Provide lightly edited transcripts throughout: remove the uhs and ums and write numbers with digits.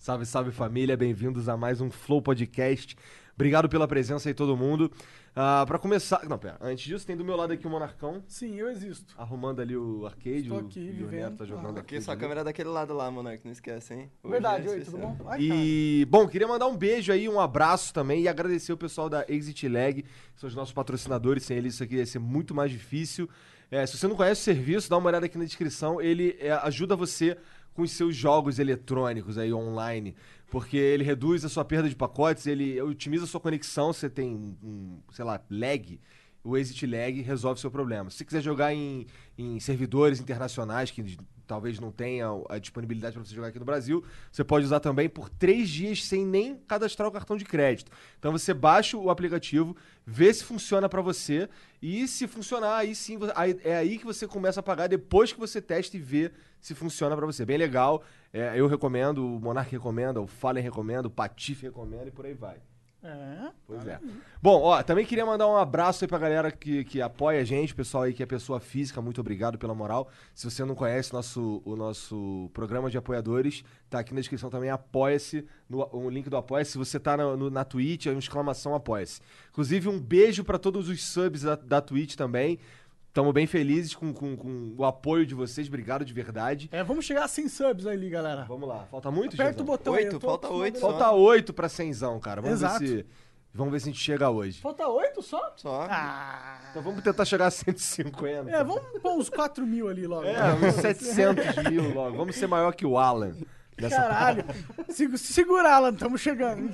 Salve, salve família, bem-vindos a mais um Flow Podcast. Obrigado pela presença aí todo mundo. Pra começar... Não, pera, antes disso tem do meu lado aqui o Monarcão. Sim, eu existo. Arrumando ali o arcade. Estou aqui, o vivendo. Neto tá jogando Aqui sua câmera é daquele lado lá, Monark, não esquece, hein? Hoje Verdade, é oi, tudo especial. bom? Ai, E, bom, queria mandar um beijo aí, um abraço também e agradecer o pessoal da Exit Lag, que são os nossos patrocinadores. Sem eles isso aqui ia ser muito mais difícil. Se você não conhece o serviço, dá uma olhada aqui na descrição. Ele ajuda você com os seus jogos eletrônicos aí online, porque ele reduz a sua perda de pacotes, ele otimiza a sua conexão, você tem sei lá, lag, o Exit Lag resolve o seu problema. Se você quiser jogar em servidores internacionais que talvez não tenha a disponibilidade para você jogar aqui no Brasil, você pode usar também por 3 dias sem nem cadastrar o cartão de crédito. Então você baixa o aplicativo, vê se funciona para você e se funcionar, aí sim, é aí que você começa a pagar depois que você testa e vê se funciona para você. Bem legal, eu recomendo, o Monark recomenda, o Fallen recomenda, o Patife recomenda e por aí vai. Pois é. Bom, ó, também queria mandar um abraço aí pra galera que apoia a gente, pessoal aí que é pessoa física, muito obrigado pela moral. Se você não conhece o nosso programa de apoiadores, tá aqui na descrição também, apoia-se, o link do apoia-se. Se você tá na Twitch, é uma exclamação apoia-se. Inclusive, um beijo pra todos os subs da Twitch também. Estamos bem felizes com o apoio de vocês, obrigado de verdade. vamos chegar a 100 subs ali, galera. Vamos lá, falta muito, Aperta Gizão? o botão 8, aí. eu tô falta acostumado 8 a- só. Falta 8 pra 100zão, cara. Exato. Vamos ver se a gente chega hoje. Falta 8 só? Só. Então vamos tentar chegar a 150. Vamos pôr uns 4 mil ali logo. Uns 700 mil logo. Vamos ser maior que o Alan. Caralho. Segura, Alan, estamos chegando.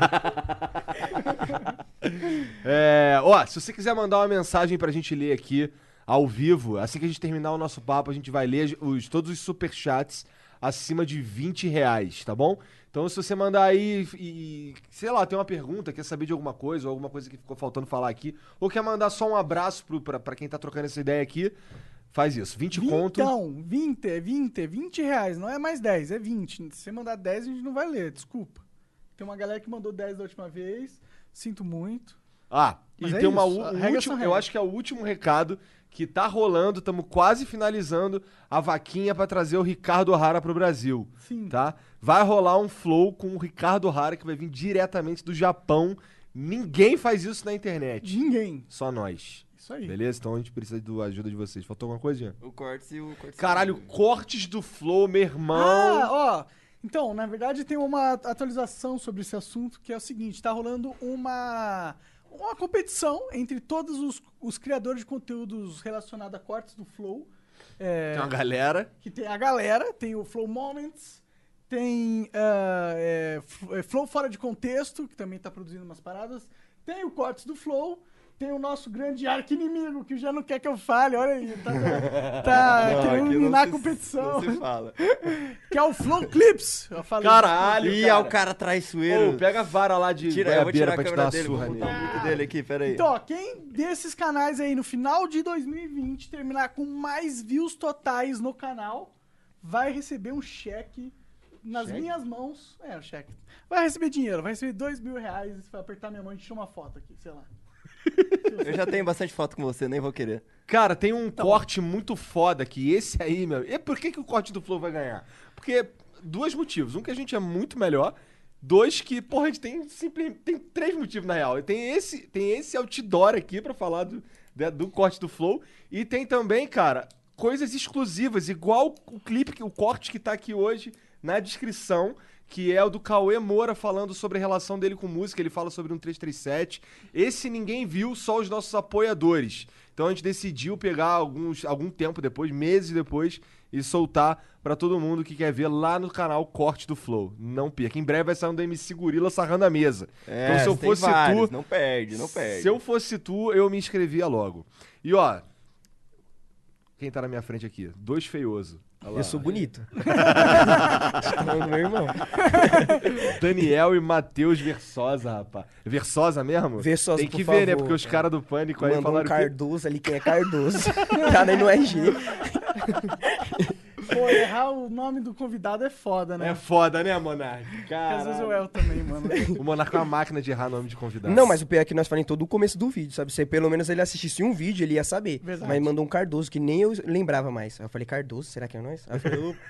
Se você quiser mandar uma mensagem pra gente ler aqui, ao vivo, assim que a gente terminar o nosso papo, a gente vai ler todos os superchats acima de R$20, tá bom? Então se você mandar aí e, sei lá, tem uma pergunta, quer saber de alguma coisa, ou alguma coisa que ficou faltando falar aqui, ou quer mandar só um abraço pra quem tá trocando essa ideia aqui, faz isso. 20 conto. Então, 20 reais, não é mais 10, é 20. Se você mandar 10, a gente não vai ler, desculpa. Tem uma galera que mandou 10 da última vez, sinto muito. E Mas é tem isso, um regras são último, eu regras. acho que é o último recado que tá rolando, estamos quase finalizando a vaquinha pra trazer o Ricardo O'Hara pro Brasil. Sim. Tá? Vai rolar um flow com o Ricardo O'Hara que vai vir diretamente do Japão. Ninguém faz isso na internet. Ninguém. Só nós. Isso aí. Beleza? Então a gente precisa da ajuda de vocês. Faltou alguma coisa, Jean? O corte. Caralho, cortes do flow, meu irmão. Então, na verdade tem uma atualização sobre esse assunto, que é o seguinte, tá rolando uma competição entre todos os criadores de conteúdos relacionados a cortes do Flow. Tem uma galera. Que tem a galera, tem o Flow Moments, tem Flow Fora de Contexto, que também tá produzindo umas paradas, tem o Cortes do Flow, tem o nosso grande arqui-inimigo, que já não quer que eu fale, olha aí, tá Não, querendo aqui eliminar a não competição, Não se fala. que é o Flow Clips. Eu falei, Caralho, Ih, é o cara traiçoeiro. Ô, pega a vara lá de Tira, eu vou goiabeira tirar a pra te dar câmera uma dele, surra vou botar nele. o mic dele aqui, peraí. Então, ó, quem desses canais aí no final de 2020 terminar com mais views totais no canal, vai receber um cheque nas minhas mãos. Um cheque. Vai receber dinheiro, vai receber R$2.000, vai apertar minha mão e tirar uma foto aqui, sei lá. Eu já tenho bastante foto com você, nem vou querer. Cara, tem um corte muito foda que esse aí, meu... E por que o corte do Flow vai ganhar? Porque, 2 motivos. Um, que a gente é muito melhor. 2, que, porra, a gente tem 3 motivos, na real. Tem esse outdoor aqui pra falar do corte do Flow. E tem também, cara, coisas exclusivas, igual o corte que tá aqui hoje na descrição, que é o do Cauê Moura falando sobre a relação dele com música. Ele fala sobre um 337. Esse ninguém viu, só os nossos apoiadores. Então a gente decidiu pegar algum tempo depois, meses depois, e soltar pra todo mundo que quer ver lá no canal Corte do Flow. Não perca. Em breve vai sair um da MC Gorila sarrando a mesa. Então se eu tem fosse vários, tu... Não perde. Se eu fosse tu, eu me inscrevia logo. E ó... Quem tá na minha frente aqui? 2 feioso. Eu sou bonito. Não, meu irmão. Daniel e Matheus Versosa, rapaz. Versosa mesmo? Versosa, Tem que por ver, né? favor. Porque os caras do Pânico aí Mandou um falaram que... Cardoso ali, quem é Cardoso? Tá nem no RG. Pô, errar o nome do convidado é foda, né? É foda, né, Monark? Porque às vezes eu Cara, erro também, mano. o Monark é uma máquina de errar nome de convidado. Não, mas o pior é que nós falamos em todo o começo do vídeo, sabe? Se pelo menos ele assistisse um vídeo, ele ia saber. Verdade. Mas mandou um Cardoso, que nem eu lembrava mais. Aí eu falei, Cardoso, será que é nós? Aí eu falei, opa.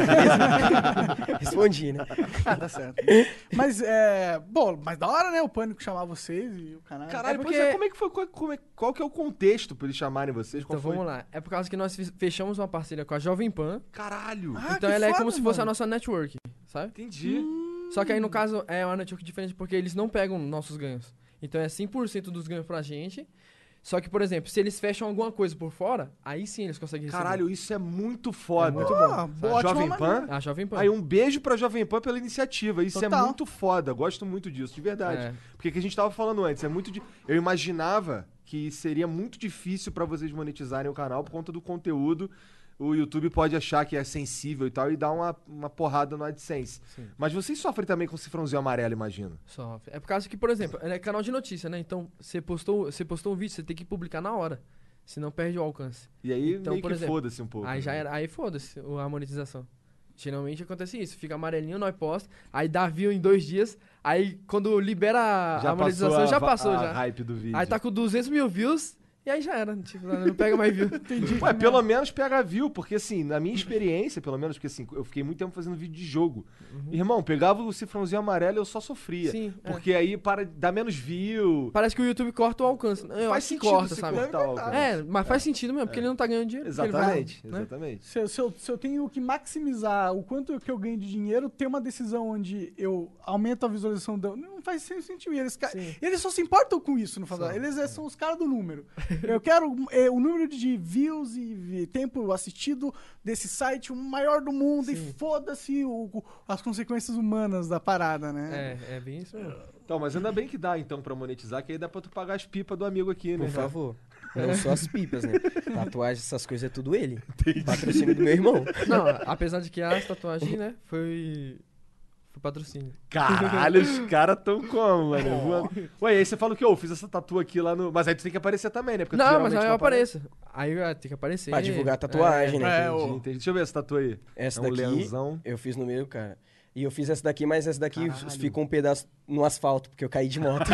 Respondi, né? Ah, tá certo. Mas, bom, mas da hora, né? O Pânico chamar vocês e o canal. Caralho, porque- pois é, como é que foi? Qual que é o contexto pra eles chamarem vocês? Então Qual foi? vamos lá. É por causa que nós fechamos uma parceria com a Jovem Pan. Caralho! Ah, Então que ela é foda, como se fosse a mano. nossa network, sabe? Entendi. Só que aí no caso é uma network diferente porque eles não pegam nossos ganhos. Então é 100% dos ganhos pra gente. Só que, por exemplo, se eles fecham alguma coisa por fora, aí sim eles conseguem receber. Caralho, isso é muito foda. muito Ah, bom. boa, ótima Jovem maneira. Pan? A Jovem Pan. Aí um beijo pra Jovem Pan pela iniciativa. Isso é Total. muito foda. Gosto muito disso, de verdade. É. Porque que a gente tava falando antes, eu imaginava que seria muito difícil pra vocês monetizarem o canal por conta do conteúdo. O YouTube pode achar que é sensível e tal e dar uma porrada no AdSense. Sim. Mas vocês sofrem também com cifrãozinho amarelo, imagino. Sofre. É por causa que, por exemplo, é canal de notícia, né? Então, você postou um vídeo, você tem que publicar na hora. Senão perde o alcance. E aí Então, meio por que exemplo, foda-se um pouco. Aí já né? era. Aí foda-se a monetização. Geralmente acontece isso. Fica amarelinho, nós posta. Aí dá view em 2 dias. Aí quando libera a monetização, já passou a já. hype do vídeo. Aí tá com 200 mil views. E aí já era. Tipo, não pega mais view. Entendi. Ué, pelo menos pega view, porque assim, na minha experiência, pelo menos, porque assim, eu fiquei muito tempo fazendo vídeo de jogo. Irmão, pegava o cifrãozinho amarelo e eu só sofria. Sim, é. Porque aí dá menos view. Parece que o YouTube corta o alcance. Eu Faz acho que sentido corta, se sabe? cortar o alcance. É, mas faz sentido mesmo, porque ele não tá ganhando dinheiro. porque ele vai- Exatamente, né? exatamente. Se eu tenho que maximizar o quanto que eu ganho de dinheiro, ter uma decisão onde eu aumento a visualização, não faz sentido. Sim. Eles só se importam com isso, no final. Eles são os caras do número. Eu quero o número de views e tempo assistido desse site o maior do mundo e Sim. foda-se as consequências humanas da parada, né? É bem isso mesmo. Então, mas ainda bem que dá, então, pra monetizar, que aí dá pra tu pagar as pipas do amigo aqui, né? Por favor. Não só as pipas, né? Tatuagem, essas coisas é tudo ele. Patrocínio do meu irmão. Não, apesar de que as tatuagens, né, foi patrocínio. Caralho, os caras tão como, mano? Ué, aí você fala o quê? Eu fiz essa tatu aqui lá no... Mas aí tu tem que aparecer também, né? Porque tu Não, mas geralmente aí eu não aparece. apareço. Aí tem que aparecer. Pra divulgar a tatuagem, né? Entendi, entendi. Deixa eu ver essa tatu aí. Essa É um daqui, leãozão. eu fiz no meio, cara. E eu fiz essa daqui, mas essa daqui Caralho. ficou um pedaço no asfalto, porque eu caí de moto.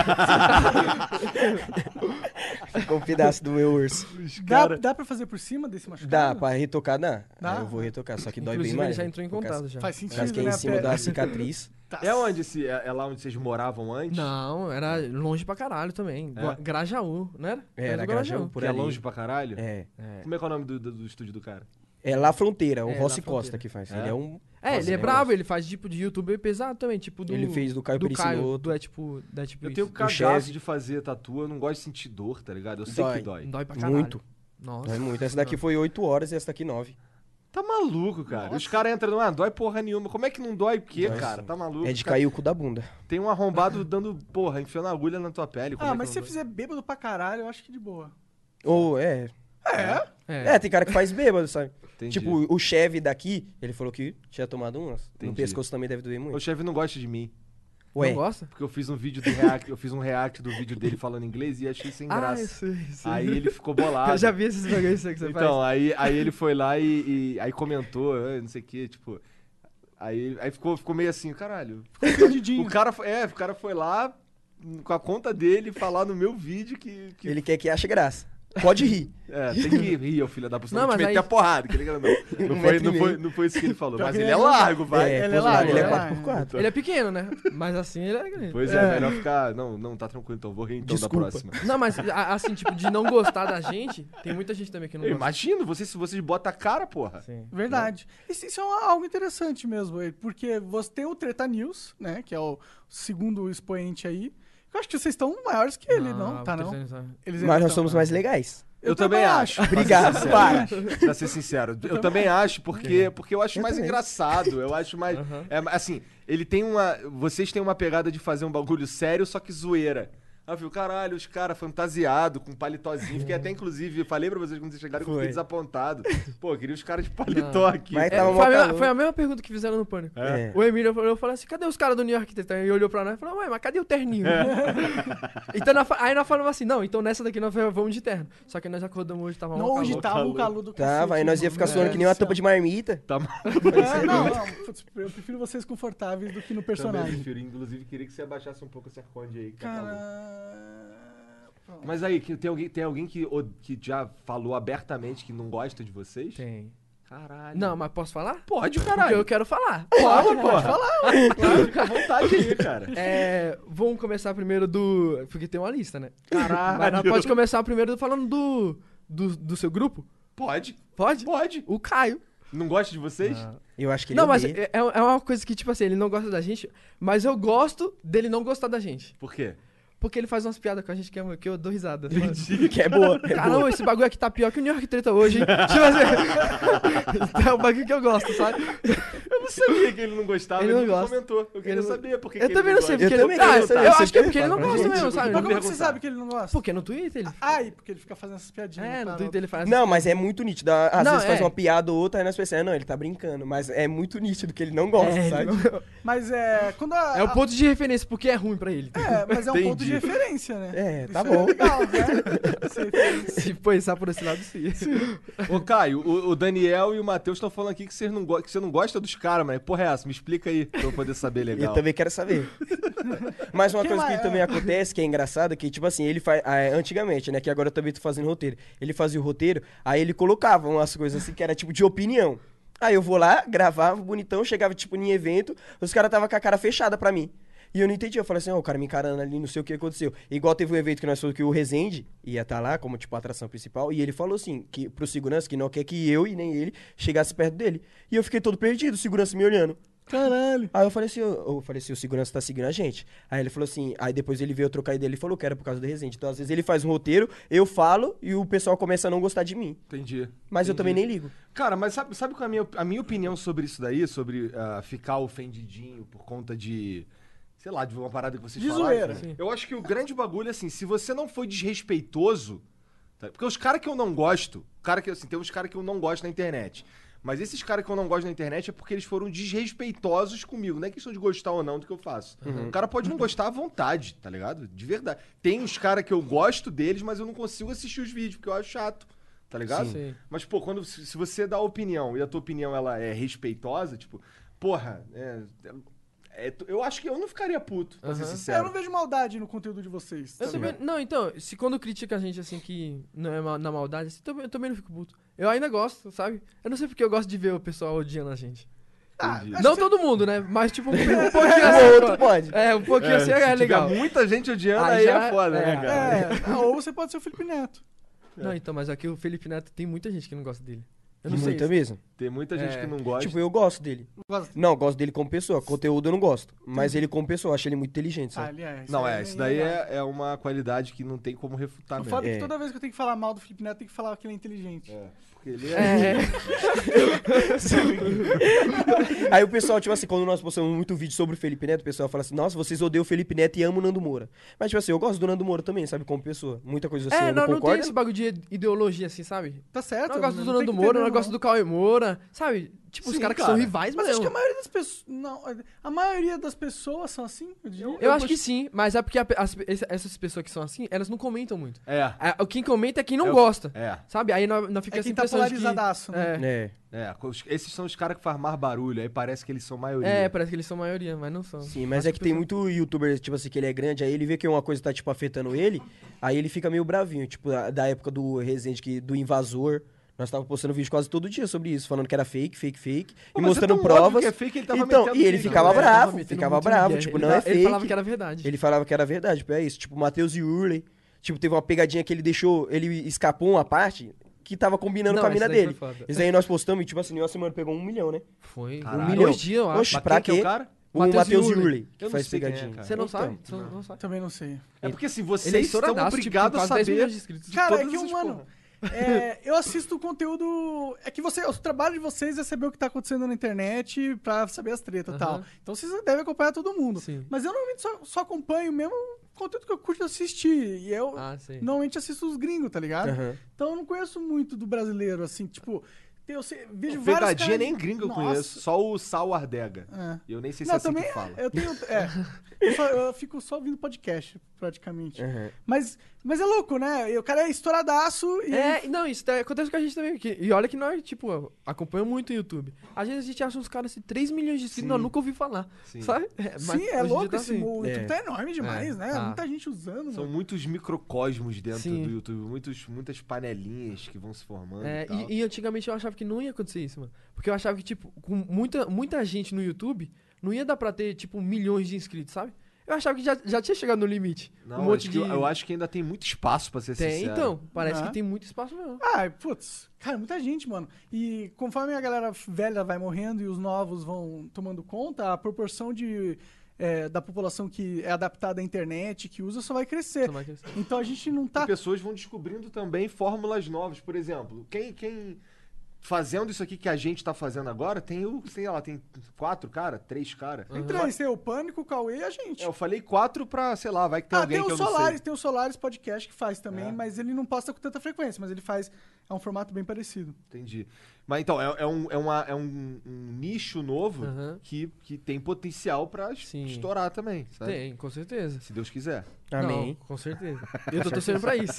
Ficou um pedaço do meu urso. Dá pra fazer por cima desse machucado? Dá, pra retocar, dá. Dá? Aí eu vou retocar, só que dói Inclusive, bem ele mais. já né? entrou em Por causa- contato já. Faz Por sentido, causa que é né? em cima da cicatriz. Tá. É onde é lá onde vocês moravam antes? Não, era longe pra caralho também. É? Grajaú, não era? Era do Grajaú, por Que é ali. longe pra caralho? É. Como é que é o nome do estúdio do cara? É La Fronteira, o É, Rossi La Costa Fronteira. que faz. É? Ele é um... É, Nossa, ele é né, bravo, Rossi? ele faz tipo de youtuber pesado também, tipo do... Ele fez do Caio Pericinoto. É tipo Eu isso. tenho o cagaço chefe. de fazer tatu, eu não gosto de sentir dor, tá ligado? Eu sei Dói. que dói. Dói pra caralho. Muito. Nossa. Dói muito. Essa daqui foi 8 horas e essa daqui 9. Tá maluco, cara. Os caras entram, dói porra nenhuma. Como é que não dói o quê, Dói cara? sim. Tá maluco? É de Cara, cair o cu da bunda. Tem um arrombado dando, porra, enfiando agulha na tua pele. Como é Ah, que mas não se você dói? fizer bêbado pra caralho, eu acho que de boa. Ou, é... É. tem cara que faz bêbado, sabe? Entendi. Tipo, o Chevy daqui, ele falou que tinha tomado umas. Entendi. No pescoço também deve doer O muito. chefe não gosta de mim. Ué, Não gosta? Porque eu fiz um vídeo do react, eu fiz um react do vídeo dele falando inglês e achei sem Ah, graça. eu sei. Aí ele ficou bolado. Eu já vi esses bagulhos aí que você Então, faz. aí ele foi lá e aí comentou, não sei o que, tipo. Aí ficou meio assim, caralho. Perdidinho. O cara foi lá com a conta dele falar no meu vídeo que ele quer que ache graça. Pode rir. tem que rir, ô filho da puta. Não, Não, te mas meter aí- a porrada, que ele não. Não foi, metro e meio. não foi isso que ele falou. Pior Mas que ele ele é é largo, vai. É, ele é pois largo, ele é é 4x4. Ele é pequeno, né? Mas assim ele é grande. Pois é, melhor ficar. Não, tá tranquilo, então. Vou rir então Desculpa. da próxima. Não, mas assim, tipo, de não gostar da gente, tem muita gente também que não Eu gosta. imagino, se vocês botam a cara, porra. Sim. Verdade. Isso é algo interessante mesmo, porque você tem o Treta News, né? Que é o segundo expoente aí. Eu acho que vocês estão maiores que ele, não? Tá, não? Eles Mas nós estão- somos mais legais. Eu também acho. Obrigado, para. Pra ser sincero. Eu também acho, porque eu acho Eu mais também. engraçado. Eu acho mais. Assim, ele tem uma. Vocês têm uma pegada de fazer um bagulho sério, só que zoeira. Aí eu falei, caralho, os caras fantasiados, com paletózinho. Fiquei até, inclusive, falei pra vocês quando vocês chegaram que eu fiquei Foi. desapontado. Pô, eu queria os caras de paletó aqui. Mas É, tava mó foi, a mesma, calor. foi a mesma pergunta que fizeram no Pânico. É. O Emílio eu falei assim, cadê os caras do New York? Ele olhou pra nós e falou, ué, mas cadê o terninho? Então, aí nós falamos assim, não, então nessa daqui nós vamos de terno. Só que nós acordamos hoje, tava Não, mal hoje calor. tava o calor do Tava, aí nós ia ficar mano. suando que nem uma tampa de marmita. Tá Não, putz, eu prefiro vocês confortáveis do que no Também personagem. prefiro. Inclusive, queria que você abaixasse um pouco esse arconde aí. Que tá calor. Cara... Pronto. Mas aí, tem alguém que já falou abertamente que não gosta de vocês? Tem. Caralho. Não, mas posso falar? Pode, Porque caralho. eu quero falar. Pode falar. Claro, fica à vontade aí, cara. Vamos começar primeiro do... Porque tem uma lista, né? Caralho. Mas nós pode começar primeiro falando do seu grupo? Pode. Pode? Pode. O Caio. Não gosta de vocês? Eu acho que ele Não, mas odeia. é uma coisa que, tipo assim, ele não gosta da gente, mas eu gosto dele não gostar da gente. Por quê? Porque ele faz umas piadas com a gente que eu dou risada. Que é boa. É boa. Caramba, esse bagulho aqui tá pior que o New York Treta hoje, hein? Tipo assim, então é um bagulho que eu gosto, sabe? Eu não sabia que ele não gostava, Ele ele não nunca gosta. comentou. Eu queria Ele não- saber por que Eu que também ele não sei gosta. porque ele também não... queria Ah, saber. eu Você acho que é porque quer? ele não Fala pra gosta gente. mesmo, sabe? Mas como que você perguntar. sabe que ele não gosta? Porque no Twitter ele... Ai, porque ele fica fazendo essas piadinhas. É, no cara. Twitter ele faz... Não, mas é muito nítido. Às Não, vezes faz é. uma piada ou outra, aí nós pensamos, não, ele tá brincando. Mas é muito nítido que ele não gosta, É, sabe? Mas quando é o ponto de referência, porque é ruim pra ele. Mas é um ponto de Entendi. referência, né? É, tá Isso bom. É legal, né? Essa referência. Se pensar por esse lado, sim. Ô, Caio, o Daniel e o Matheus estão falando aqui que você não gosta dos caras, mas porra é essa? Me explica aí, pra eu poder saber Eu legal. também quero saber. Mas uma Quem coisa que mais? também acontece, que é engraçado, que, tipo assim, ele faz. Antigamente, né? Que agora eu também tô fazendo roteiro. Ele fazia o roteiro, aí ele colocava umas coisas assim que era tipo de opinião. Aí eu vou lá, gravava bonitão, chegava tipo em evento, os caras tava com a cara fechada pra mim. E eu não entendi, eu falei assim, ó, o cara me encarando ali, não sei o que aconteceu. Igual teve um evento que nós falamos que o Rezende ia estar lá, como tipo a atração principal, e ele falou assim, que pro segurança, que não quer que eu e nem ele chegasse perto dele. E eu fiquei todo perdido, o segurança me olhando. Caralho. Aí eu falei assim, o segurança tá seguindo a gente. Aí ele falou assim, aí depois ele veio trocar ideia, ele falou que era por causa do Rezende. Então às vezes ele faz um roteiro, eu falo e o pessoal começa a não gostar de mim. Entendi. Mas eu Entendi. também nem ligo. Cara, mas sabe qual é a minha opinião sobre isso daí? Sobre ficar ofendidinho por conta de... Sei lá, de uma parada que vocês De falaram. zoeira. Sim. Eu acho que o grande bagulho é assim, se você não foi desrespeitoso... tá? Porque os caras que eu não gosto... tem uns caras que eu não gosto na internet. Mas esses caras que eu não gosto na internet é porque eles foram desrespeitosos comigo. Não é questão de gostar ou não do que eu faço. O cara pode não gostar à vontade, tá ligado? De verdade. Tem uns caras que eu gosto deles, mas eu não consigo assistir os vídeos, porque eu acho chato. Tá ligado? Sim. Mas, pô, se você dá opinião e a tua opinião ela é respeitosa, tipo, porra, eu acho que eu não ficaria puto, pra ser Aham. sincero. Eu não vejo maldade no conteúdo de vocês. Eu tá também, ligado? não, então, se quando critica a gente assim que não é na maldade, assim, eu também não fico puto. Eu ainda gosto, sabe? Eu não sei porque eu gosto de ver o pessoal odiando a gente. Entendi. Não todo mundo, né? Mas tipo, um pouquinho O assim. outro pode. É, um pouquinho assim se é tiver legal. muita gente odiando, Aí aí já- é foda, né, cara? Ou você pode ser o Felipe Neto. Não, então, mas aqui o Felipe Neto tem muita gente que não gosta dele. Eu não De sei. muita mesmo. Tem muita gente É, que não gosta. Tipo, eu gosto dele. Gosta? Não, eu gosto dele como pessoa. Conteúdo eu não gosto. Mas ele como pessoa, eu acho ele muito inteligente, sabe? Aliás. não, isso daí é uma qualidade que não tem como refutar O mesmo. foda é É. que toda vez que eu tenho que falar mal do Felipe Neto, eu tenho que falar que ele é inteligente. Porque ele é... É, Aí o pessoal, tipo assim, quando nós postamos muito vídeo sobre o Felipe Neto, o pessoal fala assim, nossa, vocês odeiam o Felipe Neto e amam o Nando Moura. Mas, tipo assim, eu gosto do Nando Moura também, sabe, como pessoa. Muita coisa assim, eu não não tem concordo. esse bagulho de ideologia assim, sabe? Tá certo. Eu gosto do não tem Nando que Moura, ter, eu gosto do Cauê Moura, sabe? Tipo, os Sim, caras que cara. são rivais Mas acho que a mesmo. maioria das pessoas... Não, a maioria das pessoas são assim, eu diria. Eu acho que sim, mas é porque essas pessoas que são assim, elas não comentam muito. Quem comenta é quem não gosta. Sabe? Aí não fica É essa quem tá impressão de que... polarizadaço, né? Esses são os caras que fazem mais barulho, aí parece que eles são maioria. Parece que eles são maioria, mas não são. Sim, mas é que tem muito youtuber, tipo assim, que ele é grande, aí ele vê que uma coisa tá, tipo, afetando ele, aí ele fica meio bravinho, tipo, da época do Rezende, do Invasor. Nós tava postando vídeo quase todo dia sobre isso, falando que era fake, Pô, e mas mostrando é tão óbvio provas. que é fake, ele tava Então, metendo e ele fake, ficava né? bravo, metendo ficava muito bravo, migué. tipo, Ele não é Ele falava fake. que era verdade. Ele falava que era verdade, tipo, é isso. Tipo, o Matheus Yurley, tipo, teve uma pegadinha que ele deixou, ele escapou uma parte que tava combinando com a mina esse daí dele. foi foda. Isso aí nós postamos e, tipo assim, em uma semana pegou 1 milhão, né? Foi. Caralho. 1 milhão. 2 dias, eu acho. Oxe, Mas pra quem que é quê? o cara? O Matheus Matheus Yurley. Yurley, Eu que não faz sei quem é, pegadinha. cara. Você não Então, sabe? Você não sabe. Também não sei. É porque assim, Ele é vocês estão estouradaço, tipo, obrigados a quase 10 saber milhões de inscritos. Cara, é todas que, essas mano, porra. eu assisto o conteúdo... É que o trabalho de vocês é saber o que tá acontecendo na internet pra saber as tretas e tal. Então vocês devem acompanhar todo mundo. Sim. Mas eu normalmente só acompanho mesmo o conteúdo que eu curto assistir. E eu Sim. normalmente assisto os gringos, tá ligado? Aham. Então eu não conheço muito do brasileiro, assim, tipo... vejo vários Pegadinha caras... nem gringo eu Nossa. conheço, só o Sal Ardega. É. E eu nem sei se Não, é assim também que fala. eu tenho... eu fico só ouvindo podcast, praticamente. Aham. Mas é louco, né? O cara é estouradaço e... Não, isso acontece com a gente também. E olha que nós, tipo, acompanhamos muito o YouTube. Às vezes a gente acha uns caras assim, 3 milhões de inscritos, Sim. nós nunca ouvi falar. Sim. Sabe? Sim, é hoje em dia louco tá esse assim. mundo. O YouTube tá enorme demais, né? tá. Muita gente usando. São mano. muitos microcosmos dentro Sim. do YouTube, muitas panelinhas que vão se formando e tal. E antigamente eu achava que não ia acontecer isso, mano. Porque eu achava que, tipo, com muita gente no YouTube, não ia dar pra ter, tipo, milhões de inscritos, sabe? Eu achava que já tinha chegado no limite. Não, eu acho que ainda tem muito espaço, pra ser Tem, sincero. então. Parece Né? que tem muito espaço mesmo. Putz, cara, muita gente, mano. E conforme a galera velha vai morrendo e os novos vão tomando conta, a proporção da população que é adaptada à internet, que usa, só vai crescer. Só vai crescer. Então a gente não tá... E pessoas vão descobrindo também fórmulas novas. Por exemplo, quem fazendo isso aqui que a gente tá fazendo agora, tem 4 cara, 3 cara. Entre eles tem o Pânico, o Cauê e a gente. Eu falei 4 pra, sei lá, vai que tem alguém tem que o eu não Solaris, sei. tem o Solaris Podcast que faz também, É. mas ele não posta com tanta frequência, mas ele faz... É um formato bem parecido. Entendi. Mas então, é um nicho novo Aham. que tem potencial pra Sim. estourar também, sabe? Tem, com certeza. Se Deus quiser. Amém. Não, com certeza. Eu tô torcendo pra isso.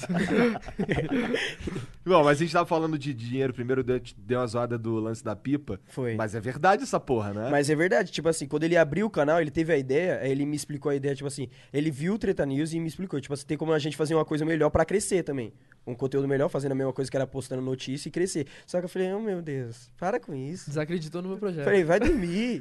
Bom, mas a gente tava falando de dinheiro, primeiro deu uma zoada do lance da pipa. Foi. Mas é verdade essa porra, né? Mas é verdade, tipo assim, quando ele abriu o canal, ele teve a ideia, aí ele me explicou a ideia, tipo assim, ele viu o Treta News e me explicou, tipo assim, tem como a gente fazer uma coisa melhor pra crescer também. Um conteúdo melhor, fazendo a mesma coisa que era postando notícia e crescer. Só que eu falei, oh meu Deus, para com isso. Desacreditou no meu projeto. Falei, vai dormir.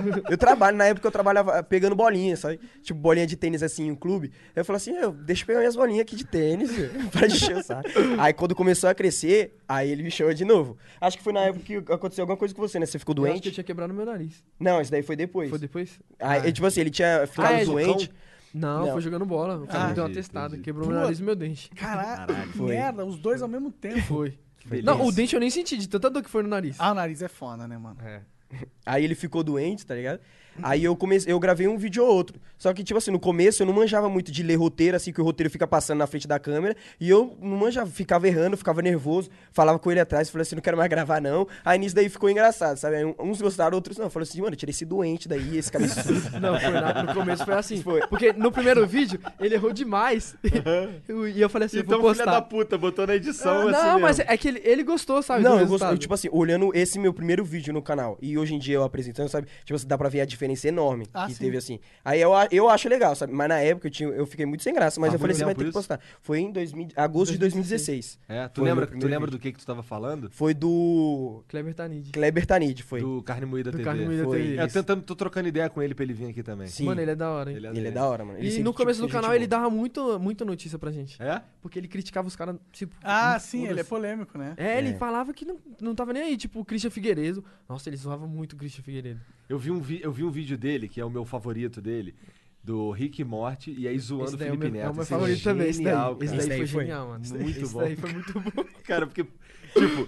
Na época eu trabalhava pegando bolinha, sabe? Tipo, bolinha de tênis assim em um clube. Aí eu falei assim, deixa eu pegar minhas bolinhas aqui de tênis, para de encher o saco. Aí quando começou a crescer, aí ele me chamou de novo. Acho que foi na época que aconteceu alguma coisa com você, né? Você ficou Eu acho que eu doente? tinha quebrado meu nariz. Não, isso daí foi depois. Foi depois? Aí, tipo assim, ele tinha ficado é, doente. Não, Não. foi jogando bola. O cara me deu uma entendi, testada, entendi. quebrou meu nariz e meu dente. Caraca, que foi. merda, os dois ao mesmo tempo. Foi. Beleza. Não, o dente eu nem senti, de tanta dor que foi no nariz. Ah, o nariz é foda, né, mano? É. Aí ele ficou doente, tá ligado? Aí eu gravei um vídeo ou outro. Só que, tipo assim, no começo eu não manjava muito de ler roteiro, assim, que o roteiro fica passando na frente da câmera. E eu não manjava, ficava errando, ficava nervoso, falava com ele atrás, falei assim, não quero mais gravar, não. Aí nisso daí ficou engraçado, sabe? Aí uns gostaram, outros não. Falei assim, mano, eu tirei esse doente daí, esse cabeçudo. Não, no começo foi assim. Foi. Porque no primeiro vídeo, ele errou demais. E eu falei assim, eu Então, vou filha postar. da puta, botou na edição assim Não, mesmo. mas é que ele gostou, sabe? Não, do eu gosto, resultado. tipo assim, olhando esse meu primeiro vídeo no canal e hoje em dia eu apresentando, sabe? Tipo assim, dá pra ver a diferença enorme Ah, que sim. teve assim. Aí eu acho legal, sabe? Mas na época eu fiquei muito sem graça, mas Faz eu falei, muito você vai tempo ter que isso? postar. Foi em agosto de 2016. É, tu Foi lembra, meu primeiro tu lembra vídeo. do que tu tava falando? Foi do Kleber Tanid. Kleber Tanid, foi. Do Carne Moída Do TV. Carne Moída Foi. TV. Tô trocando ideia com ele pra ele vir aqui também. Sim. Mano, ele é da hora, hein? Ele é da hora, mano. Ele E sempre, no começo tipo, do foi canal gente ele boa. dava muita notícia pra gente. É? Porque ele criticava os caras, tipo... Ah, muito sim, foda-se. ele é polêmico, né? Ele falava que não tava nem aí, tipo, o Christian Figueiredo. Nossa, ele zoava muito o Christian Figueiredo. Eu vi um vídeo dele, que é o meu favorito dele, do Rick e Morty, e aí zoando Esse o daí é o Felipe meu, Neto. é o meu Esse é favorito também, esse daí. genial, Esse cara. daí daí foi foi genial, mano. muito Esse bom. daí foi muito bom. Cara, porque, tipo,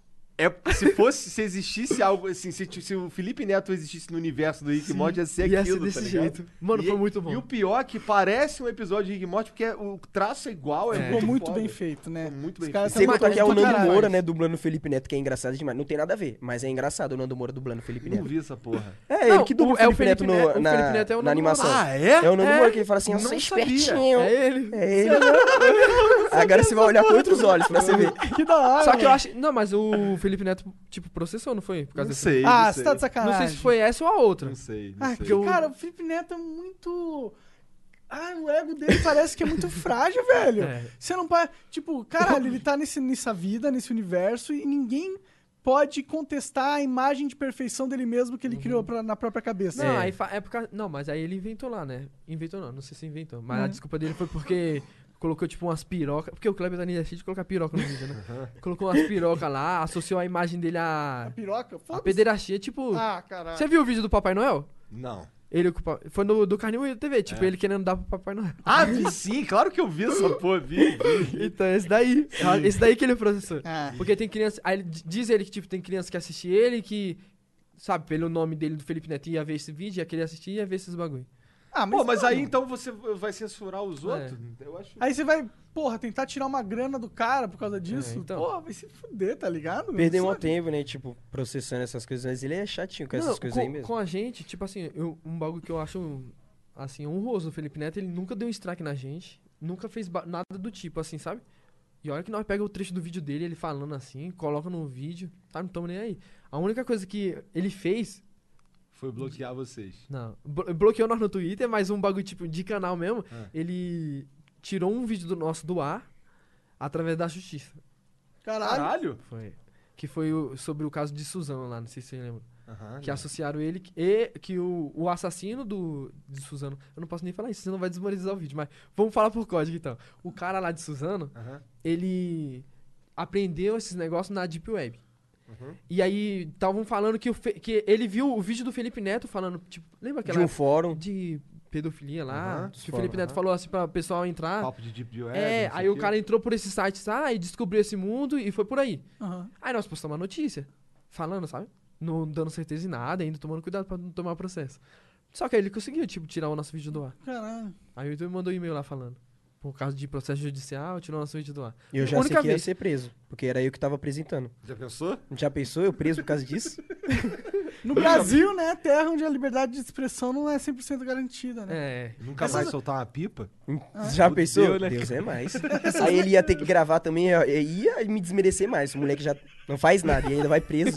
se existisse algo assim, se o Felipe Neto existisse no universo do Rick e Morty, ia ser Ia aquilo, ser desse tá ligado? jeito. Mano, foi muito bom. E o pior é que parece um episódio de Rick e Morty, porque o traço é igual, é, Ficou muito foda. bem feito, né? Ficou muito Os bem caras feito. Sem contar que é o pra Nando caralho. Moura, né, dublando o Felipe Neto, que é engraçado demais. Não tem nada a ver, mas é engraçado o Nando Moura dublando o Felipe Não Neto. vi essa porra. É, Não, ele que dubla o Felipe Neto o Felipe Neto é o na Nando animação. Moura. Ah, é? É o Nando É? Moura que ele fala assim, eu sou Não sabia. espertinho. É ele. É ele. Agora você vai olhar com outros olhos pra você ver. Que da hora, Só que eu mano. acho... Não, mas o Felipe Neto, tipo, processou, não foi? Por causa Não desse- sei, Ah, não você sei. tá de sacanagem. Não sei se foi essa ou a outra. Não sei, não Ah, sei. porque, cara, o Felipe Neto é muito... Ah, o ego dele parece que é muito frágil, velho. É. Você não pode... Tipo, caralho, ele tá nessa vida, nesse universo, e ninguém pode contestar a imagem de perfeição dele mesmo que ele criou na própria cabeça. Não, aí é por causa... Não, mas aí ele inventou lá, né? Inventou não sei se inventou. Mas a desculpa dele foi porque colocou, tipo, umas pirocas... Porque o Kleber Tanid é cheio de colocar piroca no vídeo, né? Colocou umas pirocas lá, associou a imagem dele A a piroca? a Foda-se. pederastia, tipo... Ah, caralho. Você viu o vídeo do Papai Noel? Não. Ele ocupa... Foi no do Carne Moída TV, tipo, ele querendo dar pro Papai Noel. Ah, vi sim, claro que eu vi essa porra, vi. Então, esse daí que ele é professor. Ah. Porque tem criança... Aí diz ele que, tipo, tem criança que assiste ele, que, sabe, pelo nome dele, do Felipe Neto, ia ver esse vídeo, ia querer assistir, ia ver esses bagulho. Ah, Pô, mas aí mano, então você vai censurar os outros? Eu acho... Aí você vai, porra, tentar tirar uma grana do cara por causa disso. então. Porra, vai se fuder, tá ligado? Perdeu um Sabe? tempo, né? Tipo, processando essas coisas, mas ele é chatinho com essas coisas aí mesmo. Com a gente, tipo assim, um bagulho que eu acho, assim, honroso, o Felipe Neto, ele nunca deu um strike na gente, nunca fez nada do tipo, assim, sabe? E olha que nós pega o trecho do vídeo dele, ele falando assim, coloca no vídeo, tá, não tamo nem aí. A única coisa que ele fez... Foi bloquear vocês. Não, bloqueou nós no Twitter, mas um bagulho tipo de canal mesmo, ele tirou um vídeo nosso do ar através da justiça. Caralho. Foi. Que foi sobre o caso de Suzano lá, não sei se você lembra. Aham, Que associaram ele e que o assassino de Suzano. Eu não posso nem falar isso, senão vai desmonetizar o vídeo, mas vamos falar por código então. O cara lá de Suzano, Aham. ele aprendeu esses negócios na Deep Web. Uhum. E aí estavam falando que ele viu o vídeo do Felipe Neto falando, tipo, lembra aquela De um fórum. de pedofilia lá, Aham, que o Felipe Neto falou assim pra pessoal entrar. Papo de Deep Web. É, não sei aí o quê. cara entrou por esses sites e descobriu esse mundo e foi por aí. Aham. Aí nós postamos uma notícia, falando, sabe? Não dando certeza em nada, ainda tomando cuidado pra não tomar processo. Só que aí ele conseguiu, tipo, tirar o nosso vídeo do ar. Caralho. Aí o YouTube mandou um e-mail lá falando. Por causa de processo judicial, tirou o nosso vídeo do ar. E eu já sei que ia ser preso, porque era eu que tava apresentando. Já pensou? Já pensou eu preso por causa disso? No Brasil, né, terra onde a liberdade de expressão não é 100% garantida, né? É. Nunca mais soltar uma pipa? Já Fudeu, pensou? né, Deus é mais. Aí ele ia ter que gravar também, ia me desmerecer mais. O moleque já não faz nada e ainda vai preso.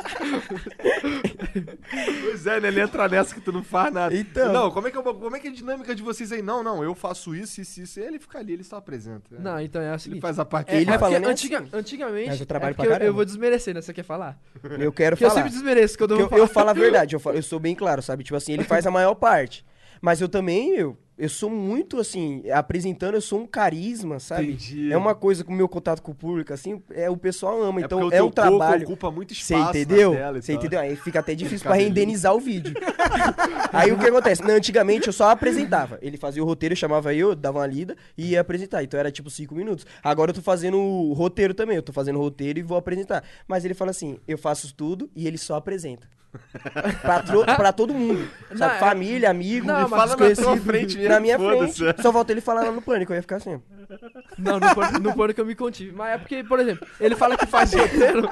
Pois é, né? Ele entra nessa que tu não faz nada. Então. Não, como é que é a dinâmica de vocês aí? Não, eu faço isso. E ele fica ali, ele só apresenta. Não, então é o Ele seguinte. faz a parte Ele é porque falando antigamente. Mas eu trabalho porque pra caramba. eu vou desmerecer, né? Você quer falar? Eu quero Porque eu falar. sempre desmereço quando eu vou Porque eu falar. falo a verdade, eu sou bem claro, sabe? Tipo assim, ele faz a maior parte. Mas eu também, eu sou muito, assim, apresentando, eu sou um carisma, sabe? Entendi. É uma coisa com o meu contato com o público, assim, o pessoal ama. Então porque é o um teu corpo trabalho. ocupa muito Você espaço entendeu? na tela e Você tal. entendeu? Aí fica até difícil pra Cabelinho. renderizar o vídeo. Aí o que acontece? Antigamente eu só apresentava. Ele fazia o roteiro, chamava eu, dava uma lida e ia apresentar. Então era tipo 5 minutos. Agora eu tô fazendo o roteiro também. Eu tô fazendo o roteiro e vou apresentar. Mas ele fala assim: eu faço tudo e ele só apresenta. Pra todo mundo. Sabe? Não, é- Família, amigo, Não, mas fala na desconhecido. tua frente mesmo, Na minha foda-se. frente. Só falta ele falar lá no pânico. Eu ia ficar assim. Não, no Pânico eu me contive. Mas é porque, por exemplo, ele fala que faz roteiro.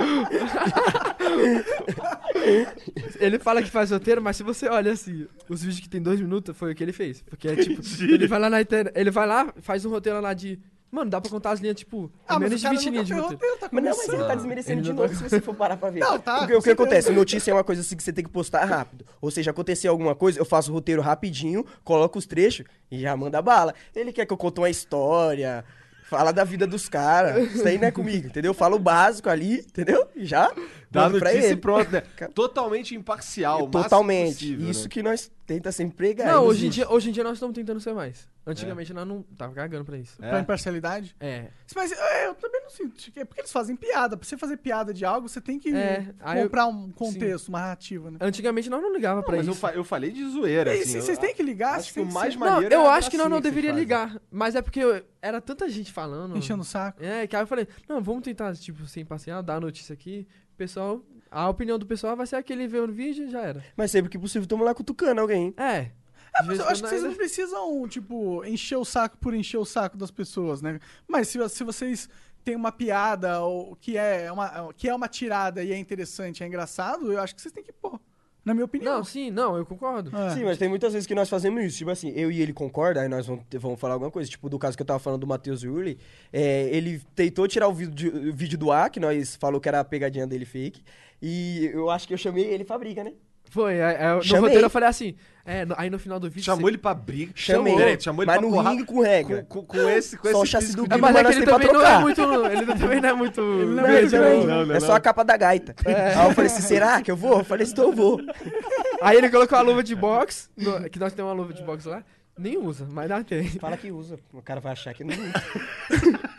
Ele fala que faz roteiro, mas se você olha assim, os vídeos que tem 2 minutos, foi o que ele fez. Porque é tipo, ele vai lá na internet, ele vai lá, faz um roteiro lá de. Mano, dá pra contar as linhas, tipo, menos de 20 linhas de roteiro. tá Mas não, mas ele tá começando. desmerecendo Ele de não novo tá- se você for parar pra ver. Não, tá, Porque com o que certeza. acontece? Notícia é uma coisa assim que você tem que postar rápido. Ou seja, acontecer alguma coisa, eu faço o roteiro rapidinho, coloco os trechos e já manda bala. Ele quer que eu conte uma história, fala da vida dos caras. Isso aí não é comigo, entendeu? Fala o básico ali, entendeu? E já Dá mando pra notícia e ele. pronto, né? Totalmente imparcial. o máximo Totalmente. possível, Isso né? que nós tenta sempre pregar. Não, nos hoje em, vídeos. dia nós estamos tentando ser mais. Antigamente nós não tava cagando pra isso. Pra imparcialidade. É. Mas eu também não sinto. É porque eles fazem piada. Pra você fazer piada de algo, você tem que aí comprar um contexto, uma narrativa, né? Antigamente nós não ligava pra Mas isso. eu falei de zoeira, E assim. vocês têm que ligar, Acho que vocês o têm mais ser- Não, maneiro eu é a acho que nós não gracinha deveria vocês fazem. ligar. Mas é porque era tanta gente falando. enchendo o saco. É, que aí eu falei, não, vamos tentar, tipo, ser imparcial, dar a notícia aqui. Pessoal, a opinião do pessoal vai ser aquele ver o vídeo e já era. Mas sempre que possível, estamos lá cutucando alguém. É. Mas eu acho que vocês não precisam, tipo, encher o saco por encher o saco das pessoas, né? Mas se vocês têm uma piada ou que é uma tirada e é interessante, é engraçado, eu acho que vocês têm que pôr. Na minha opinião. Não, sim, não, eu concordo. É. Sim, mas tem muitas vezes que nós fazemos isso. Tipo assim, eu e ele concordam, aí nós vamos falar alguma coisa. Tipo, do caso que eu tava falando do Matheus Urli, ele tentou tirar o vídeo do ar, que nós falou que era a pegadinha dele fake. E eu acho que eu chamei ele pra briga, né? Foi, no Chamei. roteiro eu falei assim, aí no final do vídeo... Chamou ele pra briga. Chamei. Peraí, chamou ele Mas pra no porrada ringue com regra. Com esse Só o esse chassi físico do de- Guido, mas é nós que ele tem pra também não é trocar. muito... Ele também não é muito... não é Não, ele muito também. não, não, É não. só a capa da gaita. Aí eu falei assim, será que eu vou? Eu falei assim, então eu vou. Aí ele colocou a luva de boxe, que nós temos uma luva de boxe lá, nem usa, mas dá tem. Fala que usa. O cara vai achar que não usa.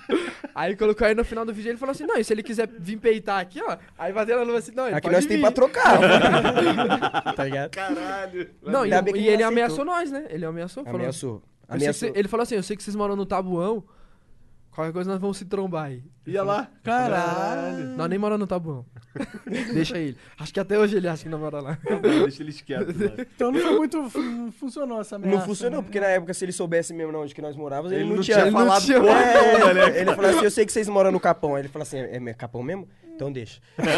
Aí colocou aí no final do vídeo, ele falou assim, não, e se ele quiser vir peitar aqui, ó, aí bateu na luva assim, não, ele Aqui pode nós vir. tem pra trocar. tá ligado? Caralho. Não, Ainda bem que e ele ele aceitou. ameaçou nós, né? Ele ameaçou. Falou, Ameaçou. Eu sei que Ameaçou. ele falou assim, eu sei que vocês moram no Tabuão, qualquer coisa nós vamos se trombar aí. Ia lá. Caralho. Nós nem moramos no Tabuão. Deixa ele. Acho que até hoje ele acha que não mora lá. Deixa eles quietos, mano. Então não foi muito. Não funcionou essa ameaça. Não funcionou, né? porque na época, se ele soubesse mesmo onde que nós morávamos, ele, Ele não não tinha... tinha ele não falado tinha- porra É, nenhuma, né? ele falou assim, eu sei que vocês moram no Capão. Aí ele falou assim, é Capão mesmo? Então deixa.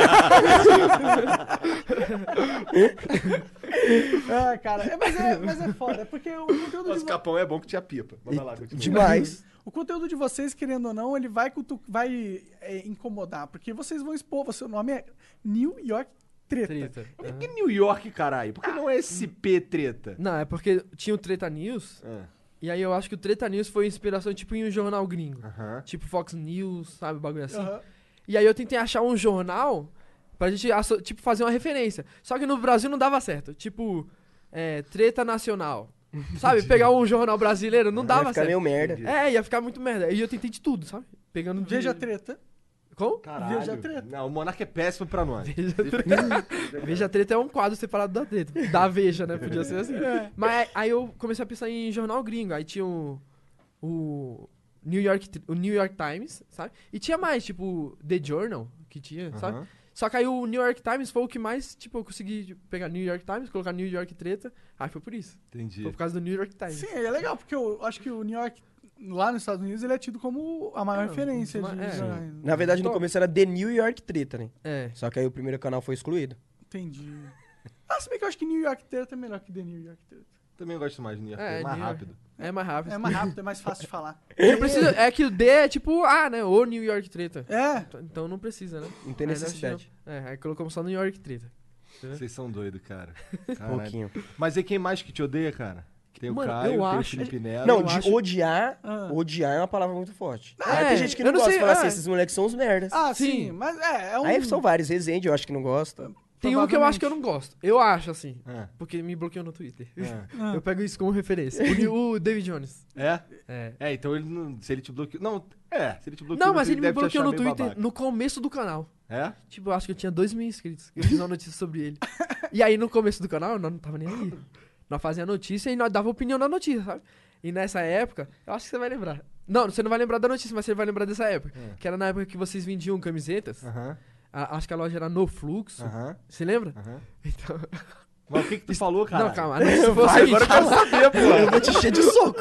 Ah, cara. Mas é foda. É porque o conteúdo Nosso de capão é bom que tinha pipa. Manda lá, continua. Demais. O conteúdo de vocês, querendo ou não, ele vai, incomodar. Porque vocês vão expor. Seu nome é New York Treta. Treta. Por que New York, caralho? Por que não é SP Treta? Não, é porque tinha o Treta News, Ah, e aí eu acho que o Treta News foi inspiração, tipo, em um jornal gringo. Aham. Tipo Fox News, sabe, bagulho assim. Aham. E aí eu tentei achar um jornal pra gente, tipo, fazer uma referência. Só que no Brasil não dava certo. Tipo, Treta Nacional. Sabe? Pegar um jornal brasileiro não Vai dava ficar certo. meio merda. Entendi. Ia ficar muito merda. E eu tentei de tudo, sabe? Pegando de... Veja a treta. Como? Caralho. Veja a treta. Não, o Monark é péssimo pra nós. Veja a Treta é um quadro separado da Treta. Da Veja, né? Podia ser assim. Mas aí eu comecei a pensar em jornal gringo. Aí tinha o New York Times, sabe? E tinha mais, tipo, The Journal, que tinha, sabe? Aham. Só que aí o New York Times foi o que mais, tipo, eu consegui pegar New York Times, colocar New York Treta. Aí foi por isso. Entendi. Foi por causa do New York Times. Sim, é legal, porque eu acho que o New York, lá nos Estados Unidos, ele é tido como a maior referência de é. jornais. Na verdade, no Top. começo era The New York Treta, né? É. Só que aí o primeiro canal foi excluído. Entendi. Ah, se bem que eu acho que New York Treta é melhor que The New York Treta. Também gosto mais de New York. É, É mais New York. rápido. É mais rápido. É mais rápido, é mais fácil de falar. Não precisa, é que o D é tipo A, né? O New York Treta. É. Então não precisa, né? Não tem Aí necessidade. aí colocamos só New York Treta. Vocês são doidos, cara. Um Caralho. pouquinho. Mas e quem mais que te odeia, cara? Tem o Mano, Caio, eu tem o acho- Felipe Neto. Não, eu de acho- odiar, Ah. odiar é uma palavra muito forte. É, Aí tem gente que eu não não gosta sei, de falar assim, é. esses moleques são os merdas. Ah, sim, Sim. mas é um... Aí são vários, Resende, eu acho que não gosta. Tem um que eu acho que eu não gosto. Eu acho, assim. Ah, Porque me bloqueou no Twitter. ah. Ah. Eu pego isso como referência. O David Jones. É? É. É, então ele não. Se ele te bloqueou. Não, se ele te bloqueou. Não, mas ele me deve te bloqueou achar no meio Twitter babaca. no começo do canal. É? Tipo, eu acho que eu tinha 2.000 inscritos. Eu fiz uma notícia sobre ele. E aí, no começo do canal, nós não tava nem aí. Nós fazia a notícia e nós dava opinião na notícia, sabe? E nessa época, eu acho que você vai lembrar. Não, você não vai lembrar da notícia, mas você vai lembrar dessa época. Que era na época que vocês vendiam camisetas. Aham, Acho que a loja era No Fluxo. aham, Você lembra? aham. Então... Mas o que tu falou, cara? Não, calma. A notícia foi o Vai, seguinte. agora eu quero saber, pô. Eu vou te encher de soco.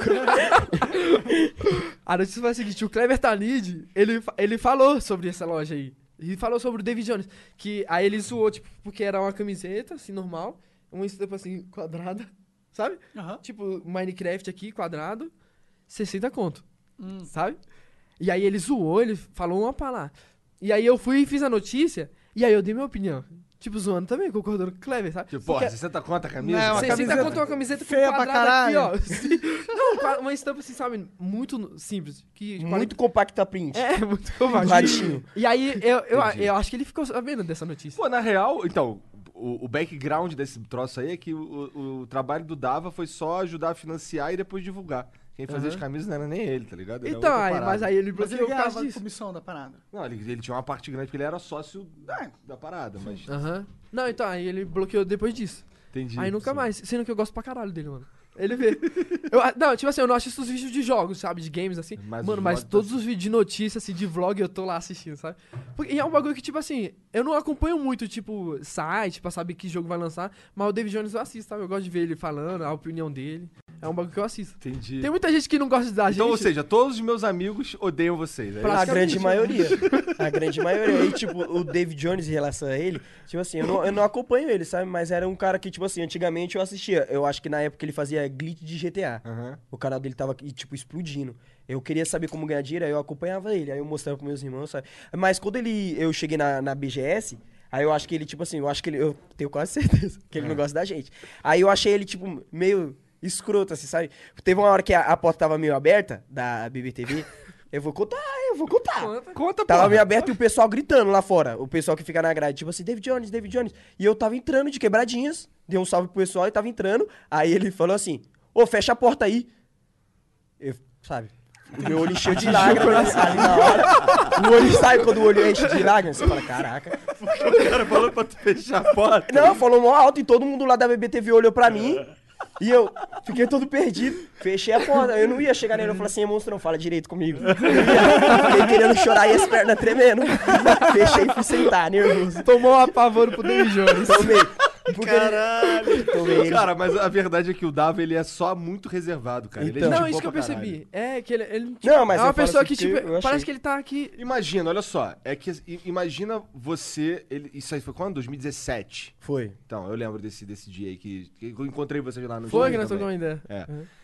A notícia foi a seguinte, o Kleber Tanid, ele falou sobre essa loja aí. E falou sobre o David Jones. Que aí ele zoou, tipo, porque era uma camiseta, assim, normal. Uma estampa, assim, quadrada. Sabe? Aham. Tipo, Minecraft aqui, quadrado. 60 conto. Hum. Sabe? E aí ele zoou, ele falou uma palavra. E aí eu fui e fiz a notícia. E aí eu dei minha opinião. Tipo, zoando também, concordando com o Kleber, sabe? Tipo, porra, Porque- 60 conta a camisa? Não, é uma 60 camiseta conto uma camiseta com feia pra quadrado aqui, caralho. ó. Sim. Não, uma estampa assim, sabe? Muito simples. Que Muito compacta print. É, muito Um covarde. radinho. E aí, Entendi. eu acho que ele ficou sabendo dessa notícia. Pô, na real, então, o background desse troço aí é que o trabalho do Dava foi só ajudar a financiar e depois divulgar. Quem fazia Aham. as camisas não era nem ele, tá ligado? Era Então, outra aí, parada. mas aí ele Mas ele bloqueou por causa ganhava a disso. comissão da parada. Não, ele tinha uma parte grande porque ele era sócio da parada, mas... Aham. Não, então, aí ele bloqueou depois disso. Entendi. Aí nunca sim. mais. Sendo que eu gosto pra caralho dele, mano. Ele vê. Não, tipo assim, eu não assisto os vídeos de jogos, sabe? De games, assim. Mas Mano, os mas vlogs todos tá- os vídeos de notícia, assim, de vlog, eu tô lá assistindo, sabe? E é um bagulho que, tipo assim, eu não acompanho muito, tipo, site pra saber que jogo vai lançar, mas o David Jones eu assisto, sabe? Eu gosto de ver ele falando, a opinião dele. É um bagulho que eu assisto. Entendi. Tem muita gente que não gosta da gente. Então, ou seja, todos os meus amigos odeiam vocês. É Pra- isso? A grande Praticamente. maioria. A grande maioria. E, tipo, o David Jones, em relação a ele, tipo assim, eu não acompanho ele, sabe? Mas era um cara que, tipo assim, antigamente eu assistia. Eu acho que na época ele fazia glitch de GTA. Aham. O canal dele tava, tipo, explodindo. Eu queria saber como ganhar dinheiro, aí eu acompanhava ele. Aí eu mostrava pros meus irmãos, sabe? Mas quando eu cheguei na BGS, aí eu acho que ele, tipo assim, eu tenho quase certeza que ele não gosta da gente. Aí eu achei ele, tipo, meio escroto, assim, sabe? Teve uma hora que a porta tava meio aberta, da BBTV. Eu vou contar. Conta, Tava porra. meio aberto e o pessoal gritando lá fora. O pessoal que fica na grade, tipo assim, David Jones, David Jones. E eu tava entrando de quebradinhas, dei um salve pro pessoal e tava entrando. Aí ele falou assim, ô, fecha a porta aí. Eu, sabe, O meu olho encheu de lágrimas ali na hora. O olho sai quando o olho enche de lágrimas. Você fala, caraca. O cara falou pra tu fechar a porta. Não, falou mó alto e todo mundo lá da BBTV olhou pra mim. E eu fiquei todo perdido. Fechei a porta. Eu não ia chegar nele. Eu falei assim, monstro, não fala direito comigo. Fiquei querendo chorar e as pernas tremendo. Fechei e fui sentar, nervoso. Tomou um apavoro pro David Jones. Tomei. Caralho. Tomei. Cara, mas a verdade é que o Dava, ele é só muito reservado, cara. Ele é Então. gente Não, boa isso que eu pra percebi. É que ele tipo, Não, mas é uma eu falo pessoa assim que, tipo, porque eu achei- parece que ele tá aqui. Imagina, olha só. É que imagina você. Isso aí foi quando? 2017. Foi. Então, eu lembro desse dia aí que eu encontrei vocês lá no Foi que estúdio nós também. trocamos uma ideia. É. Uhum.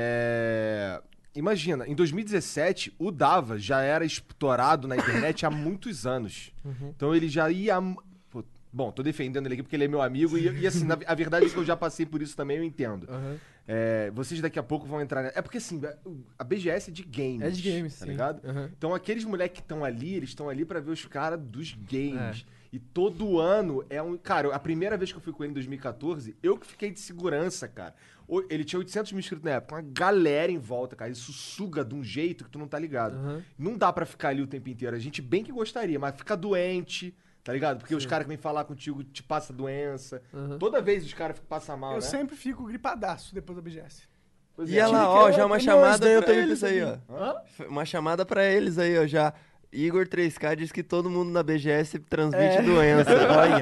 Imagina, em 2017, o Dava já era estourado na internet há muitos anos. Uhum. Então ele já ia. Pô, bom, tô defendendo ele aqui porque ele é meu amigo e assim, a verdade é que eu já passei por isso também, eu entendo. Uhum. Vocês daqui a pouco vão entrar. É porque assim, a BGS é de games. É de games, tá sim. ligado? Uhum. Então aqueles moleques que estão ali, eles estão ali pra ver os caras dos games. É. E todo ano é um. Cara, a primeira vez que eu fui com ele em 2014, eu que fiquei de segurança, cara. Ele tinha 800 mil inscritos na época, uma galera em volta, cara. Isso suga de um jeito que tu não tá ligado. Uhum. Não dá pra ficar ali o tempo inteiro. A gente bem que gostaria, mas fica doente, tá ligado? Porque os caras que vêm falar contigo te passam doença. Uhum. Toda vez os caras passam mal, Eu né? sempre fico gripadaço depois da BGS. Pois E é. ela, Tive ó, que- já uma Não, chamada isso daí eu pra também eles aí, percebi. ó. Uma chamada pra eles aí, ó, já. Igor 3K diz que todo mundo na BGS transmite doença. Olha.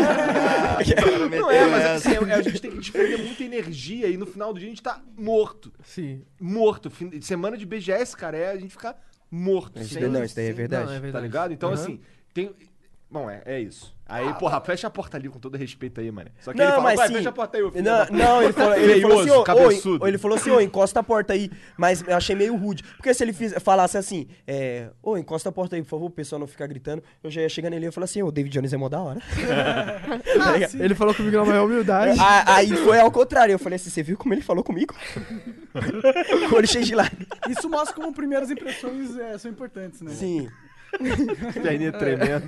Não é, mas assim, a gente tem que desprender muita energia e no final do dia a gente tá morto. Sim. Morto. Semana de BGS, cara, a gente ficar morto. Isso sem- daí não, isso daí é sem- verdade. Não, é Tá verdade. ligado? Então, Uhum. assim, tem. Bom, é isso. Aí, porra, fecha a porta ali com todo respeito aí, mano. Só que Não, ele fala, mas vai, sim. fecha a porta aí, ô filho Não, da- não, ele falou assim, Feioso, ô, cabeçudo. ele falou assim, ô, encosta a porta aí. Mas eu achei meio rude. Porque se ele falasse assim, ô, encosta a porta aí, por favor, o pessoal não ficar gritando, eu já ia chegar nele e ia falar assim, ô, David Jones é mó da hora. Ah, sim. Ele falou comigo na maior humildade. Aí foi ao contrário, eu falei assim, você viu como ele falou comigo? Com o olho cheio de lágrimas. Isso mostra como primeiras impressões são importantes, né? Sim. Perninha tremendo.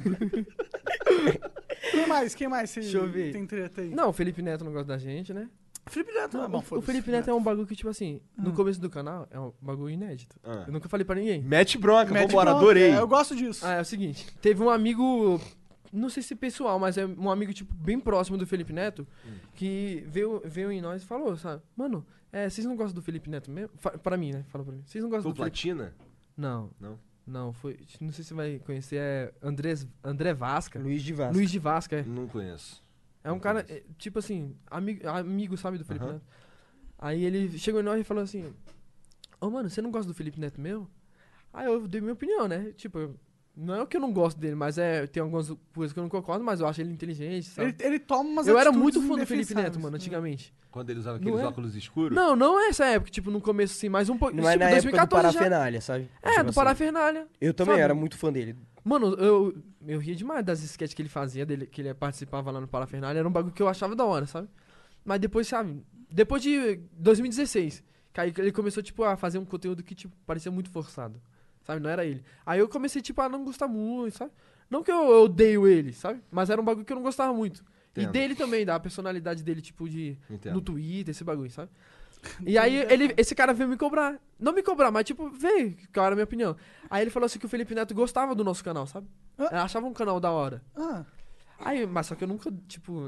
Quem mais Deixa eu ver. tem treta aí? Não, o Felipe Neto não gosta da gente, né? Felipe Neto, Não, bom, o foda-se. Felipe Neto é um bagulho que, tipo assim, no começo do canal, é um bagulho inédito. Ah. Eu nunca falei pra ninguém. Mete bronca, Mete vambora, bronca, adorei. Eu gosto disso. Ah, é o seguinte, teve um amigo, não sei se pessoal, mas é um amigo, tipo, bem próximo do Felipe Neto, que veio em nós e falou, sabe? Mano, vocês não gostam do Felipe Neto mesmo? Pra mim, né? Falou pra mim. Vocês não gostam Foi do Felipe... platina? Não. Não? Não, foi... Não sei se você vai conhecer, é André Vasca. Luiz de Vasco. Luiz de Vasca, é. Não conheço. É um cara, tipo assim, amigo, sabe, do Felipe Aham. Neto. Aí ele chegou em nós e falou assim, ô mano, você não gosta do Felipe Neto mesmo? Aí eu dei minha opinião, né? Tipo, não é o que eu não gosto dele, mas tem algumas coisas que eu não concordo, mas eu acho ele inteligente, sabe? Ele toma umas Eu era atitudes muito fã do Felipe indefensáveis. Neto, mano, antigamente. Quando ele usava Não aqueles é? óculos escuros? Não essa época, tipo, no começo assim, mas um pouco, Não é tipo, na época do 2014 já. Parafernália, sabe? É, Tipo do assim. Parafernália. Eu também sabe? era muito fã dele. Mano, eu ria demais das sketches que ele fazia, que ele participava lá no Parafernália, era um bagulho que eu achava da hora, sabe? Mas depois, sabe, depois de 2016, que aí ele começou, tipo, a fazer um conteúdo que, tipo, parecia muito forçado, sabe? Não era ele. Aí eu comecei, tipo, a não gostar muito, sabe? Não que eu odeio ele, sabe? Mas era um bagulho que eu não gostava muito. Entendo. E dele também, da personalidade dele, tipo, Entendo. no Twitter, esse bagulho, sabe? E aí esse cara veio me cobrar. Não me cobrar, mas tipo, veio, que era a minha opinião. Aí ele falou assim que o Felipe Neto gostava do nosso canal, sabe? Ah. Eu achava um canal da hora. Ah, Aí, mas só que eu nunca, tipo,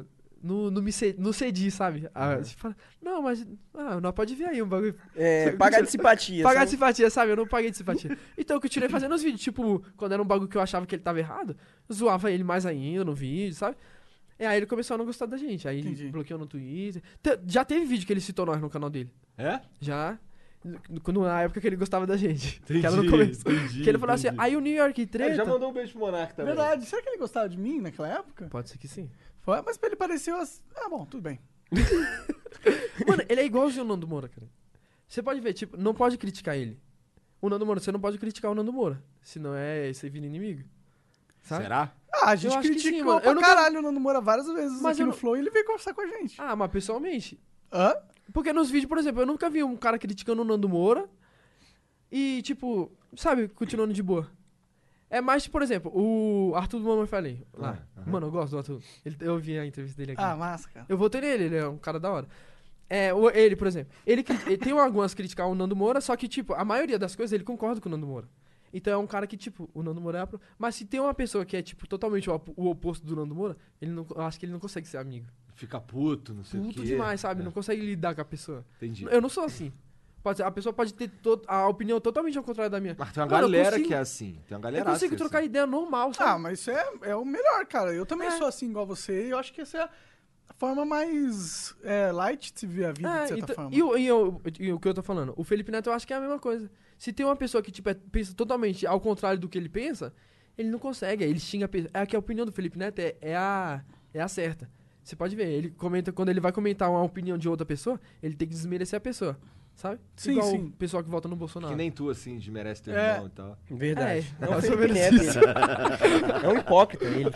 não cedi, sabe? Tipo, não, mas não pode vir aí um bagulho. Pagar de simpatia. Pagar de sabe? simpatia, sabe? Eu não paguei de simpatia. Então eu continuei fazendo os vídeos, tipo, quando era um bagulho que eu achava que ele tava errado, eu zoava ele mais ainda no vídeo, sabe? E aí ele começou a não gostar da gente. Aí Entendi. ele bloqueou no Twitter. Já teve vídeo que ele citou nós no canal dele. É? Já. Na época que ele gostava da gente. Entendi, que era no começo. entendi, Que ele falou assim, entendi. aí o New York Ele Treta... já mandou um beijo pro Monark também. verdade. Será que ele gostava de mim naquela época? Pode ser que sim. Foi, mas ele pareceu assim. Ah, bom, tudo bem. Mano, ele é igualzinho o Nando Moura, cara. Você pode ver, tipo, não pode criticar ele. O Nando Moura, você não pode criticar o Nando Moura. Senão você vira inimigo. Sabe? Será? Ah, a gente acho que criticou sim, mano. pra Eu nunca- caralho o Nando Moura várias vezes Mas aqui eu no não- Flow e ele veio conversar com a gente. Ah, mas pessoalmente. Hã? Porque nos vídeos, por exemplo, eu nunca vi um cara criticando o Nando Moura e, tipo, sabe, continuando de boa. É mais, por exemplo, o Arthur do Mamãe Falei. Lá. Ah, aham. Mano, eu gosto do Arthur. Eu vi a entrevista dele aqui. Ah, massa, cara. Eu votei nele, ele é um cara da hora. Ele, por exemplo, ele tem algumas críticas ao Nando Moura, só que, tipo, a maioria das coisas ele concorda com o Nando Moura. Então é um cara que, tipo, o Nando Moura Mas se tem uma pessoa que é, tipo, totalmente o oposto do Nando Moura, eu acho que ele não consegue ser amigo. Fica puto, não sei o quê. Puto demais, sabe? Não consegue lidar com a pessoa. Entendi. Eu não sou assim. A pessoa pode ter a opinião totalmente ao contrário da minha. Mas tem uma Mano, galera que é assim. Tem uma galera Eu consigo que é trocar assim. ideia normal, sabe? Ah, mas isso é o melhor, cara. Eu também sou assim igual você e eu acho que essa é a forma mais light de se ver a vida, de certa forma. E o que eu tô falando? O Felipe Neto eu acho que é a mesma coisa. Se tem uma pessoa que, tipo, pensa totalmente ao contrário do que ele pensa, ele não consegue. Ele xinga a pessoa. É que a opinião do Felipe Neto é a certa. Você pode ver, ele comenta, quando ele vai comentar uma opinião de outra pessoa, ele tem que desmerecer a pessoa, sabe? Sim, Igual sim. o pessoal que vota no Bolsonaro. Que nem tu, assim, desmerece teu irmão e tal. Verdade. É, Não, mais o ou Felipe menos Neto, ele é um hipócrita. Ele.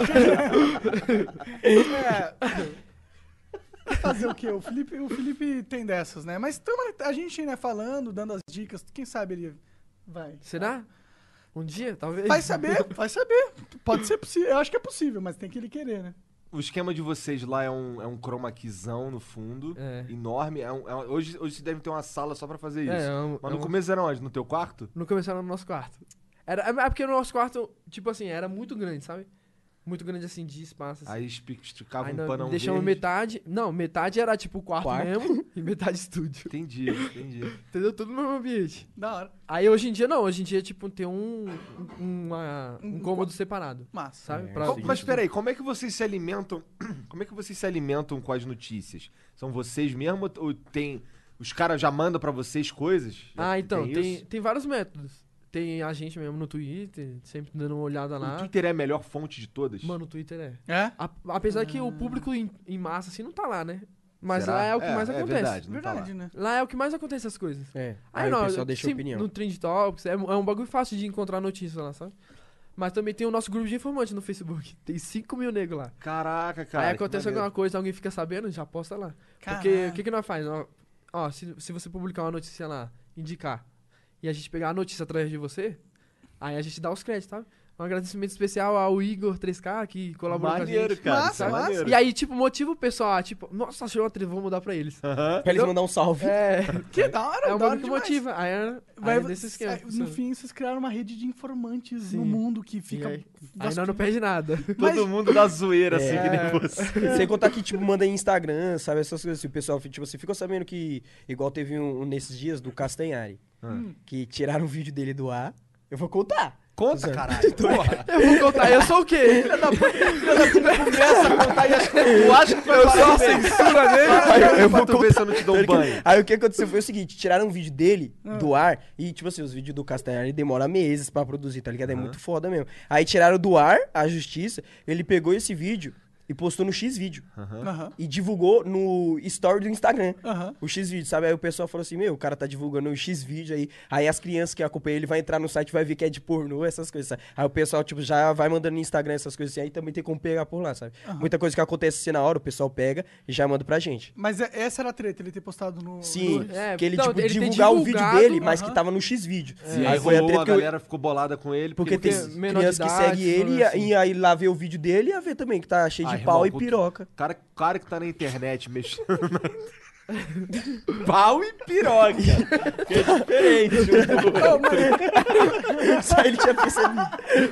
Fazer o quê? O Felipe tem dessas, né? Mas a gente, né, falando, dando as dicas, quem sabe ele vai. Será? Um dia, talvez? Vai saber. Pode ser possível. Eu acho que é possível, mas tem que ele querer, né? O esquema de vocês lá é um chroma keyzão no fundo, enorme. Hoje vocês devem ter uma sala só pra fazer isso. Mas no começo era onde? No teu quarto? No começo era no nosso quarto. É porque no nosso quarto, tipo assim, era muito grande, sabe? Muito grande assim, de espaço. Assim. Aí esticava Aí um nós panão deixamos verde. metade. Não, metade era tipo o quarto mesmo e metade estúdio. Entendi. Entendeu? Tudo no mesmo ambiente. Da hora. Aí hoje em dia não, hoje em dia, tipo, tem um cômodo separado. Massa. Sabe? Mas peraí, como é que vocês se alimentam? Como é que vocês se alimentam com as notícias? São vocês mesmo ou tem. Os caras já mandam pra vocês coisas? Então, isso? tem vários métodos. Tem a gente mesmo no Twitter, sempre dando uma olhada lá. O Twitter é a melhor fonte de todas? Mano, o Twitter é. É? Apesar que o público em massa, assim, não tá lá, né? Mas Será? lá é o que mais acontece. Verdade, não tá Verdade, lá. né? Lá é o que mais acontece as coisas. Aí o pessoal deixa sempre opinião. No Trend Talks, é um bagulho fácil de encontrar notícias lá, sabe? Mas também tem o nosso grupo de informantes no Facebook. Tem 5 mil negros lá. Caraca, cara. Aí acontece alguma coisa, alguém fica sabendo, já posta lá. Porque o que nós faz? Se você publicar uma notícia lá, indicar, e a gente pegar a notícia através de você, aí a gente dá os créditos, tá? Um agradecimento especial ao Igor 3K, que colaborou com a Maneiro, gente. cara. Massa, isso é massa. maneiro. E aí, tipo, motiva o pessoal, tipo, nossa, achei uma trilha, vou mudar pra eles. Aham. Pra eles mandar um salve. Que da hora, É um da hora bagulho que demais. motiva. Aí é desse esquema. No fim, vocês criaram uma rede de informantes Sim. no mundo que E fica... aí nós não perde nada. Todo mundo da zoeira, assim, É. que nem você. Sem contar que, tipo, manda em Instagram, sabe? Essas coisas assim. O pessoal, tipo assim, ficou sabendo que... Igual teve nesses dias do Castanhari. Que tiraram o vídeo dele do ar. Eu vou contar. Conta, caralho. Porra. Eu vou contar, eu sou o quê? Começa a contar e eu acho que foi Eu sou a censura dele. Eu vou ver se eu não te dou um banho. Aí o que aconteceu foi o seguinte, tiraram um vídeo dele do ar e, tipo assim, os vídeos do Castanhari demoram meses pra produzir, tá ligado? É muito foda mesmo. Aí tiraram do ar, a justiça, ele pegou esse vídeo e postou no X-Vídeo. Aham. E divulgou no story do Instagram. Aham. O X-Vídeo, sabe? Aí o pessoal falou assim, meu, o cara tá divulgando o X-Vídeo aí. Aí as crianças que acompanham ele vai entrar no site e vai ver que é de pornô, essas coisas, sabe? Aí o pessoal, tipo, já vai mandando no Instagram essas coisas assim. Aí também tem como pegar por lá, sabe? Muita coisa que acontece assim na hora, o pessoal pega e já manda pra gente. Mas essa era a treta, ele ter postado no... Sim, É, que ele, não, tipo, ele tem divulgar o vídeo divulgado, dele, mas aham. que tava no X-Vídeo. E aí foi a rolou, treta a que eu... galera ficou bolada com ele. Porque tem menor criança de que idade, segue ele falando assim. e aí lá vê o vídeo dele e ia ver também, que tá cheio de irmão, pau e com- piroca. Cara que tá na internet mexendo pau e piroca. Que é diferente. Só ele tinha percebido.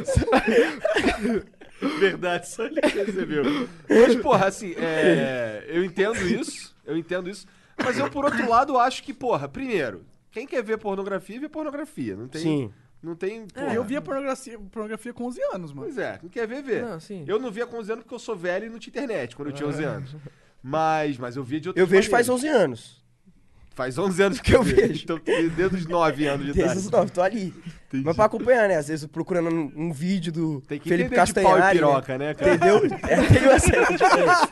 Verdade, só ele percebeu. Mas, porra, assim, eu entendo isso. Mas eu, por outro lado, acho que, porra, primeiro, quem quer ver pornografia, vê pornografia. Não tem... Sim. Não tem... porra. Eu via pornografia com 11 anos, mano. Pois é, não quer ver, vê. Não, sim. Eu não via com 11 anos porque eu sou velho e não tinha internet quando eu tinha 11 anos. Mas eu via de outras Eu vejo faz maneiras. 11 anos. Faz 11 anos que eu eu vejo. vejo. Então, desde os 9 anos de idade. Desde os 9, tô ali. Entendi. Mas pra acompanhar, né? Às vezes procurando um vídeo do Tem que Felipe entender de pau e Castanhari, piroca, né, cara? Entendeu? Tem uma certa diferença.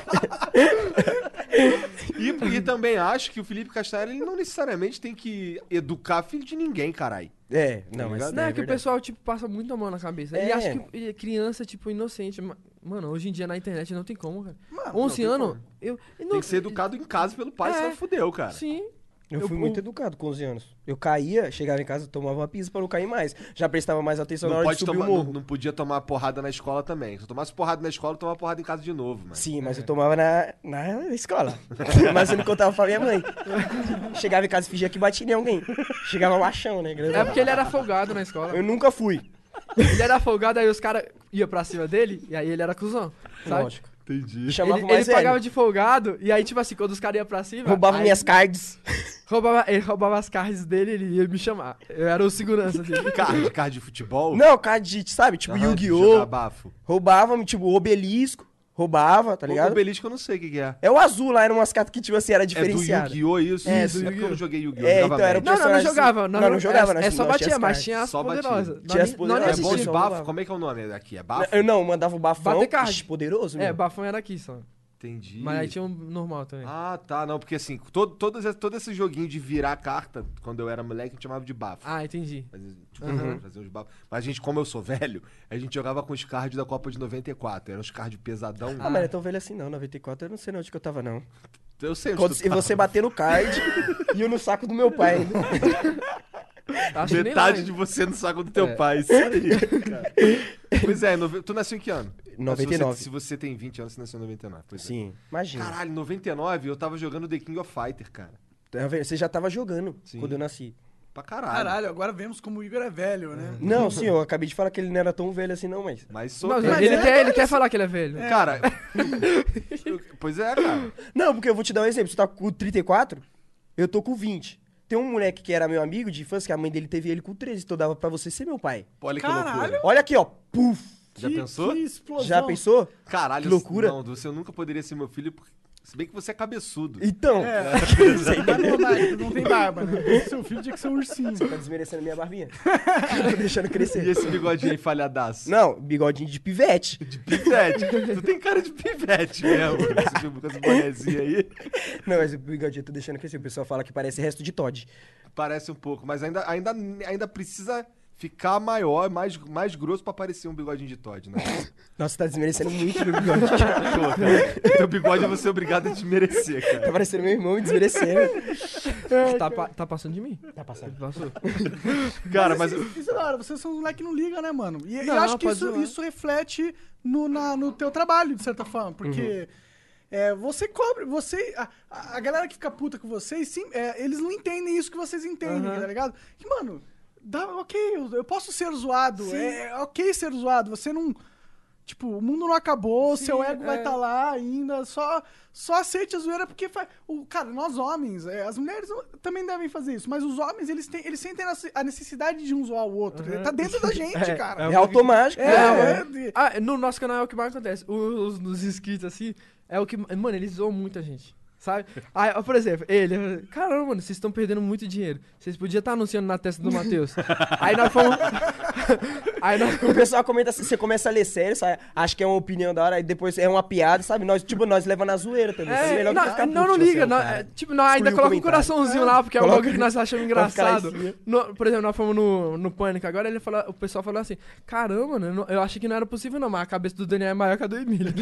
E também acho que o Felipe Castanhari, ele não necessariamente tem que educar filho de ninguém, caralho. Não, mas ligado? Não, é que o verdade. pessoal, tipo, passa muito a mão na cabeça. Ele É. acha que criança, tipo, inocente. Mano, hoje em dia na internet não tem como, cara. Mano, 11 tem anos, como. eu... Tem que ser educado em casa pelo pai, É. senão fudeu, cara. Sim. Eu fui muito educado com 11 anos. Eu caía, chegava em casa, tomava uma pizza pra não cair mais. Já prestava mais atenção na hora de subir o morro. Não podia tomar porrada na escola também. Se eu tomasse porrada na escola, eu tomava porrada em casa de novo, mano. Sim, mas eu tomava na escola. Mas eu não contava pra minha mãe. Chegava em casa e fingia que batia em alguém. Chegava machão, né? É porque ele era folgado na escola. Eu nunca fui. Ele era folgado, aí os caras iam pra cima dele, e aí ele era cuzão, sabe? Lógico. Entendi. Chamava Ele, o mais ele velho. pagava de folgado, e aí, tipo assim, quando os caras iam pra cima... Roubava aí minhas cards. Ele roubava as cards dele, ele ia me chamar. Eu era o segurança dele. Card de futebol? Não, card de, sabe? Tipo, Aham, de Yu-Gi-Oh! jogar bafo. Roubava, tipo, Obelisco. Roubava, tá O ligado? obelisco eu não sei o que é. É o azul lá, eram umas cartas que, tipo assim, era É do diferenciado. Yu-Gi-Oh! Isso? É, Isso. do É porque eu não Yu-Gi-Oh! joguei Yu-Gi-Oh! É, jogava então era velho. Não, não personagem jogava. assim. Não jogava, É nós- só nós batia, tinha as mas cards. tinha as Só batia. poderosas. Tinha as Não poderosas. É existia. bom de Só bafo? roubava. Como é que é o nome aqui? É bafo? Eu não, mandava o bafão. Bater card. Ixi, poderoso, É, meu. bafão era aqui só. Entendi. Mas aí tinha um normal também. Ah, tá. Não, porque assim, todo esse joguinho de virar carta, quando eu era moleque, eu chamava de bafo. Ah, entendi. Mas, tipo, fazer uns bafos. Mas a gente, como eu sou velho, a gente jogava com os cards da Copa de 94. Eram os cards pesadão. Ah, mas não é tão velho assim não, 94 eu não sei não onde que eu tava não. Eu sei onde Quando, tu e você tava. bater no card e eu no saco do meu pai ainda. Acho que nem Metade lá, de hein? você no saco do teu É. pai. Isso aí, cara. Pois é, tu nasceu em que ano? 99. Se você tem 20 anos, você nasceu em 99. Pois é. Sim, imagina. Caralho, 99 eu tava jogando The King of Fighter, cara. Tá vendo? Você já tava jogando Sim. quando eu nasci. Pra caralho. Caralho, agora vemos como o Igor é velho, né? Não, sim, eu acabei de falar que ele não era tão velho assim não, mas... Mas sou. Não, cara. ele quer falar que ele é velho. Cara. Pois é, cara. Não, porque eu vou te dar um exemplo. Você tá com 34, eu tô com 20. Tem um moleque que era meu amigo de infância, que a mãe dele teve ele com 13, então dava pra você ser meu pai. Olha que Caralho. loucura. Olha aqui, ó. Puf! Já pensou? Que explosão. Já pensou? Caralho, Que loucura. Não, você nunca poderia ser meu filho, se bem que você é cabeçudo. Então, Mas não tem barba, né? Seu filho tinha que ser um ursinho. tá desmerecendo minha barbinha. Tô deixando E crescer. esse bigodinho aí falhadaço? Não, bigodinho de pivete. De pivete. Tu tem cara de pivete mesmo. Com esse bonezinho aí. Não, mas o bigodinho eu tô deixando crescer. O pessoal fala que parece resto de Todd. Parece um pouco, mas ainda precisa ficar maior, mais grosso pra parecer um bigodinho de Todd, né? Nossa, tá desmerecendo muito meu bigode. Pô, cara, teu bigode você é obrigado a te merecer, Tá cara. parecendo meu irmão me desmerecendo. Tá passando de mim. Tá passando. Passou. Cara, mas... Isso é da hora, vocês são um moleque que não liga, né, mano? E eu Não, acho que pode zoar. isso reflete no teu trabalho, de certa forma, porque você cobre, a galera que fica puta com vocês, sim, eles não entendem isso que vocês entendem, Aham. tá ligado? Que, mano, ok, eu posso ser zoado, é ok ser zoado, você não... Tipo, o mundo não acabou, Sim, seu ego vai estar lá ainda, só aceite a zoeira, porque, cara, nós homens, as mulheres também devem fazer isso, mas os homens, eles sentem a necessidade de um zoar o outro, tá dentro da gente, cara. É automático. No nosso canal é o que mais acontece. Nos inscritos, assim, é o que... Mano, eles zoam muita gente, sabe? Aí, ó, por exemplo, ele... Caramba, mano, vocês estão perdendo muito dinheiro. Vocês podiam estar anunciando na testa do Matheus. Aí nós fomos... O pessoal comenta assim, você começa a ler sério, sabe? Acha que é uma opinião da hora, aí depois é uma piada, sabe? Nós levamos na zoeira também. É melhor que ficar não puto, liga. tipo Não, assim, cara. tipo, nós ainda Exclui o coloca um comentário. coraçãozinho lá, porque é um Coloca- bagulho que nós achamos Pra ficar lá em engraçado. cima. Por exemplo, nós fomos no Pânico agora, o pessoal falou assim, caramba, mano, eu achei que não era possível não, mas a cabeça do Daniel é maior que a do Emílio.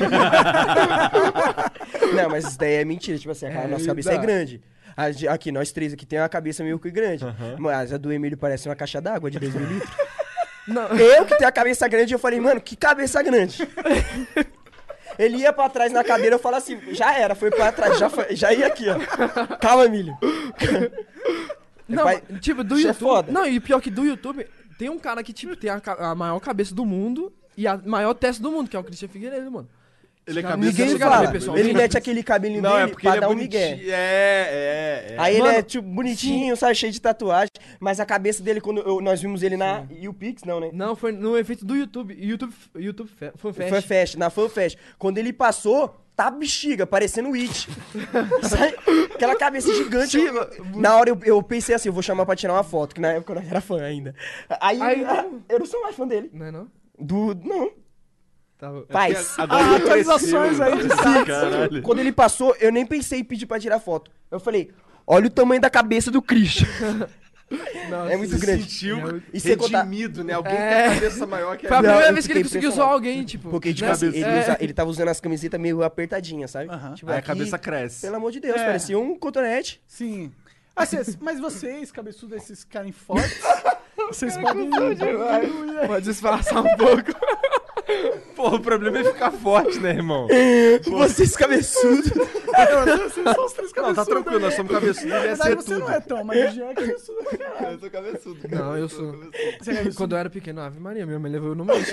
Não, mas isso daí é mentira, tipo assim, a nossa cabeça é grande. Aqui, nós três aqui tem uma cabeça meio que grande. Mas a do Emílio parece uma caixa d'água de 2 mil litros. Não. Eu que tenho a cabeça grande, eu falei, mano, que cabeça grande. Ele ia pra trás na cadeira, eu falo assim, já era, foi pra trás, já ia aqui, ó. Calma, Emílio. Não, Pai, tipo, do isso é YouTube... foda. Não, e pior que do YouTube, tem um cara que, tipo, tem a maior cabeça do mundo e a maior testa do mundo, que é o Christian Figueiredo, mano. Ele é Cara, cabeça... Ninguém chegaram a ver fala. pessoalmente? Ele mete aquele cabelinho Não, é dele porque pra ele é dar um bonitinho. migué. É. Aí Mano, ele é, tipo, bonitinho, sabe, cheio de tatuagem. Mas a cabeça dele, quando nós vimos ele na YouPix, não, né? Não, foi no evento do YouTube, FanFest. FanFest, na FanFest. Quando ele passou, tá bexiga, parecendo o It. Sabe? Aquela cabeça gigante. Na hora eu pensei assim, eu vou chamar pra tirar uma foto, que na época eu não era fã ainda. Aí eu não sou mais fã dele. Não é não? Não. Tá bom. Paz. Agora ele atualizações cresceu, aí de mano. Caralho. Quando ele passou, eu nem pensei em pedir pra tirar foto. Eu falei, olha o tamanho da cabeça do Christian. Nossa, É muito Se grande. sentiu E sem contar- redimido, né? Alguém tem a cabeça maior que Foi a a Não, primeira eu vez que ele fiquei conseguiu impressionado. zoar alguém, tipo. Porque, tipo né? assim, É. ele tava usando as camisetas meio apertadinhas, sabe? Aham. Tipo, Aí a aqui, cabeça cresce. Pelo amor de Deus, É. parecia um cotonete. Sim. Mas vocês, cabeçudos, esses caras fortes, vocês podem... Pode disfarçar um pouco. Pô, o problema é ficar forte, né, irmão? Vocês cabeçudos. Vocês são os três cabeçudos. Não, tá tranquilo, nós somos cabeçudos e Na ia verdade, ser você tudo. não é tão, mas o Jean é cabeçudo pra caralho. Eu sou cabeçudo, cara. Não, eu sou. Você é cabeçudo? Quando eu era pequeno, Ave Maria, minha mãe levou eu no médico.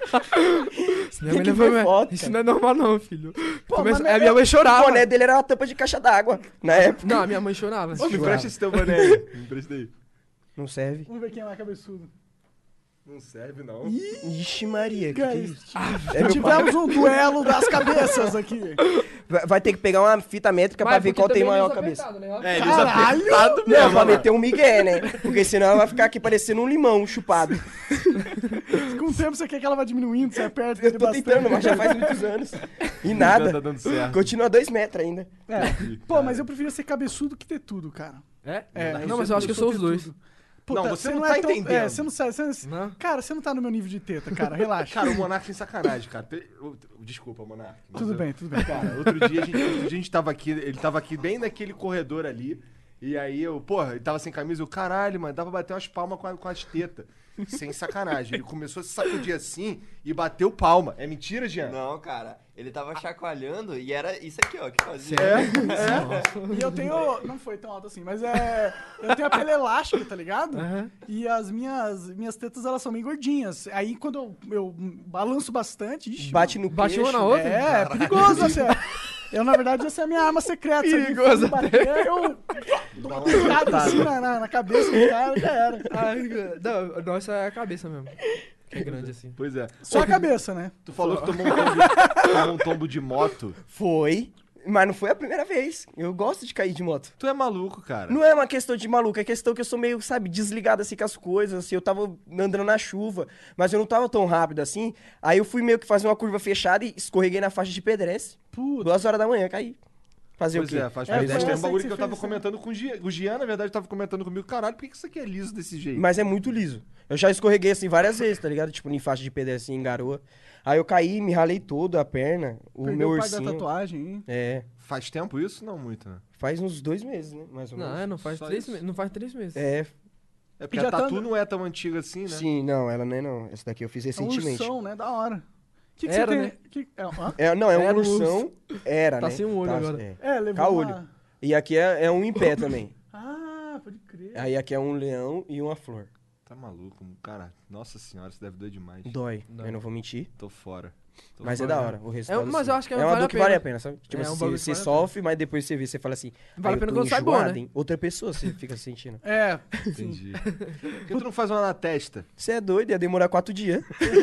Minha mãe que levou ver foto, Isso cara. não é normal, não, filho. mas Aí minha mãe O chorava. boné dele era uma tampa de caixa d'água, na época. Não, minha mãe chorava. Ô, me empresta esse teu boné aí. Me empresta aí. Não serve. Vamos ver quem é mais cabeçudo. Não serve, não. Ixi Maria, que é isso? Tivemos um duelo das cabeças aqui. Vai ter que pegar uma fita métrica pra ver qual tem maior cabeça. É, ele usa Caralho! apertado Não, mesmo. pra né? meter um migué, né? Porque senão ela vai ficar aqui parecendo um limão chupado. Com o tempo você quer que ela vá diminuindo, você aperta Eu ele tô bastante. tentando, mas já faz muitos anos. E Já tá nada. dando certo. Continua 2 metros ainda. É. Pô, mas eu prefiro ser cabeçudo que ter tudo, cara. É? Não, mas eu acho que eu sou os dois. Puta, Não, você não tá entendendo. você não sabe. Não? Cara, você não tá no meu nível de teta, cara. Relaxa. Cara, o Monark tem sacanagem, cara. Desculpa, Monark. mas tudo eu- bem, tudo bem. Cara, outro dia a gente tava aqui, ele tava aqui bem naquele corredor ali. E aí eu, porra, ele tava sem camisa, eu, caralho, mano, dá pra bater umas palmas com as tetas. Sem sacanagem. Ele começou a se sacudir assim e bateu palma. É mentira, Jean? Não, cara. Ele tava chacoalhando e era isso aqui, ó, que fazia. E eu tenho. Não foi tão alto assim, mas é. Eu tenho a pele elástica, tá ligado? Aham. E as minhas tetas, elas são bem gordinhas. Aí quando eu balanço bastante. Ixi, Bate no Bate uma queixo. na outra? É perigoso, assim. Eu, na verdade, essa é a minha arma secreta. Perigoso Se alguém bater, eu dou uma pedrada assim na cabeça do cara, já era. Ai, não, nossa é a cabeça mesmo. Que é grande assim. Pois é. Só a cabeça, né? Tu falou que tomou um tombo de moto. Foi, mas não foi a primeira vez. Eu gosto de cair de moto. Tu é maluco, cara. Não é uma questão de maluco, é questão que eu sou meio, sabe, desligado assim com as coisas, assim, eu tava andando na chuva, mas eu não tava tão rápido assim, aí eu fui meio que fazer uma curva fechada e escorreguei na faixa de pedestre. Puta. 2 horas da manhã, caí. Fazer Pois o quê? é, faz É, parte. foi Tem um essa bagulho que que eu você tava fez, comentando com o Gian. O Gian, na verdade, tava comentando comigo, caralho, por que isso aqui é liso desse jeito? Mas é muito liso. Eu já escorreguei assim várias vezes, tá ligado? Tipo, em faixa de pedestre, assim, em garoa. Aí eu caí, me ralei todo a perna, o Perdeu meu o pai da ursinho. tatuagem, hein? É, Faz tempo isso? Não muito, né? faz uns 2 meses, né? Mais ou menos. Não, não faz Só 3 isso. meses. Não faz 3 meses. É, É porque Já a tatu tá- não é tão antiga assim, né? sim, não, ela não é não. Essa daqui eu fiz É um recentemente. ursão, né? Da hora. O que Era, você tem? né? Hã? É, não, é um Era um ursão. Era, Tá né? sem um olho agora. É. É, levou Caolho. uma... E aqui é um em pé também. Ah, pode crer. Aí aqui é um leão e uma flor. Tá maluco, cara. Nossa senhora, isso deve doer demais. Dói, eu não vou mentir. Tô fora. Tô Mas fora. é da hora. O resultado, mas assim. eu acho que é uma vale dor a que pena. vale a pena, sabe? Tipo É um assim, bagulho que você vale a sofre, mas depois você vê, você fala assim. Vale "Ai, a pena eu tô quando sai bom, enjoado, né?" hein? Outra pessoa você fica sentindo. É, Entendi. Por que tu não faz uma na testa? Você é doido, ia demorar 4 dias.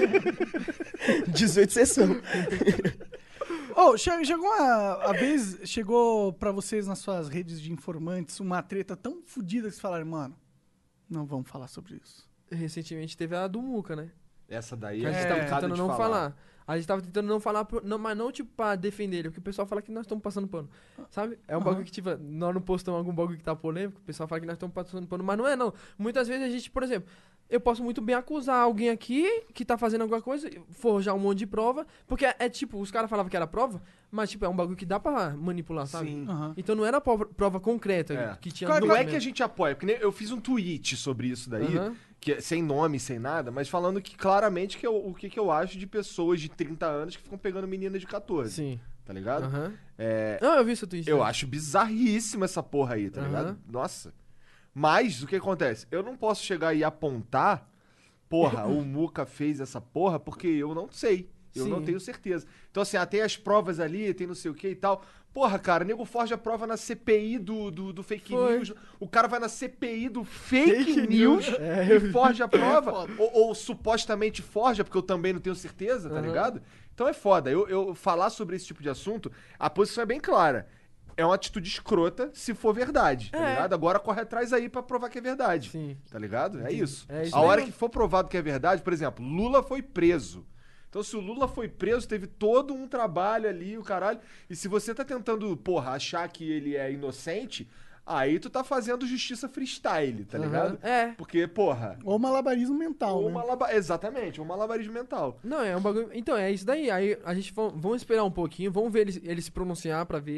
18 sessão. Ô, chegou a vez, chegou pra vocês nas suas redes de informantes uma treta tão fodida que vocês falaram, mano, não vamos falar sobre isso. Recentemente teve a do Muca, né? Essa daí Que a é gente tava complicado tentando de não falar. A gente tava tentando não falar, mas não tipo pra defender ele, porque o pessoal fala que nós estamos passando pano. Sabe? É um Aham. bagulho que, tipo, nós não postamos algum bagulho que tá polêmico, o pessoal fala que nós estamos passando pano, mas não é, não. Muitas vezes a gente, por exemplo, eu posso muito bem acusar alguém aqui que tá fazendo alguma coisa, forjar um monte de prova, porque é tipo, os caras falavam que era prova, mas tipo, é um bagulho que dá pra manipular, sabe? Sim. Aham. Então não era prova concreta É. que tinha Qual- no Não é documento. que a gente apoia, porque nem eu fiz um tweet sobre isso daí, Aham. que, sem nome, sem nada, mas falando que claramente o que eu acho de pessoas de 30 anos que ficam pegando meninas de 14, Sim. tá ligado? Aham. É, Não, eu vi seu tweet. eu né? acho bizarríssima essa porra aí, tá Aham. ligado? Nossa. Mas o que acontece? Eu não posso chegar e apontar, porra, o Muca fez essa porra, porque eu não sei. Eu Sim. não tenho certeza. Então, assim, tem as provas ali, tem não sei o que e tal. Porra, cara, nego forja a prova na CPI do fake Foi. news. O cara vai na CPI do fake news e forja a prova. Ou supostamente forja, porque eu também não tenho certeza, tá Aham. ligado? Então é foda. Eu falar sobre esse tipo de assunto, a posição é bem clara. É uma atitude escrota se for verdade, tá É. ligado? Agora corre atrás aí pra provar que é verdade. Sim. Tá ligado? É isso. É isso A aí. hora que for provado que é verdade, por exemplo, Lula foi preso. Então, se o Lula foi preso, teve todo um trabalho ali, o caralho. E se você tá tentando, porra, achar que ele é inocente, aí tu tá fazendo justiça freestyle, tá Aham. ligado? É. Porque, porra. Ou malabarismo mental, Ou né? exatamente, um malabarismo mental. Não, é um bagulho. Então, é isso daí. Aí a gente vamos esperar um pouquinho, vamos ver ele se pronunciar pra ver.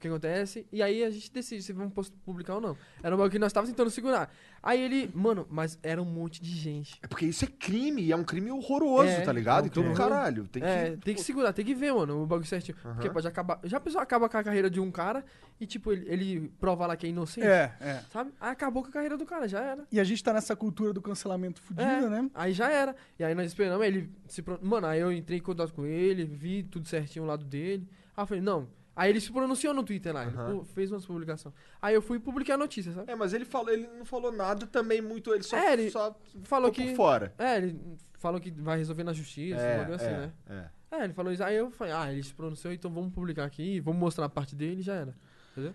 que acontece, e aí a gente decide se vamos publicar ou não. Era um bagulho que nós tava tentando segurar. Aí ele, mano, mas era um monte de gente. É porque isso é crime, e é um crime horroroso, É, tá ligado? é um Então, crime caralho, tem que... Tem que segurar, tem que ver, mano, o bagulho certinho. Porque pode acabar. Já a pessoa acaba com a carreira de um cara e, tipo, ele prova lá que é inocente. Sabe? Aí acabou com a carreira do cara, já era. E a gente tá nessa cultura do cancelamento fudido, né? Aí já era. E aí nós esperamos, ele Mano, aí eu entrei em contato com ele, vi tudo certinho o lado dele. Aí eu falei, não. Aí ele se pronunciou no Twitter lá, ele fez umas publicações. Aí eu fui publicar a notícia, sabe? Mas ele não falou nada também muito, ele só, ele só falou ficou que por fora. ele falou que vai resolver na justiça, um bagulho assim, né? Ele falou isso. Aí eu falei, ele se pronunciou, então vamos publicar aqui, vamos mostrar a parte dele e já era. Entendeu?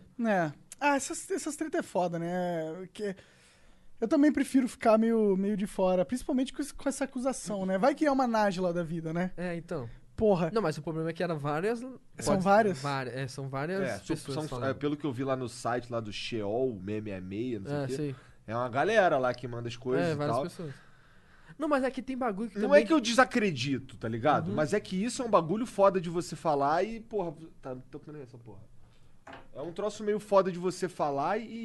Essas treta é foda, né? Porque eu também prefiro ficar meio de fora, principalmente com essa acusação, né? Vai que é uma Nájila da vida, né? Então. Porra. Não, mas o problema é que era várias... São várias? São várias pessoas pelo que eu vi lá no site, lá do Sheol, 666, não sei o quê. Sei. É uma galera lá que manda as coisas e várias tal. pessoas. Não, mas é que tem bagulho que Não também... é que eu desacredito, tá ligado? Mas é que isso é um bagulho foda de você falar e, porra... Tá tocando essa porra. É um troço meio foda de você falar e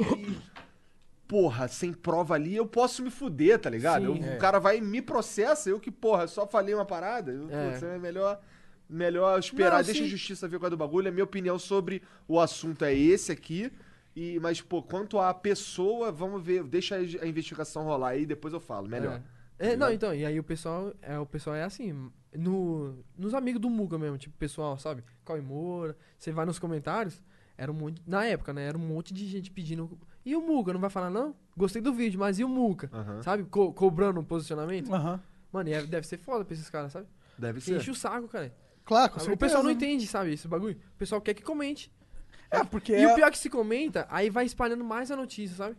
porra, sem prova ali, eu posso me fuder, tá ligado? Sim, o cara vai e me processa, eu que, porra, só falei uma parada. Putz, é melhor esperar, Não, deixa a sim. justiça ver qual é do bagulho. A minha opinião sobre o assunto é esse aqui. Mas, pô, quanto à pessoa, vamos ver, deixa a investigação rolar aí, depois eu falo, melhor. Não, então, e aí o pessoal é assim, nos amigos do Muga mesmo, tipo, pessoal, sabe? Cauê Moura, você vai nos comentários, era um monte, na época, né, era um monte de gente pedindo, e o Muga, não vai falar não? Gostei do vídeo, mas e o Muga? Sabe? Cobrando um posicionamento. Mano, deve ser foda pra esses caras, sabe? Deve Porque ser. enche o saco, cara. Claro, com certeza. O pessoal não entende, sabe, esse bagulho. O pessoal quer que comente. Porque E o pior é que se comenta, aí vai espalhando mais a notícia, sabe?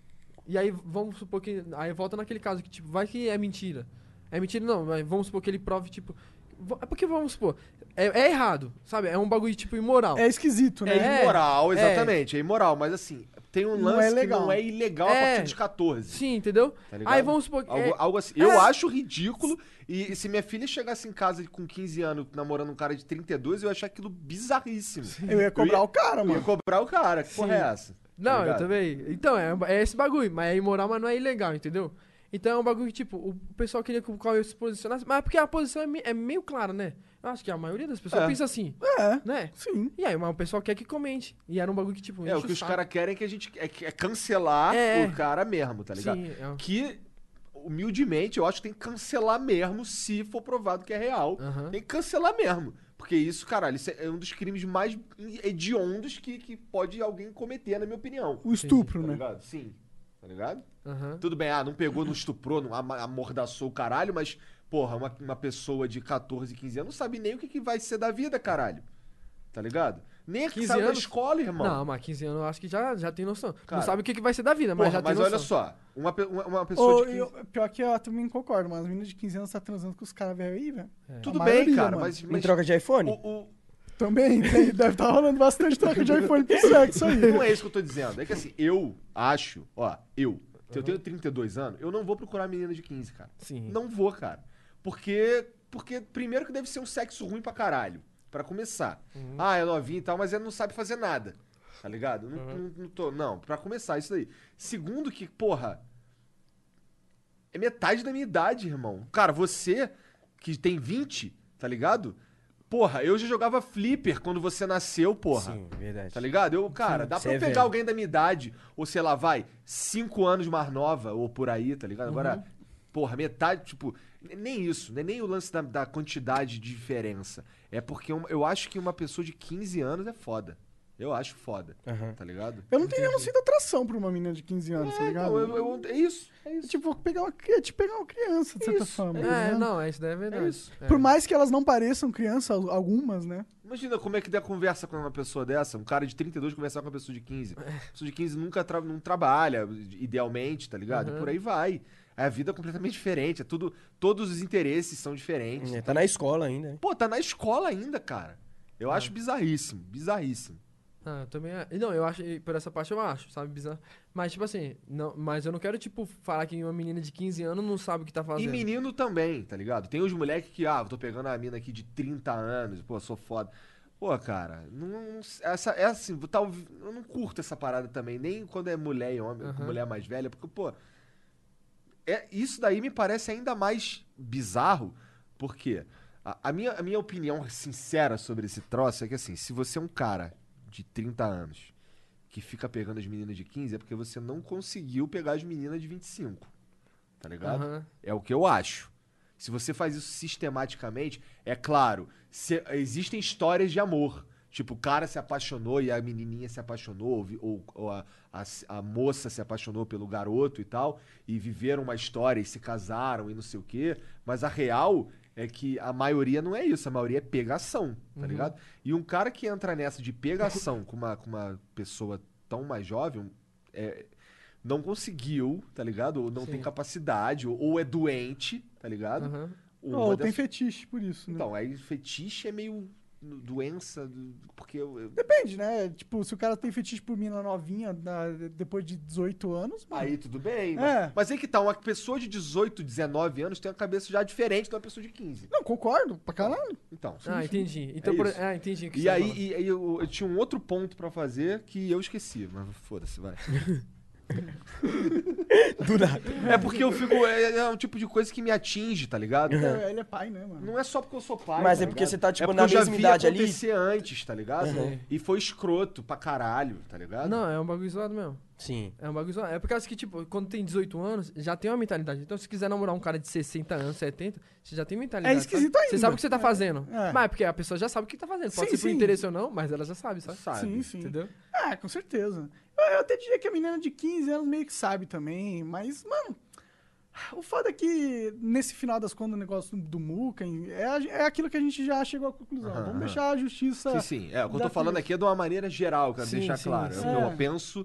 E aí vamos supor que... Aí volta naquele caso que, tipo, vai que é mentira. É mentira não, mas vamos supor que ele prove, tipo... É porque vamos supor... É errado, sabe? É um bagulho, tipo, imoral. É esquisito, né? É imoral, exatamente, é imoral. Mas assim, tem um Não lance é que legal. não é ilegal a partir dos 14. Sim, entendeu? Tá ligado? Aí vamos supor que... Algo assim. Eu acho ridículo. E se minha filha chegasse em casa com 15 anos namorando um cara de 32, eu ia achar aquilo bizarríssimo. Eu ia cobrar o cara, Eu ia mano. cobrar o cara. Que porra é essa? Não, Tá eu ligado? também. Então, é esse bagulho. Mas é imoral, mas não é ilegal, entendeu? Então é um bagulho que, tipo, o pessoal queria que o Cauê se posicionasse, mas é porque a posição é meio clara, né? Eu acho que a maioria das pessoas pensa assim, né? Sim. E aí, mas o pessoal quer que comente. E era um bagulho que, tipo, O enche que os saco. caras querem é que a gente é cancelar o cara mesmo, tá ligado? Sim, Que, humildemente, eu acho que tem que cancelar mesmo se for provado que é real. Tem que cancelar mesmo. Porque isso, caralho, isso é um dos crimes mais hediondos que pode alguém cometer, na minha opinião. O estupro, Tá né? ligado? Sim. Tá ligado? Aham. Tudo bem, não pegou, não estuprou, não amordaçou o caralho, mas, porra, uma pessoa de 14, 15 anos não sabe nem o que vai ser da vida, caralho. Tá ligado? Nem a que 15 sabe da anos? escola, irmão. Não, mas 15 anos eu acho que já tem noção. Cara, não sabe o que vai ser da vida, mas Porra, já tem mas noção. olha só, uma pessoa de 15... Pior que eu também concordo, mas as meninas de 15 anos tá transando com os caras velhos aí, velho. Tudo A bem, maioria, cara, mano. mas Em troca de iPhone? Também, deve estar rolando bastante troca de iPhone pro sexo aí. Não é isso que eu tô dizendo. É que assim, eu acho, eu tenho 32 anos, eu não vou procurar menina de 15, cara. Sim. Não vou, cara. Porque primeiro que deve ser um sexo ruim pra caralho, pra começar. É novinha e tal, mas ela não sabe fazer nada, tá ligado? Não, pra começar isso daí. Segundo que, porra, é metade da minha idade, irmão. Cara, você que tem 20, tá ligado? Porra, eu já jogava flipper quando você nasceu, porra. Sim, verdade. Tá ligado? Cara, dá pra Cê eu é pegar velho. alguém da minha idade, ou sei lá, vai, 5 anos mais nova, ou por aí, tá ligado? Agora, porra, metade, tipo, nem isso, né? Nem o lance da quantidade de diferença. É porque eu acho que uma pessoa de 15 anos é foda. Eu acho foda, tá ligado? Eu não tenho nem noção de atração pra uma menina de 15 anos, tá ligado? Então, é isso. Tipo, pegar uma criança, de certa forma. tá ligado? Não, isso daí é verdade. É isso. Por mais que elas não pareçam crianças, algumas, né? Imagina como é que der conversa com uma pessoa dessa, um cara de 32 conversar com uma pessoa de 15. A pessoa de 15 nunca não trabalha, idealmente, tá ligado? E por aí vai. A vida é completamente diferente, todos os interesses são diferentes. Tá na escola ainda, né? Pô, tá na escola ainda, cara. Eu acho bizarríssimo. Eu também. Não, eu acho. Por essa parte eu acho, sabe? Bizarro. Mas, tipo assim, mas eu não quero, tipo, falar que uma menina de 15 anos não sabe o que tá fazendo. E menino também, tá ligado? Tem os moleques que, tô pegando a mina aqui de 30 anos, pô, sou foda. Pô, cara, é assim, eu não curto essa parada também, nem quando é mulher e homem, mulher mais velha, porque, pô, isso daí me parece ainda mais bizarro, porque a minha opinião sincera sobre esse troço é que, assim, se você é um cara de 30 anos que fica pegando as meninas de 15, é porque você não conseguiu pegar as meninas de 25, tá ligado? É o que eu acho. Se você faz isso sistematicamente, é claro, existem histórias de amor. Tipo, o cara se apaixonou e a menininha se apaixonou, ou a moça se apaixonou pelo garoto e tal, e viveram uma história e se casaram e não sei o quê. Mas a real é que a maioria não é isso, a maioria é pegação, tá ligado? E um cara que entra nessa de pegação com uma pessoa tão mais jovem, não conseguiu, tá ligado? Ou não tem capacidade, ou é doente, tá ligado? Ou tem fetiche por isso, né? Então, aí fetiche é meio doença, porque Depende, né? Tipo, se o cara tem fetiche por mina novinha depois de 18 anos... Mano. Aí tudo bem, É. mas aí que tá, uma pessoa de 18, 19 anos tem uma cabeça já diferente de uma pessoa de 15. Não, concordo, pra caralho. Então, Entendi. Então, isso. entendi o que E você tá aí, falando. e aí eu tinha um outro ponto pra fazer que eu esqueci, mas foda-se, vai. Do nada. É porque eu fico. É um tipo de coisa que me atinge, tá ligado? Ele é pai, né, mano? Não é só porque eu sou pai. Mas tá é porque ligado? você tá, tipo, porque na eu já mesma vi idade ali. acontecer antes, tá ligado? Uhum. E foi escroto pra caralho, tá ligado? Não, é um bagulho zoado mesmo. Sim. É um bagulho zoado. É por causa que, tipo, quando tem 18 anos, já tem uma mentalidade. Então, se quiser namorar um cara de 60 anos, 70, você já tem mentalidade. É esquisito sabe? ainda. Você sabe o que você tá fazendo. É. Mas é porque a pessoa já sabe o que tá fazendo. Pode Sim, ser por sim. interesse ou não, mas ela já sabe, sabe? Sabe. Sim, sim. Entendeu? Ah, com certeza. Eu até diria que a menina de 15 anos meio que sabe também, mas, mano, o foda é que nesse final das contas o negócio do Muca é aquilo que a gente já chegou à conclusão. Aham, Vamos deixar a justiça... Sim. O que eu tô da falando polícia. aqui é de uma maneira geral, quero Sim, deixar sim, claro. sim. Eu É. penso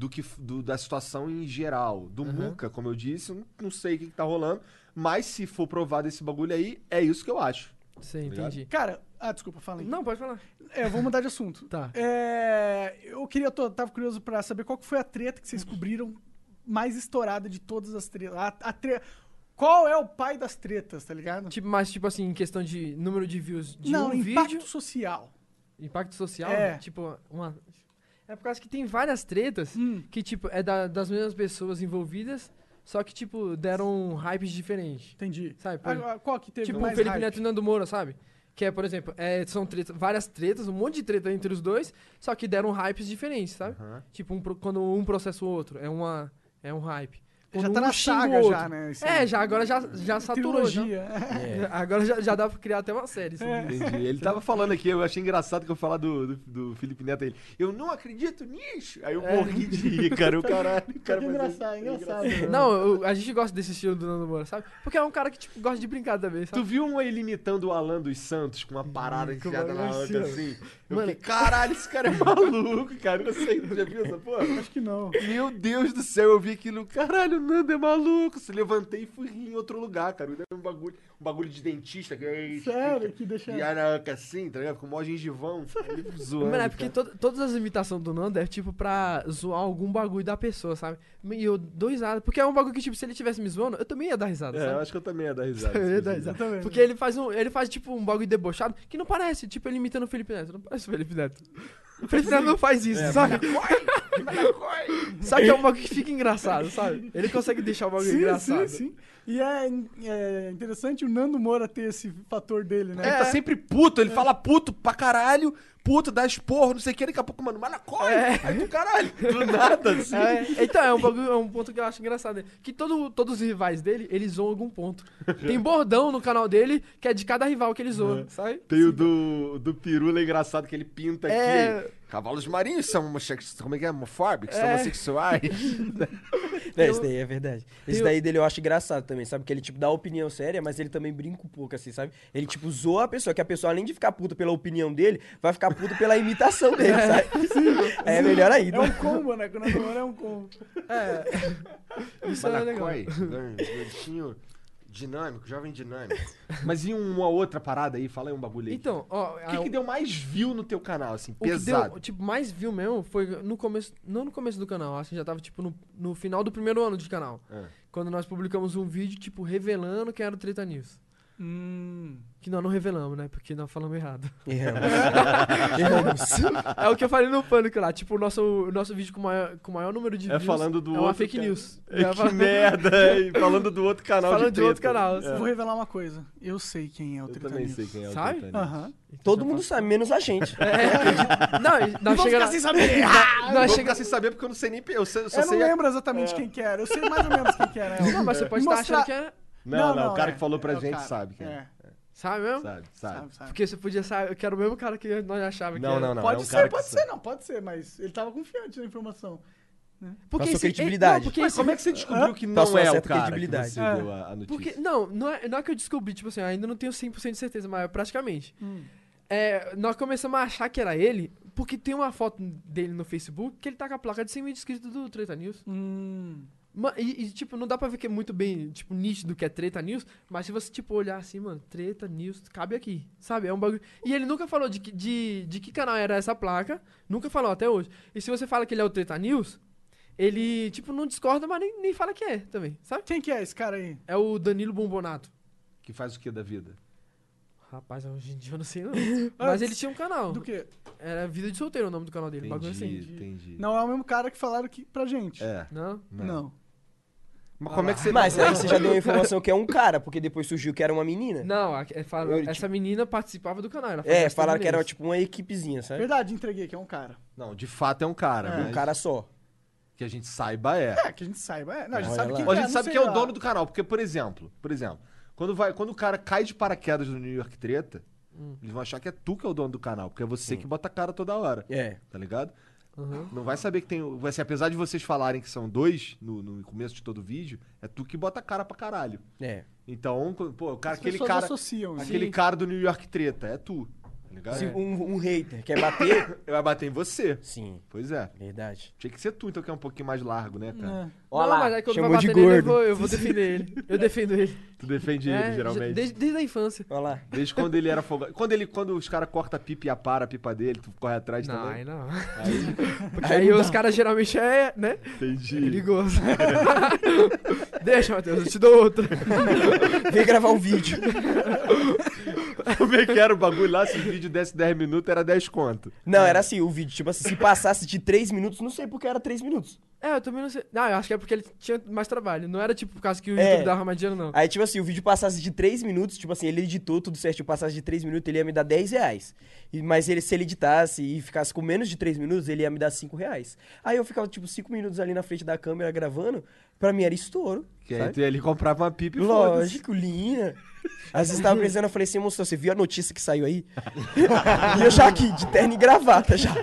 da situação em geral. Do Muca, como eu disse, eu não sei o que tá rolando, mas se for provado esse bagulho aí, é isso que eu acho. Sim, Obrigado. entendi. Cara, desculpa, fala aí. Não, pode falar. Eu vou mudar de assunto. Tá. Eu tava curioso pra saber qual que foi a treta que vocês descobriram mais estourada de todas as tretas. Qual é o pai das tretas, tá ligado? Mas, tipo assim, em questão de número de views de Não, um impacto vídeo... social. Impacto social? É. Tipo, É por causa que tem várias tretas que, tipo, das mesmas pessoas envolvidas, só que, tipo, deram hypes diferentes. Entendi. Sabe? Qual que teve Tipo o mais Felipe hype? Neto e Nando Moura, sabe? Que é, por exemplo, são várias tretas, um monte de treta entre os dois, só que deram hypes diferentes, sabe? Tipo, quando um processa o outro, é um hype. Já Quando tá um na xinga o saga outro. já, né? esse- Agora já saturou. Já. Trilogia. Agora já dá pra criar até uma série sobre isso. Entendi. Ele tava falando aqui, eu achei engraçado que eu falar do Felipe Neto. Eu não acredito nisso. Aí eu morri de rir, cara. O cara É engraçado, engraçado. Não, a gente gosta desse estilo do Nando Moura, sabe? Porque é um cara que, tipo, gosta de brincar também, sabe? Tu viu ele imitando o Alan dos Santos com uma parada enfiada na bagulho anca assim, assim? Eu Mano. fiquei, caralho, esse cara é maluco, cara. Eu não sei, tu já viu essa porra? Acho que não. Meu Deus do céu, eu vi aquilo. Caralho, o Nando é maluco. Se levantei e fui rir em outro lugar, cara. Era um bagulho de dentista. Sério, que deixa... E a anca assim, tá ligado? Com o maior gengivão. Ele zoando. Mano, é porque cara. todas as imitações do Nando é tipo pra zoar algum bagulho da pessoa, sabe? E eu dou risada. Porque é um bagulho que, tipo, se ele tivesse me zoando, eu também ia dar risada, É, sabe? eu acho que eu também ia dar risada. Eu ia dar risada. Também. Porque ele faz tipo um bagulho debochado que não parece, tipo ele imitando o Felipe Neto. Não parece o Felipe Neto. O Felipe Neto não faz isso, sabe? Só que é um bagulho que fica engraçado, sabe? Ele consegue deixar o bagulho engraçado. Sim. E é interessante o Nando Moura ter esse fator dele, né? Ele tá sempre puto, ele fala puto pra caralho, puto, dá esporro, não sei o que, daqui a pouco, mano, Malacói! Aí tu, caralho, do nada, assim. Então, é um ponto que eu acho engraçado. Né? Que todos os rivais dele, eles zoam algum ponto. Tem bordão no canal dele, que é de cada rival que ele zoa, sabe? Tem o do Pirula engraçado, que ele pinta aqui. É. Cavalos marinhos são como é que é? Homofóbicos, são homossexuais. Isso daí é verdade. Esse daí dele eu acho engraçado também, sabe? Que ele, tipo, dá opinião séria, mas ele também brinca um pouco, assim, sabe? Ele, tipo, zoa a pessoa, que a pessoa, além de ficar puta pela opinião dele, vai ficar puta pela imitação dele, sabe? É melhor ainda. É um combo, né? Quando o Nando Moura é um combo. Isso é legal. Malacói, gordinho dinâmico, jovem dinâmico. Mas e uma outra parada aí? Fala aí um bagulho aí. Então, ó... O que deu mais view no teu canal, assim, O que pesado? deu, tipo, mais view mesmo foi no começo... Não no começo do canal, acho que já tava, tipo, no final do primeiro ano de canal. É. Quando nós publicamos um vídeo, tipo, revelando quem era o Treta News. Que nós não revelamos, né? Porque nós falamos errado. Erramos. É o que eu falei no Pânico lá. Tipo, o nosso vídeo com o maior número de views falando do é uma outro, fake cara. news. Que merda! E falando do outro canal Falando de outro treta. canal. Vou revelar uma coisa. Eu sei quem é o Eu Treta também News. sei quem é o Sabe? Treta News. Aham. Todo mundo sabe, menos a gente. Não, E nós vamos chega ficar lá. sem saber. Eu Nós vou chega... ficar sem saber porque eu não sei nem... Eu só Eu não sei... lembro exatamente quem que era. Eu sei mais ou menos quem que era. Não, mas você pode estar achando que é... Não, o cara é. que falou pra É o gente cara. sabe quem é. Sabe mesmo? Sabe. Sabe. Porque você podia saber que era o mesmo cara que nós achava que era. Não. Pode é um ser, cara pode que ser, sabe. não, pode ser, mas ele tava confiante na informação. Porque Passou esse- credibilidade. Não, porque Mas esse- como é que você descobriu que não Passou é uma o certa cara que credibilidade. você É. deu a notícia? Porque, não é que eu descobri, tipo assim, eu ainda não tenho 100% de certeza, mas praticamente. Nós começamos a achar que era ele, porque tem uma foto dele no Facebook que ele tá com a placa de 100 mil inscritos do Treta News. Tipo, não dá pra ver que é muito bem, tipo, nítido que é Treta News, mas se você, tipo, olhar assim, mano, Treta News, cabe aqui, sabe? É um bagulho... E ele nunca falou de que canal era essa placa, nunca falou até hoje. E se você fala que ele é o Treta News, ele, tipo, não discorda, mas nem fala que é também, sabe? Quem que é esse cara aí? É o Danilo Bombonato. Que faz o que da vida? Rapaz, hoje em dia eu não sei não. Mas ele tinha um canal. Do quê? Era Vida de Solteiro o nome do canal dele, um bagulho assim. Entendi. Não é o mesmo cara que falaram que, pra gente. É. Não? Não. Mas como é que você... Mas aí você já deu a informação que é um cara, porque depois surgiu que era uma menina. Não, essa menina participava do canal. Ela fazia as Falaram que era thumbnails. tipo uma equipezinha, sabe? Verdade, entreguei que é um cara. Não, de fato é um cara, É. mas Um cara só. que a gente saiba é. É, que a gente saiba. Não, a gente Olha sabe lá. quem Ou a é, gente não sabe sei quem é o lá. dono do canal, porque, por exemplo, quando o cara cai de paraquedas no New York Treta, eles vão achar que é tu que é o dono do canal, porque é você que bota a cara toda hora, É. tá ligado? Uhum. Não vai saber que tem... Assim, apesar de vocês falarem que são dois no começo de todo o vídeo, é tu que bota a cara pra caralho. É. Então, pô, As pessoas associam. aquele cara do New York Treta, é tu, tá ligado? Se um hater quer bater. Vai bater em você. Sim, Pois é. verdade. Tinha que ser tu, então, que é um pouquinho mais largo, né, cara? É. Olha Não, lá, mas aí quando chamou vai de bater nele, gordo. eu vou defender ele. Eu defendo ele. Tu defende ele, geralmente. Desde a infância. Olha lá. Desde quando ele era folgado. Quando os caras cortam a pipa e aparam a pipa dele, tu corre atrás Não, também. aí não. Aí, Porque aí os caras geralmente né? entendi. Perigoso. Deixa, Matheus, eu te dou outra. Vem gravar um vídeo. Como é que era o bagulho lá? Se o vídeo desse 10 minutos, era 10 conto. Não, era assim, o vídeo, tipo assim, se passasse de 3 minutos, não sei porque era 3 minutos. Eu também não sei. Não, eu acho que é porque ele tinha mais trabalho. Não era tipo por causa que o É. YouTube dava mais dinheiro, não. Aí, tipo assim, o vídeo passasse de 3 minutos, tipo assim, ele editou tudo certo, passasse de 3 minutos, ele ia me dar R$10. Mas se ele editasse e ficasse com menos de 3 minutos, ele ia me dar R$5. Aí eu ficava, tipo, 5 minutos ali na frente da câmera gravando, pra mim era estouro. Que aí sabe? tu ia ali comprava uma pipa e foda-se. Lógico, linha. Às vezes tava precisando, eu falei assim, moço, você viu a notícia que saiu aí? E eu já aqui, de terno e gravata já.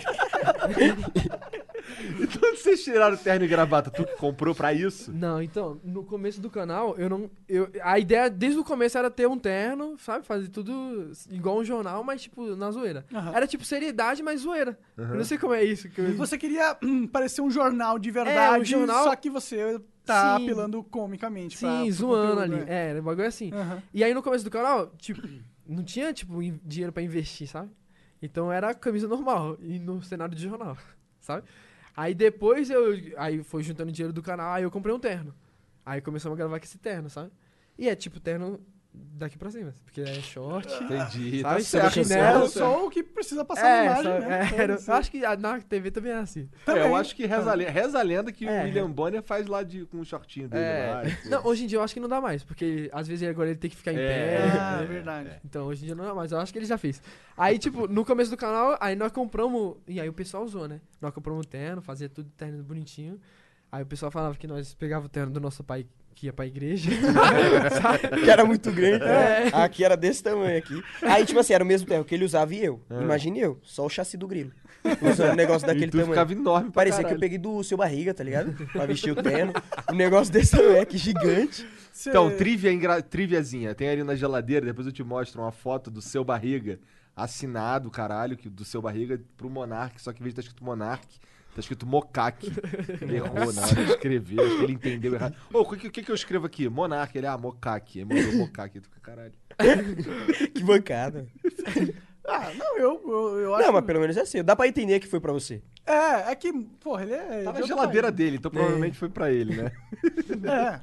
Então vocês tiraram o terno e gravata, tu que comprou pra isso? Não, então, no começo do canal, a ideia desde o começo era ter um terno, sabe? Fazer tudo igual um jornal, mas tipo, na zoeira. Aham. Era tipo seriedade, mas zoeira. Eu não sei como é isso. Você queria parecer um jornal de verdade, um jornal- só que você tá Sim. apelando comicamente Sim, pro zoando conteúdo, ali. né? Era um bagulho assim. Aham. E aí no começo do canal, tipo, não tinha, tipo, dinheiro pra investir, sabe? Então era camisa normal, e no cenário de jornal, sabe? Aí depois aí foi juntando dinheiro do canal, aí eu comprei um terno. Aí começamos a gravar com esse terno, sabe? E é tipo terno daqui pra cima, porque é short. Entendi, Sabe? tá certo. Chinelo, Só o que precisa passar na imagem, sabe? né? Eu acho que na TV também é assim. Eu acho que reza a lenda que o É. William Bonner faz lá com o shortinho dele lá. Não, hoje em dia eu acho que não dá mais, porque às vezes agora ele tem que ficar em É. pé. Ah, né? verdade. Então, hoje em dia não é mais. Eu acho que ele já fez. Aí, tipo, no começo do canal, aí nós compramos... E aí o pessoal usou, né? Nós compramos o terno, fazia tudo terno bonitinho. Aí o pessoal falava que nós pegava o terno do nosso pai que ia pra igreja. Que era muito grande. É. Aqui era desse tamanho aqui. Aí, tipo assim, era o mesmo terno que ele usava e eu. Imagine eu, só o chassi do grilo. Usando um negócio E daquele tu tamanho. ficava enorme pra Parecia que caralho. eu peguei do seu barriga, tá ligado? Pra vestir o terno. Um negócio desse tamanho aqui, gigante. Cê- Então, triviazinha. Tem ali na geladeira, depois eu te mostro uma foto do Seu Barriga, assinado, caralho, do Seu Barriga pro Monark, só que em vez de tá escrito Monark, tá escrito Mocaque. Ele errou na hora de escrever, acho que ele entendeu errado. Ô, o que eu escrevo aqui? Monark, ele, Mocaque. Ele mandou Mocaque, tu fica, caralho. Que bancada. Ah, não, eu acho Não, mas pelo menos é assim. Dá pra entender que foi pra você. É que, porra, ele é... Tá de na outro geladeira país. dele, então provavelmente foi pra ele, né? É.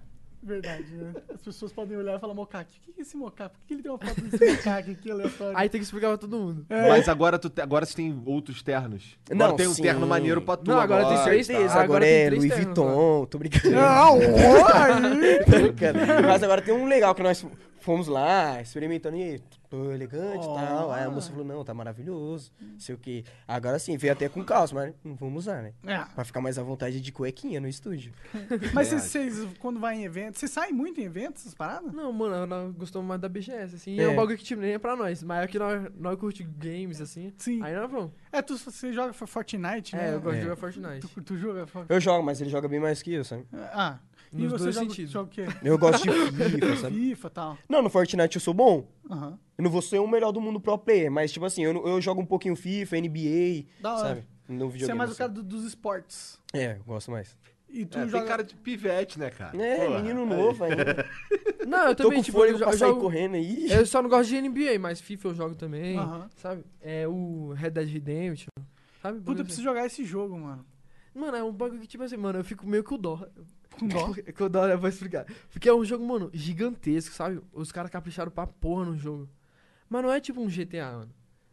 Verdade, né? As pessoas podem olhar e falar, Mocaque, o que é esse Mocaque? Por que ele tem uma foto desse Mocaque aqui aleatório? Aí tem que explicar pra todo mundo. Mas agora você tem outros ternos. Agora Não, tem um sim. terno maneiro pra tu. Não, agora tem três. Certeza, Agora agora tem é três Louis ternos, Vuitton, tô brincando. Não, aí! Tô brincando. Mas agora tem um legal que nós fomos lá, experimentando e tô elegante e tal. Aí a moça falou, não, tá maravilhoso, não sei o quê. Agora sim, veio até com calça, mas não vamos usar, né? É. Pra ficar mais à vontade de cuequinha no estúdio. Mas vocês, quando vai em eventos, vocês saem muito em eventos, essas paradas? Não, mano, nós gostamos mais da BGS, assim. É. É um bagulho que, tipo, nem é pra nós. Mas é que nós curtimos games, assim. Sim. Aí nós vamos. Você joga Fortnite, né? É, eu gosto É. de jogar Fortnite. Tu joga Fortnite? Eu jogo, mas ele joga bem mais que eu, sabe? Ah, e Nos você dois joga, sentidos. joga o quê? Eu gosto de FIFA, sabe? FIFA e tal. Não, no Fortnite eu sou bom. Aham. Eu não vou ser o melhor do mundo pro player, mas, tipo assim, eu jogo um pouquinho FIFA, NBA, Da hora. sabe? No videogame. Você é mais o assim. cara dos esportes. É, eu gosto mais. E tu Tem joga... cara de pivete, né, cara? É, Porra. menino novo ainda. Não, eu Tô também, com tipo, fôlego eu pra sair jogo... correndo aí. Eu só não gosto de NBA, mas FIFA eu jogo também, Aham. sabe? É o Red Dead Redemption, sabe? Puta, eu preciso jogar esse jogo, mano. Mano, é um bagulho que, tipo assim, mano, eu fico meio com dó. Com dó? Com dó, eu vou explicar. Porque é um jogo, mano, gigantesco, sabe? Os caras capricharam pra porra no jogo. Mas não é tipo um GTA, mano.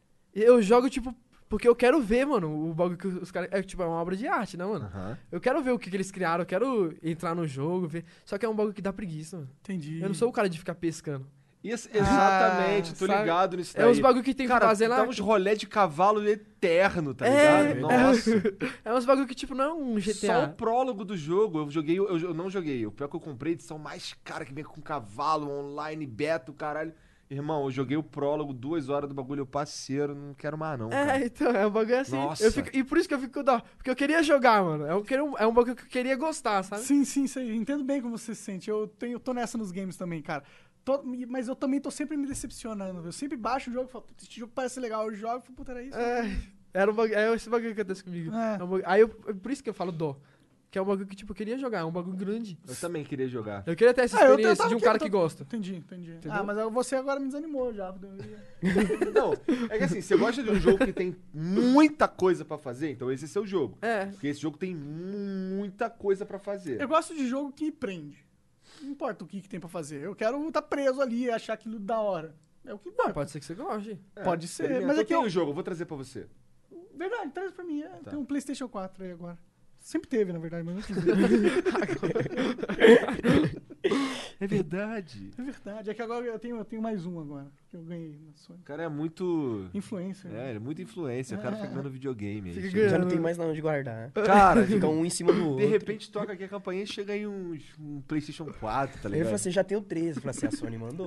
Eu jogo, tipo, porque eu quero ver, mano, o bagulho que os caras... É, tipo, é uma obra de arte, né, mano? Aham. Eu quero ver o que eles criaram, eu quero entrar no jogo, ver... Só que é um bagulho que dá preguiça, mano. Entendi. Eu não sou o cara de ficar pescando. Isso, exatamente, tô sabe? ligado nisso É daí. uns bagulho que tem que Cara, fazer lá... dá uns rolé de cavalo eterno, tá É, ligado? Nossa. É uns bagulho que, tipo, não é um Só GTA. o prólogo do jogo, eu não joguei. O pior que eu comprei, edição mais cara que vem com cavalo, online, beta, o caralho. Irmão, eu joguei o prólogo, 2 horas do bagulho, eu parceiro, não quero mais não, cara. É, então, é um bagulho assim. Nossa. E por isso que eu fico com dó. Porque eu queria jogar, mano. É um bagulho que eu queria gostar, sabe? Sim, sei. Entendo bem como você se sente. Eu tô nessa nos games também, cara. Mas eu também tô sempre me decepcionando. Eu sempre baixo o jogo e falo, esse jogo parece legal. Eu jogo e falo, puta, era isso? É esse bagulho que acontece comigo. É. É um bagulho- por isso que eu falo dó. Que é um bagulho que, tipo, eu queria jogar. É um bagulho grande. Eu também queria jogar. Eu queria ter essa Ah, eu experiência tava de um aqui, cara eu tô- que gosta. Entendi. Entendeu? Ah, mas você agora me desanimou já. Não, é que assim, você gosta de um jogo que tem muita coisa pra fazer, então esse é seu jogo. É. Porque esse jogo tem muita coisa pra fazer. Eu gosto de jogo que prende. Não importa o que tem pra fazer. Eu quero estar preso ali e achar aquilo da hora. É o que Não, importa. pode ser que você goste. Pode ser, Experimenta. mas é Eu que tenho eu- o jogo, eu vou trazer pra você. Verdade, traz pra mim. Tá. Tem um PlayStation 4 aí agora. Sempre teve, na verdade, mas não fiz. É verdade. É verdade. É que agora eu tenho mais um agora. Que eu ganhei na Sony. O cara é muito... Influencer. É, ele é muito influência, o cara fica ganhando videogame aí. Fica chega- Já não tem mais na onde guardar. Cara, Fica um em cima do outro. de repente toca aqui a campainha e chega aí um PlayStation 4, tá Ele ligado? falou assim, já tenho 13. Eu falei assim, a Sony mandou.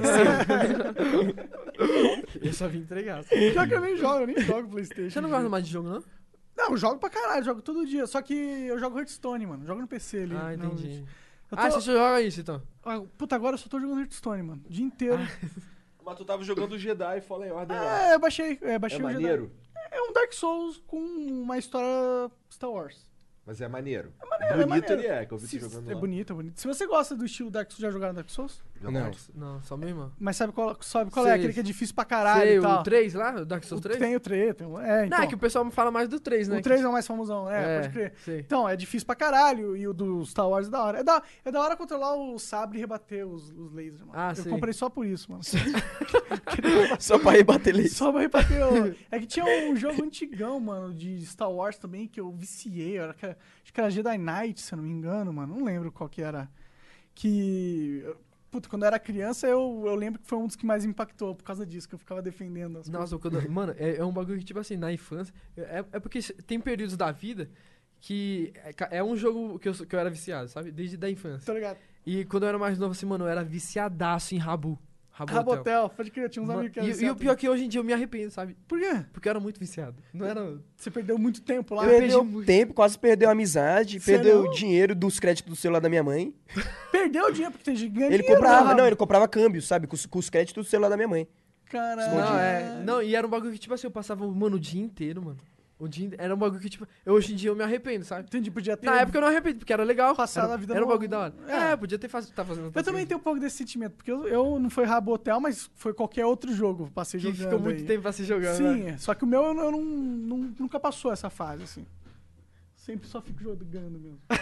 Eu só vim entregar. Pior que eu nem jogo PlayStation. Você não gosta mais de jogo, não? Não, eu jogo pra caralho, jogo todo dia. Só que eu jogo Hearthstone, mano. Jogo no PC ali. Ah, Não, entendi. eu Ah, tô- você joga isso, então. Ah, puta, agora eu só tô jogando Hearthstone, mano. O dia inteiro. Mas tu tava jogando o Jedi Fallen Order lá. É, eu baixei É o Jedi. maneiro? É um Dark Souls com uma história Star Wars. Mas é maneiro. maneiro, Bonito maneiro. ele é, que eu vi Se- tu jogando é lá. bonito, é bonito. Se você gosta do estilo Dark Souls, já jogaram Dark Souls? Não. Não, só meu irmão. Mas sabe qual é? Sei. Aquele que é difícil pra caralho Sei, e tal. o 3 lá, o Dark Souls 3? Tem o 3, então. Não, é que o pessoal me fala mais do 3, né? O 3 é o mais famosão, pode crer. Sei. Então, é difícil pra caralho, e o do Star Wars é da hora. É da hora controlar o sabre e rebater os lasers, mano. Ah, eu sei. comprei só por isso, mano. Só pra rebater ele. Só pra rebater É que tinha um jogo antigão, mano, de Star Wars também, que eu viciei. Acho que era Jedi Knight, se eu não me engano, mano. Não lembro qual que era. Que... Puta, quando eu era criança, eu lembro que foi um dos que mais me impactou por causa disso, que eu ficava defendendo as Nossa, mano, é um bagulho que, tipo assim, na infância. É porque tem períodos da vida que é um jogo que eu era viciado, sabe? Desde da infância. Tá ligado? E quando eu era mais novo, assim, mano, eu era viciadaço em Rabu. Rabotel, pode crer, tinha uns Mano, amigos que eram e o viciados. pior é que hoje em dia eu me arrependo, sabe? Por quê? Porque eu era muito viciado. Não era. Você perdeu muito tempo lá. Perdeu muito. tempo, quase perdeu a amizade, Sério? perdeu o dinheiro dos créditos do celular da minha mãe. Perdeu o dinheiro, porque tem gente que ganha Ele dinheiro, comprava, né? não, ele comprava câmbio, sabe? Com os créditos do celular da minha mãe. Caralho. Não, e era um bagulho que, tipo assim, eu passava, mano, o dia inteiro, mano. Era um bagulho que, tipo, hoje em dia eu me arrependo, sabe? Entendi, podia ter... Na época eu não arrependo, porque era legal. Passado era, a vida Era um no- bagulho da hora. É. Podia ter tá fazendo Eu também tenho um pouco desse sentimento, porque eu não foi Rabotel, mas foi qualquer outro jogo. Eu passei Que jogando ficou muito aí. tempo pra se jogar, Sim, né? só que o meu nunca passou essa fase, assim. Sempre só fico jogando mesmo.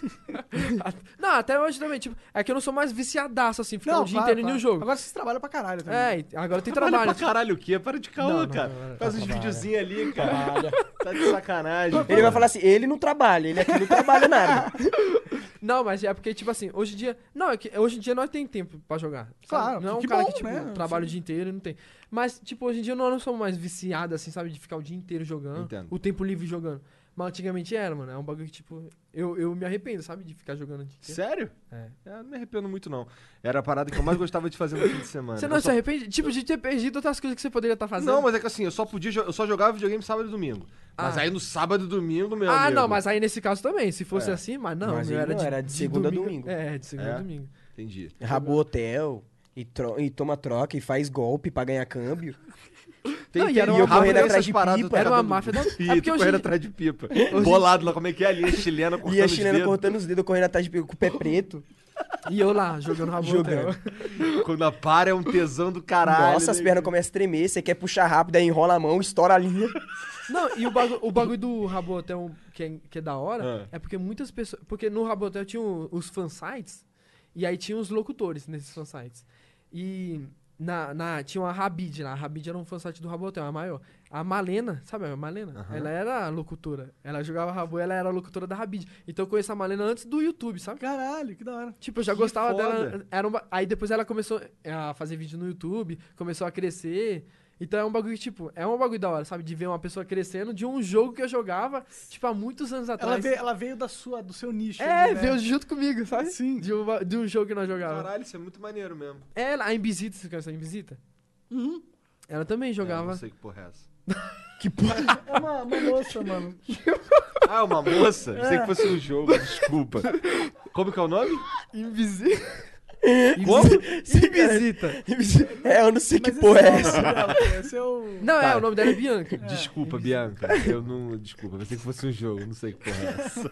Não, até hoje também, tipo, é que eu não sou mais viciadaço, assim, ficar o dia claro, inteiro em um jogo. Agora vocês trabalham pra caralho também. É, agora tem Trabalha trabalho. pra caralho o quê? Para de caô, Não, cara. não, Faz uns trabalha. videozinhos ali, cara. Tá de sacanagem. Ele vai falar assim, ele não trabalha, ele aqui não trabalha nada. Não, mas é porque, tipo assim, hoje em dia... Não, é que hoje em dia nós tem tempo pra jogar. sabe? Claro, Não é um que cara bom, que, tipo, né? trabalha o dia inteiro e não tem. Mas, tipo, hoje em dia nós não somos mais viciados, assim, sabe? De ficar o dia inteiro jogando. Entendo. O tempo livre jogando. Mas antigamente era, mano. É um bagulho que, tipo... Eu me arrependo, sabe? De ficar jogando o dia inteiro. Sério? É. Eu não me arrependo muito, não. Era a parada que eu mais gostava de fazer no fim de semana. Você Eu não se só- arrepende? Tipo, de ter perdido outras coisas que você poderia estar fazendo. Não, mas é que assim, eu só jogava videogame sábado e domingo. Mas Ah. aí no sábado e domingo, meu Ah, amigo. não, mas aí nesse caso também. Se fosse É. assim, mas não. Mas meu, ele não, era de segunda a domingo. É, de segunda a É? domingo. Entendi. Rabou hotel e toma troca e faz golpe pra ganhar câmbio. Não, e era E uma eu correndo essas atrás de paradas, pipa. tá Era uma dando- máfia da... Ih, É porque tô hoje... correndo atrás de pipa. Bolado lá, como é que é? A linha chilena cortando E a os chilena dedos. cortando os dedos, eu correndo atrás de pipa com o pé preto. E eu lá, jogando rabo Jogando. hotel. Quando a para é um tesão do caralho. Nossa, as né? pernas começam a tremer, você quer puxar rápido, aí enrola a mão, estoura a linha. Não, e o bagulho do Rabo Hotel que é da hora é porque muitas pessoas... Porque no Rabo Hotel tinha os fansites e aí tinha os locutores nesses fansites. E tinha uma Rabid lá. A Rabid era um fansite do Rabo Hotel, a maior. A Malena, sabe a Malena? Ela era locutora. Ela jogava Rabo, ela era locutora da Rabid. Então eu conheço a Malena antes do YouTube, sabe? Caralho, que da hora. Tipo, eu já Que gostava foda. dela. Aí depois ela começou a fazer vídeo no YouTube, começou a crescer. Então é um bagulho que, tipo, é um bagulho da hora, sabe? De ver uma pessoa crescendo de um jogo que eu jogava, tipo, há muitos anos atrás. Ela veio do seu nicho. É, ali, né? veio junto comigo, sabe? Sim. De um jogo que nós jogávamos. Caralho, isso é muito maneiro mesmo. Ela, a Invisita, você conhece a Invisita? Uhum. Ela também Eu jogava. não sei que porra é essa. É uma moça, mano. Ah, uma moça? Eu sei que fosse um jogo, desculpa. Como que é o nome? Invisita. Como? Invisita. É, eu não sei que Mas porra é esse essa. dela, esse é o... Não, Tá. o nome dela é Bianca. Desculpa, Bianca. Eu não. Desculpa, pensei que fosse um jogo, não sei que porra é essa.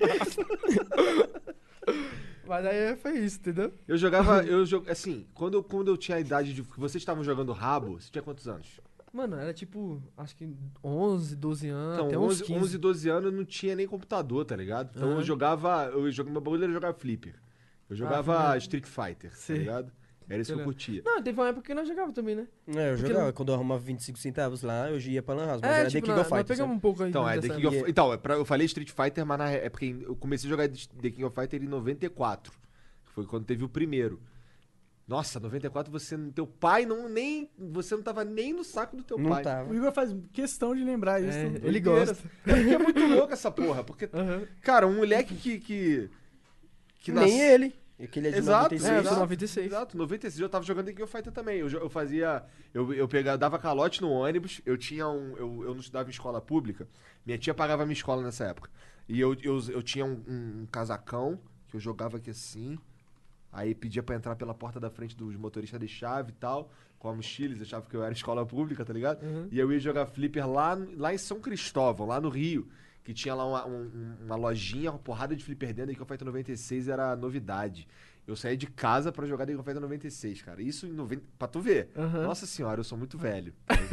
Mas aí foi isso, entendeu? Eu jogava. Assim, quando eu tinha a idade de. Que vocês estavam jogando rabo, você tinha quantos anos? Mano, era tipo, acho que 11, 12 anos, Então, até 11, uns 15. 11, 12 anos eu não tinha nem computador, tá ligado? Então Aham. meu bagulho era jogar flipper. Eu jogava flipper. Street Fighter, tá Sim. ligado? Era isso que eu Entendeu? curtia. Não, teve uma época que nós jogávamos também, né? É, eu Porque jogava. não- Quando eu arrumava 25 centavos lá, eu ia pra Lan House. Mas É, era tipo, The King of nós Fighters. pegamos um pouco aí. Então, dessa The King época. of, então eu falei Street Fighter, mas é porque eu comecei a jogar The King of Fighter em 94. Que foi quando teve o primeiro. Nossa, 94 teu pai você não tava nem no saco do teu Não pai. O tava. Igor faz questão de lembrar isso. É, tudo. ele Doideira. gosta. É porque é muito louco essa porra. Porque, Aham. cara, um moleque que Nem ele. Aquele é de Exato, 96. É, eu exato, sou 96. Exato, 96 eu tava jogando The King of Fighter também. Eu dava calote no ônibus, eu não estudava em escola pública, minha tia pagava a minha escola nessa época. E eu tinha um casacão que eu jogava aqui assim, aí pedia pra entrar pela porta da frente dos motoristas de chave e tal, com a mochila, eles achavam que eu era escola pública, tá ligado? Uhum. E eu ia jogar flipper lá em São Cristóvão, lá no Rio. Que tinha lá uma lojinha, uma porrada de flipper dentro, e que o Fighter 96 era novidade. Eu saí de casa pra jogar The King of Fighter 96, cara. Isso em 90. Pra tu ver. Aham. Nossa senhora, eu sou muito velho.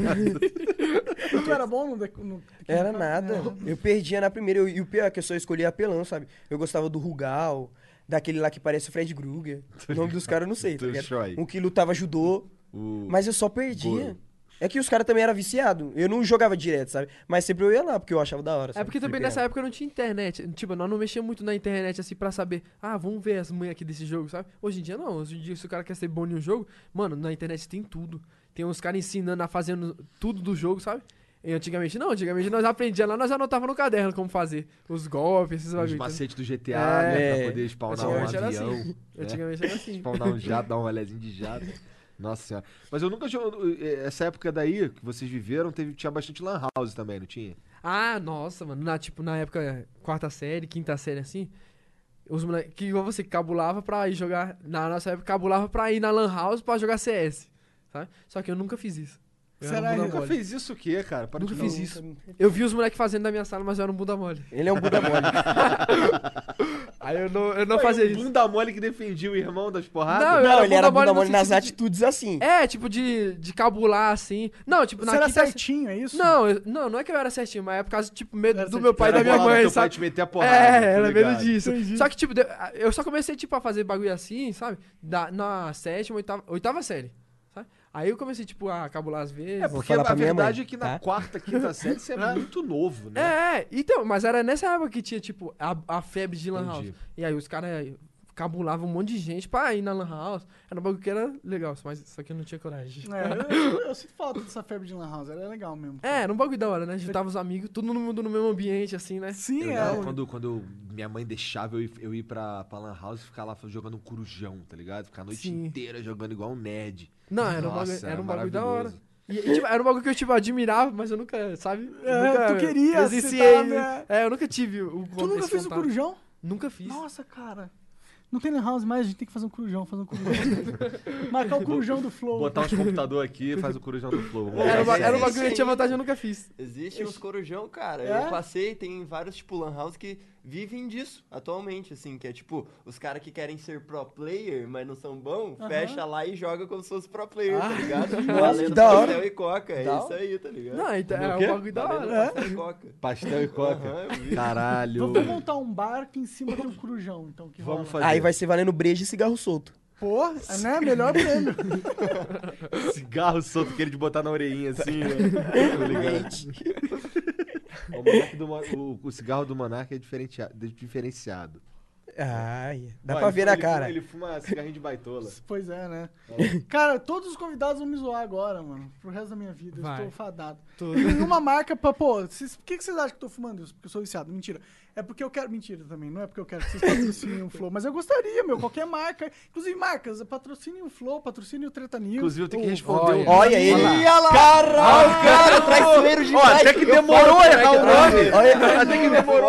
Tu era bom no Era nada. Eu perdia na primeira. E o pior é que eu só escolhia apelão, sabe? Eu gostava do Rugal, daquele lá que parece o Fred Krueger. O nome dos caras eu não sei, tá Do ligado? Shoy. Um que lutava judô. O... Mas eu só perdia. Goro. É que os caras também eram viciados. Eu não jogava direto, sabe? Mas sempre eu ia lá, porque eu achava da hora. É sabe? porque também Fliperama. nessa época não tinha internet. Tipo, nós não mexíamos muito na internet assim pra saber, vamos ver as manhas aqui desse jogo, sabe? Hoje em dia não. Hoje em dia, se o cara quer ser bom em um jogo, mano, na internet tem tudo. Tem uns caras ensinando a fazer tudo do jogo, sabe? E antigamente não. Antigamente nós aprendíamos lá, nós anotávamos no caderno como fazer os golpes, esses Os bagulhos. macetes do GTA, né? É. Pra poder spawnar um Antigamente era avião. assim. né? Antigamente era assim. Spawnar um jato, dar um rolezinho de jato. Nossa senhora. Mas eu nunca joguei. Essa época daí que vocês viveram, tinha bastante Lan House também, não tinha? Ah, nossa, mano. Na época, quarta série, quinta série, assim, os moleques, que igual você, cabulava pra ir jogar, na nossa época, cabulava pra ir na Lan House pra jogar CS, sabe? Só que eu nunca fiz isso. Eu era um Será bunda que Nunca mole. fez isso o quê, cara? Para Nunca de fiz falar. isso. Eu vi os moleques fazendo na minha sala, mas eu era um bunda mole. Ele é um Buda mole. Aí eu não Foi fazia um isso. bunda mole que defendia o irmão das porradas? Não, eu Não, ele era bunda bunda mole mole no nas sentido de- atitudes assim. É, tipo, de cabular, assim. Não, tipo, Você na era quinta... certinho, é isso? Não é que eu era certinho, mas é por causa, tipo, medo Era do meu pai e Era da minha bolado, mãe, teu pai sabe? te meter a porrada. É, tô era medo ligado. disso. Entendi. Só que, tipo, eu só comecei, tipo, a fazer bagulho assim, sabe? Na sétima, oitava série, sabe? Aí eu comecei, tipo, a cabular às vezes. É, Vou porque falar a pra minha verdade mãe, é que na tá? quarta, quinta série você é muito novo, né? Então, mas era nessa época que tinha, tipo, a febre de Lan House. Entendi. E aí os caras cabulavam um monte de gente pra ir na Lan House. Era um bagulho que era legal, mas só que eu não tinha coragem. Eu sinto falta dessa febre de Lan House, era legal mesmo. Era um bagulho da hora, né? Juntava os amigos, todo mundo no mesmo ambiente, assim, né? Sim, Eu é. lembro quando minha mãe deixava eu ir pra Lan House e ficar lá jogando um corujão, tá ligado? Ficar a noite Sim. inteira jogando igual um nerd. Não, era Nossa, um bagulho da hora. maravilhoso. E, tipo, era um bagulho que eu, tipo, admirava, mas eu nunca, sabe? É, nunca tu queria, presenciei. você tá, né? Eu nunca tive o Tu nunca esse fez o contato. corujão? Nunca fiz. Nossa, cara. Não tem Lan House mais, a gente tem que fazer um corujão, Marcar o corujão do Flow. Botar uns computador aqui e faz o corujão do Flow. Era um Existe bagulho que tinha aí. vantagem, eu nunca fiz. Existe uns corujão, cara. É? Eu passei, tem vários, tipo, lan house que vivem disso atualmente, assim, que é tipo, os caras que querem ser pro player, mas não são bons, fecha lá e joga como se fosse pro player, tá ligado? Valendo da hora. pastel e coca, é Da isso aí, tá ligado? Não, então Como é o quê? um bagulho da Valendo hora. pastel e coca. Pastel e coca. Aham, eu vi. Caralho. Vamos montar um bar que em cima tem um corujão, então, que rola. Vamos fazer. Aí vai ser valendo breja e cigarro solto. Pô, né? Melhor prêmio. Cigarro solto, aquele de botar na orelhinha assim, né? Tô ligado. O cigarro do Monark é diferenciado. Ai, dá Ó, pra ver na ele cara. Ele fuma cigarrinho de baitola. Pois é, né? Cara, todos os convidados vão me zoar agora, mano. Pro resto da minha vida. Vai. Eu estou fadado. Tudo. Nenhuma marca pra, pô, por que vocês acham que eu tô fumando isso? Porque eu sou viciado. Mentira. É porque eu quero. Mentira também. Não é porque eu quero que vocês patrocinem o Flow. Mas eu gostaria, meu. Qualquer marca. Inclusive, marcas, patrocinem o Flow, patrocinem o Treta News. Inclusive, eu tenho que responder olha. o... Olha ele. Olha lá! Caralho, o cara traiçoeiro Ó, demais. até que demorou a errar o nome. Olha, Até que demorou.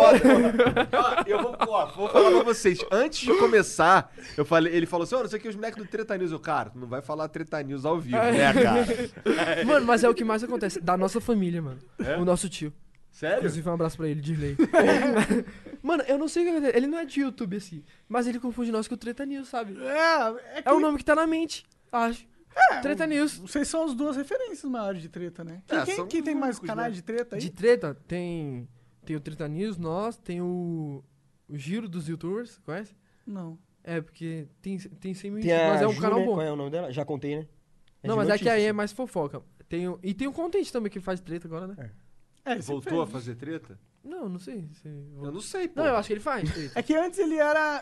Ó, eu vou falar pra vocês. Antes de começar, ele falou assim, ó, não sei o que, os moleques do Treta News. Eu, cara, tu não vai falar Treta News ao vivo, né, cara? Mano, mas é o que mais acontece. Da nossa família, mano. O nosso tio. Sério? Inclusive, um abraço pra ele, Dirley. Mano, eu não sei o que acontece. Ele não é de YouTube, assim. Mas ele confunde nós com o Treta News, sabe? É que É o nome que tá na mente, acho. Treta News. vocês são as duas referências maiores de treta, né? são Quem tem mais únicos, canais né? de treta aí? De treta, tem o Treta News, nós, tem o Giro dos YouTubers, conhece? Não. É, porque tem 100 mil tem inscritos, mas a é um Ju, canal né? bom. Qual é o nome dela? Já contei, né? Não, de mas é que aí notícias. é mais fofoca. E tem o Content também que faz treta agora, né? Ele Voltou a sempre fez. fazer treta? Não sei. Eu não sei, pô. Não, eu acho que ele faz treta. É que antes ele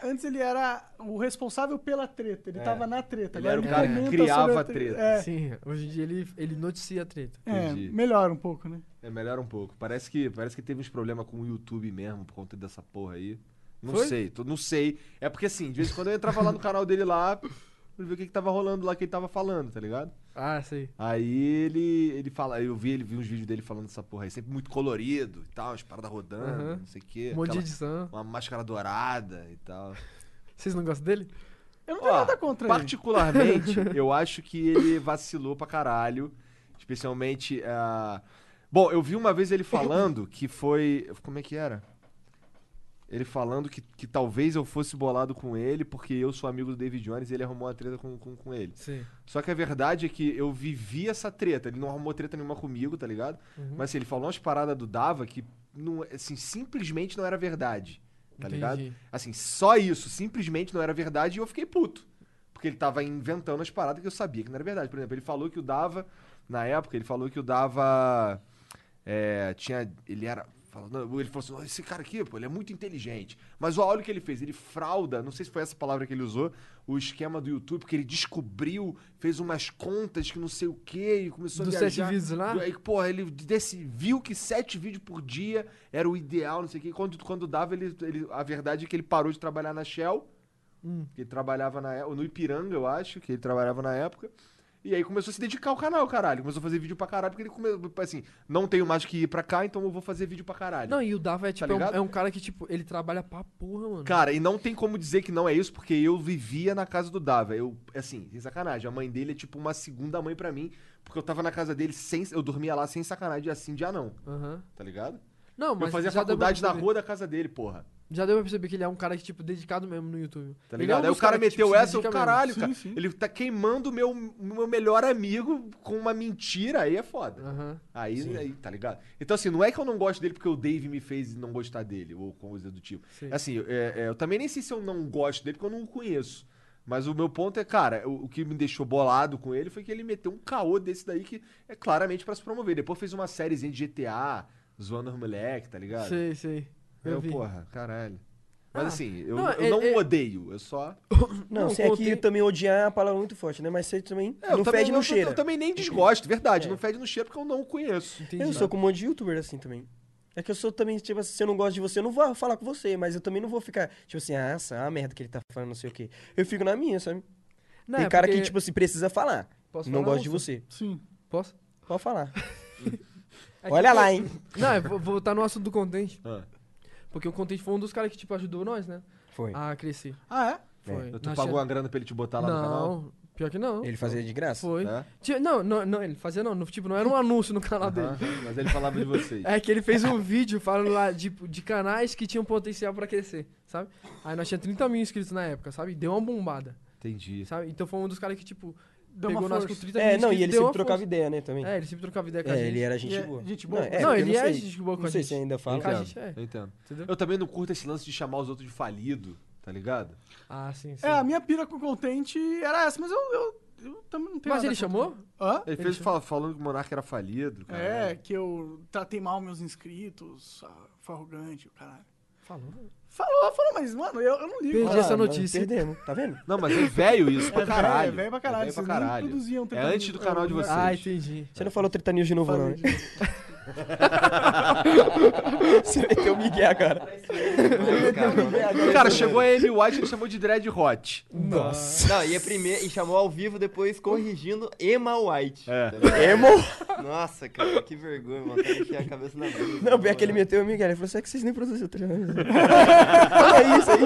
era o responsável pela treta. Ele tava na treta. Ele Agora era o cara que comenta criava sobre a treta. É, Sim, hoje em dia ele noticia a treta. Entendi. melhora um pouco, né? É, melhora um pouco. Parece que teve uns problemas com o YouTube mesmo, por conta dessa porra aí. Não Foi? sei, não sei. É porque assim, de vez em quando eu entrava lá no canal dele lá, pra ver o que tava rolando lá, que ele tava falando, tá ligado? Ah, sei. Aí ele fala, eu vi uns vídeos dele falando dessa porra aí, sempre muito colorido e tal, as paradas rodando, Aham. não sei o quê. Um monte de aquela- edição. Uma máscara dourada e tal. Vocês não gostam dele? Eu não tenho Ó, nada contra ele. particularmente, eu acho que ele vacilou pra caralho. Especialmente. Bom, eu vi uma vez ele falando que foi. Como é que era? Ele falando que talvez eu fosse bolado com ele porque eu sou amigo do David Jones e ele arrumou uma treta com ele. Sim. Só que a verdade é que eu vivi essa treta. Ele não arrumou treta nenhuma comigo, tá ligado? Mas assim, ele falou umas paradas do Dava que não, assim, simplesmente não era verdade. Tá ligado? Entendi. Assim, só isso, simplesmente não era verdade e eu fiquei puto. Porque ele tava inventando as paradas que eu sabia que não era verdade. Por exemplo, ele falou que o Dava, na época, ele falou que o Dava tinha. Ele era. Ele falou assim: "Oh, esse cara aqui, pô, ele é muito inteligente. Mas olha o que ele fez, ele frauda, não sei se foi essa palavra que ele usou, o esquema do YouTube, porque ele descobriu, fez umas contas que não sei o que e começou Dos a 7 viajar. vídeos lá? Aí, porra, ele viu que 7 vídeos por dia era o ideal, não sei o que. Quando dava, a verdade é que ele parou de trabalhar na Shell, que ele trabalhava no Ipiranga, eu acho, que ele trabalhava na época. E aí começou a se dedicar ao canal, caralho. Começou a fazer vídeo pra caralho, porque ele começou, assim, não tenho mais que ir pra cá, então eu vou fazer vídeo pra caralho. Não, e o Dava é tipo, ligado? é um cara que, tipo, ele trabalha pra porra, mano. Cara, e não tem como dizer que não é isso, porque eu vivia na casa do Dava. Eu, assim, sem sacanagem, a mãe dele é tipo uma segunda mãe pra mim, porque eu tava na casa dele eu dormia lá sem sacanagem, dia sim, dia não, Aham. tá ligado? Não, mas Eu fazia já deu pra faculdade na perceber. rua da casa dele, porra. Já deu pra perceber que ele é um cara que, tipo, dedicado mesmo no YouTube. Tá Ele é ligado? um Aí o dos cara caras que, meteu tipo, se essa, o dedica mesmo. caralho, Sim, cara. sim. Ele tá queimando o meu melhor amigo com uma mentira, aí é foda. Aham. Aí, tá ligado? Então, assim, não é que eu não gosto dele porque o Dave me fez não gostar dele, ou coisa do tipo. Sim. Assim, eu também nem sei se eu não gosto dele porque eu não o conheço. Mas o meu ponto é, cara, o que me deixou bolado com ele foi que ele meteu um caô desse daí que é claramente pra se promover. Depois fez uma sériezinha de GTA, zoando os moleque, tá ligado? Sei. Eu vi. Porra, caralho. Mas Ah, assim, eu não, eu não odeio, eu só... Não, sem contei- aqui também odiar é uma palavra muito forte, né? Mas você também Eu não também, fede, não eu cheira. também nem desgosto, verdade. É. Não fede no cheiro porque eu não o conheço. Entendi. Eu sou com um monte de youtuber assim também. É que eu sou também, tipo assim, se eu não gosto de você, eu não vou falar com você, mas eu também não vou ficar, tipo assim, essa a merda que ele tá falando, não sei o quê. Eu fico na minha, sabe? Não, Tem é cara porque- que, tipo assim, precisa falar. Posso não falar, gosto de Wilson? você. Sim. Posso? Pode falar. É que Olha eu- lá, hein? Não, eu vou voltar no assunto do Content. Ah, Porque o Content foi um dos caras que, tipo, ajudou nós, né? Foi. A crescer. Ah, é? Foi. tu Nós pagou tinha- uma grana pra ele te botar lá no canal? Não, pior que não. Ele fazia de graça. Foi. É? Não, ele fazia não. Tipo, não era um anúncio no canal dele. Aham, mas ele falava de vocês. É que ele fez um vídeo falando lá de canais que tinham potencial pra crescer, sabe? Aí nós tinha 30 mil inscritos na época, sabe? Deu uma bombada, Entendi. sabe? Então foi um dos caras que, tipo, Deu pegou uma nós com força. 30 mil É, inscritos não, e ele deu sempre uma trocava força. ideia, né, também. É, ele sempre trocava ideia com a É, gente. ele era gente E é boa. gente boa. Não, Não, porque eu ele é sei. gente boa com Não a sei gente. se ainda fala. Com a Entendo, gente, é. eu entendo. Entendeu? Eu também não curto esse lance de chamar os outros de falido, tá ligado? Ah, sim. É, a minha pira com o Content era essa, mas eu também não tenho Mas nada ele contra. chamou? Hã? Ele fez falando que o Monark era falido, cara. É, que eu tratei mal meus inscritos, foi arrogante, o caralho. Falou. Falou, mas, mano, eu não ligo. Perdi mano. essa mano, notícia. Perdemos, tá vendo? Não, mas é velho isso pra caralho. É velho pra caralho. É velho pra Vocês nem caralho. produziam É Treta antes do canal de News. vocês. Ah, entendi. Você não falou Treta News de novo, não, né? Falei. Você meteu o Miguel agora. Cara, chegou a Amy White e ele chamou de Dread Hot. Nossa. Não, e chamou ao vivo depois corrigindo Emma White. É. tá ligado? Emo? Nossa, cara, que vergonha, mano. Até enfiar a cabeça na bunda. Não, pior que ele meteu o Miguel. Ele falou, será que vocês nem produziram Treta News? É isso.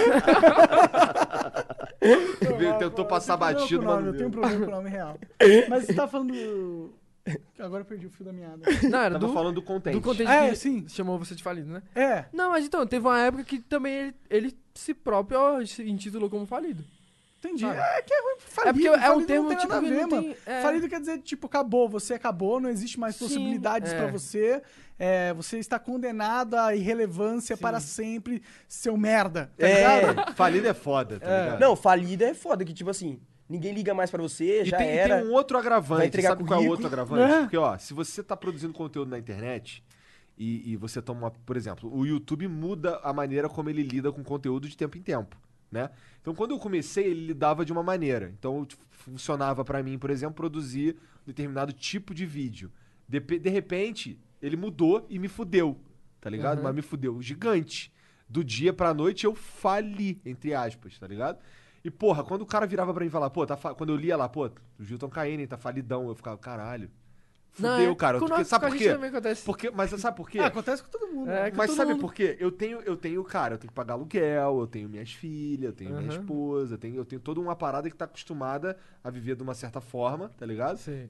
Tentou passar Eu tenho batido, problema com o mas nome, não eu tenho deu. problema com o nome real. Mas você tá falando do... Agora eu perdi o fio da meada. Não, era Tava do, falando do content. do content É, que sim. chamou você de falido, né? É, Não, mas então, teve uma época que também ele se próprio ó, se intitulou como falido. entendi. Sabe? É que é ruim. Falido, É porque é um falido termo, não tem tipo, nada a que ver, não mano. tem... é. Falido quer dizer, tipo, acabou, você acabou, não existe mais Sim, possibilidades é. pra você. Você está condenado à irrelevância para sempre, seu merda. Tá ligado? Falido é foda, tá ligado? Não, falida é foda, que tipo assim, ninguém liga mais pra você, E já tem, era. tem um outro Vai agravante. entregar Sabe qual é o currículo. outro agravante? É. Porque, ó, se você tá produzindo conteúdo na internet e você toma, por exemplo, o YouTube muda a maneira como ele lida com conteúdo de tempo em tempo, né? Então, quando eu comecei, ele lidava de uma maneira. Então, funcionava pra mim, por exemplo, produzir determinado tipo de vídeo. De repente, ele mudou e me fudeu, tá ligado? Uhum. Mas me fudeu gigante. Do dia pra noite, eu fali, entre aspas, tá ligado? E, porra, quando o cara virava pra mim e falava, pô, quando eu lia lá, pô, o Gilton Caine tá falidão, eu ficava, caralho. Fudeu, cara. Com Porque, nós- sabe com a por gente quê? também acontece. Mas sabe por quê? Ah, acontece com todo mundo. É, né? com Mas todo sabe mundo. por quê? Eu tenho, cara, eu tenho que pagar aluguel, eu tenho minhas filhas, eu tenho minha Aham. esposa, eu tenho toda uma parada que tá acostumada a viver de uma certa forma, tá ligado? Sim.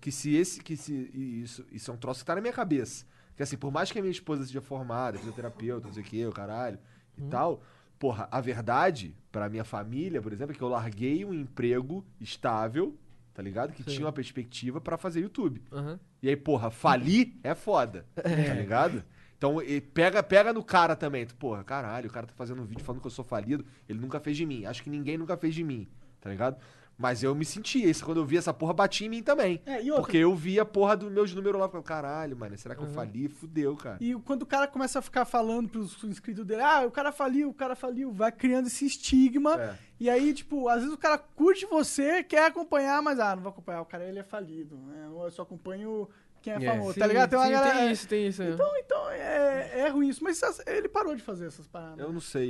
Isso é um troço que tá na minha cabeça. Que assim, por mais que a minha esposa seja formada, fisioterapeuta, não sei o que, o caralho, e tal, porra, a verdade, pra minha família, por exemplo, é que eu larguei um emprego estável, tá ligado? Que Sim. tinha uma perspectiva pra fazer YouTube. Aham. E aí, porra, falir é foda, tá ligado? Então, pega no cara também. Tu, porra, caralho, o cara tá fazendo um vídeo falando que eu sou falido, ele nunca fez de mim. Acho que ninguém nunca fez de mim, tá ligado? Mas eu me sentia isso. Quando eu vi essa porra, batia em mim também. E outra, Porque eu vi a porra dos meus números lá. Falei, caralho, mano, será que eu fali? Fudeu, cara. e quando o cara começa a ficar falando pros inscritos dele, o cara faliu, vai criando esse estigma. É. E aí, tipo, às vezes o cara curte você, quer acompanhar, mas não vou acompanhar, o cara ele é falido. Né? Eu só acompanho quem é famoso, Sim, tá ligado? Tem uma sim, galera. tem isso. Então é ruim isso. Mas ele parou de fazer essas paradas. Eu não sei.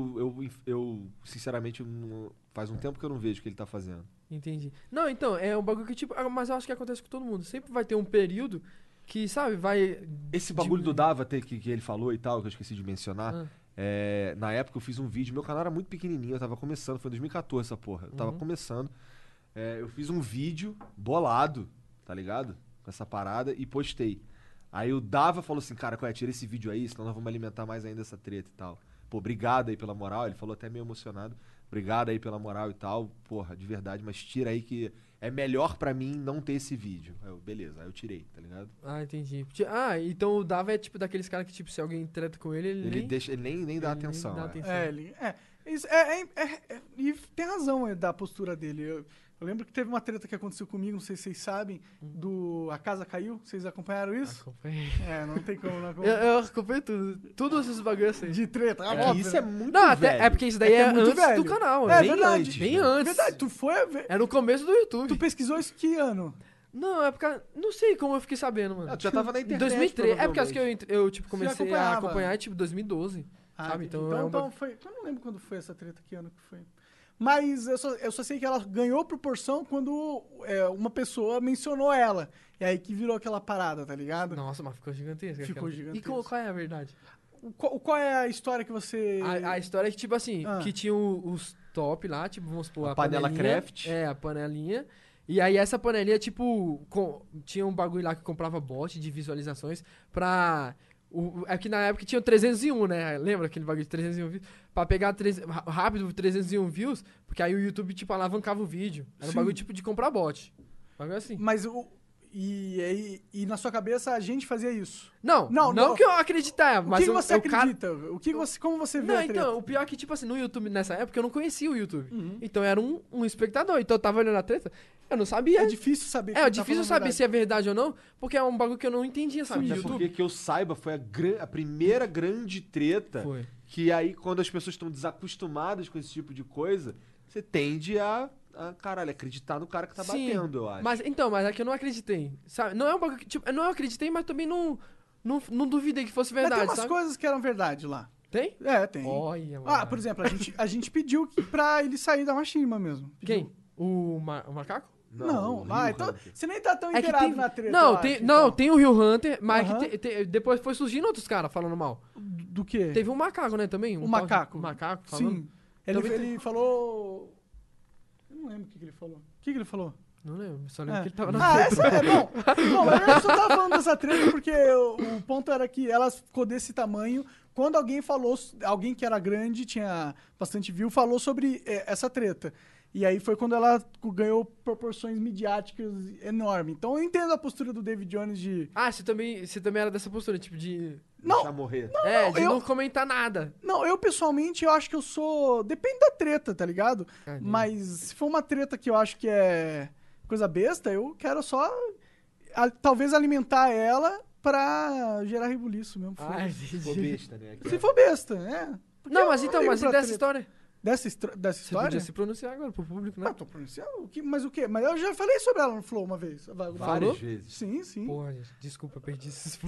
Eu sinceramente, faz um tempo que eu não vejo o que ele tá fazendo. Entendi. Não, então, é um bagulho que, tipo, mas eu acho que acontece com todo mundo. Sempre vai ter um período que, sabe, vai... Esse bagulho do Dava que ele falou e tal, que eu esqueci de mencionar. Ah. Na época eu fiz um vídeo, meu canal era muito pequenininho, eu tava começando, foi em 2014 essa porra. Eu tava começando. Eu fiz um vídeo bolado, tá ligado? Com essa parada e postei. Aí o Dava falou assim, cara, tira esse vídeo aí, senão nós vamos alimentar mais ainda essa treta e tal. pô, obrigado aí pela moral. Ele falou até meio emocionado. Obrigado aí pela moral e tal. Porra, de verdade, mas tira aí que é melhor pra mim não ter esse vídeo. Aí eu, beleza, aí eu tirei, tá ligado? Ah, entendi. Ah, então o Dava é tipo daqueles caras que, tipo, se alguém treta com ele, Ele deixa, ele nem dá atenção. dá é. atenção. E tem razão da postura dele. Eu lembro que teve uma treta que aconteceu comigo, não sei se vocês sabem, A Casa Caiu. Vocês acompanharam isso? Acompanhei. Não tem como não acompanhar. Eu acompanhei tudo. Tudo esses bagulhos aí. De treta, É que óbvio, isso né? é muito Não, velho. até, é porque isso daí é muito antes velho. do canal. É Bem verdade. antes. Bem né? antes. Verdade, tu foi ver. É no começo do YouTube. Tu pesquisou isso que ano? Não, é porque... Não sei como eu fiquei sabendo, mano. Ah, tu já tava na Em internet, 2003. É porque acho que provavelmente. eu tipo, Você comecei a acompanhava? acompanhar, tipo, 2012. Sabe? Entendi. Então, é um então foi. Eu não lembro quando foi essa treta, que ano que foi. Mas eu só sei que ela ganhou proporção quando uma pessoa mencionou ela. E aí que virou aquela parada, tá ligado? Nossa, mas ficou gigantesco. Ficou aquela- gigantesco. E qual é a verdade? Qual é a história que você. A história é que, tipo assim, Ah. que tinha os top lá, tipo, vamos supor, A a panela panelinha. Kraft. É, a panelinha. E aí essa panelinha, tipo, tinha um bagulho lá que comprava bot de visualizações pra... É que na época tinha 301, né? Lembra aquele bagulho de 301 views? Pra pegar rápido 301 views, porque aí o YouTube, tipo, alavancava o vídeo. Era um Sim. bagulho, tipo, de comprar bot. Bagulho assim. Mas e na sua cabeça a gente fazia isso. Não, Não, não não. que eu acreditava, O mas que você o cara... acredita? Como você vê Não, a treta? então, o pior é que, tipo assim, no YouTube, nessa época, eu não conhecia o YouTube. Uhum. Então, eu era um espectador. Então, eu tava olhando a treta, eu não sabia. É difícil saber. É quem tá difícil falando a saber verdade. se é verdade ou não, porque é um bagulho que eu não entendia, sabe? Sim, de Até YouTube. porque que eu saiba, foi a primeira grande treta. Foi. Que aí, quando as pessoas estão desacostumadas com esse tipo de coisa, você tende caralho, acreditar no cara que tá Sim, batendo, eu acho. Mas é que eu não acreditei, sabe? Não é um bagulho que, tipo, eu não acreditei, mas também não duvidei que fosse Mas verdade, tem umas sabe? coisas que eram verdade lá. Tem? Tem. Olha, mano. Por exemplo, a gente pediu pra ele sair da machinima mesmo. Pediu. Quem? O macaco? Não. o Rio Então Hunter. você nem tá tão É que inteirado tem... na treta. Não, eu tem, acho, não, então. tem o Rio Hunter, mas Aham. depois foi surgindo outros caras falando mal. Do quê? Teve um macaco, né, também? O tal de macaco. macaco falando. Sim. Ele, Também ele falou. Eu não lembro o que ele falou. O que ele falou? Não lembro, só lembro É. que ele tava na Essa é bom. Bom, eu só tava falando dessa treta porque o ponto era que ela ficou desse tamanho quando alguém que era grande, tinha bastante view, falou sobre essa treta. E aí foi quando ela ganhou proporções midiáticas enormes. Então eu entendo a postura do David Jones de... Ah, você também era dessa postura, tipo de... Deixar morrer. de eu- não comentar nada. Não, eu pessoalmente, eu acho que eu sou... Depende da treta, tá ligado? Caramba. Mas se for uma treta que eu acho que é coisa besta, eu quero só talvez alimentar ela pra gerar rebuliço mesmo. Ah, foda-se. Ficou entendi. besta, né? Se for besta, Porque Não, eu mas então, ligo mas e pra dessa treta. história? Dessa Você história? podia se pronunciar agora pro público, né? Tô pronunciando. Mas o quê? Mas eu já falei sobre ela no Flow uma vez. Falou? Várias vezes. Sim, sim. Porra, gente, desculpa, perdi esses...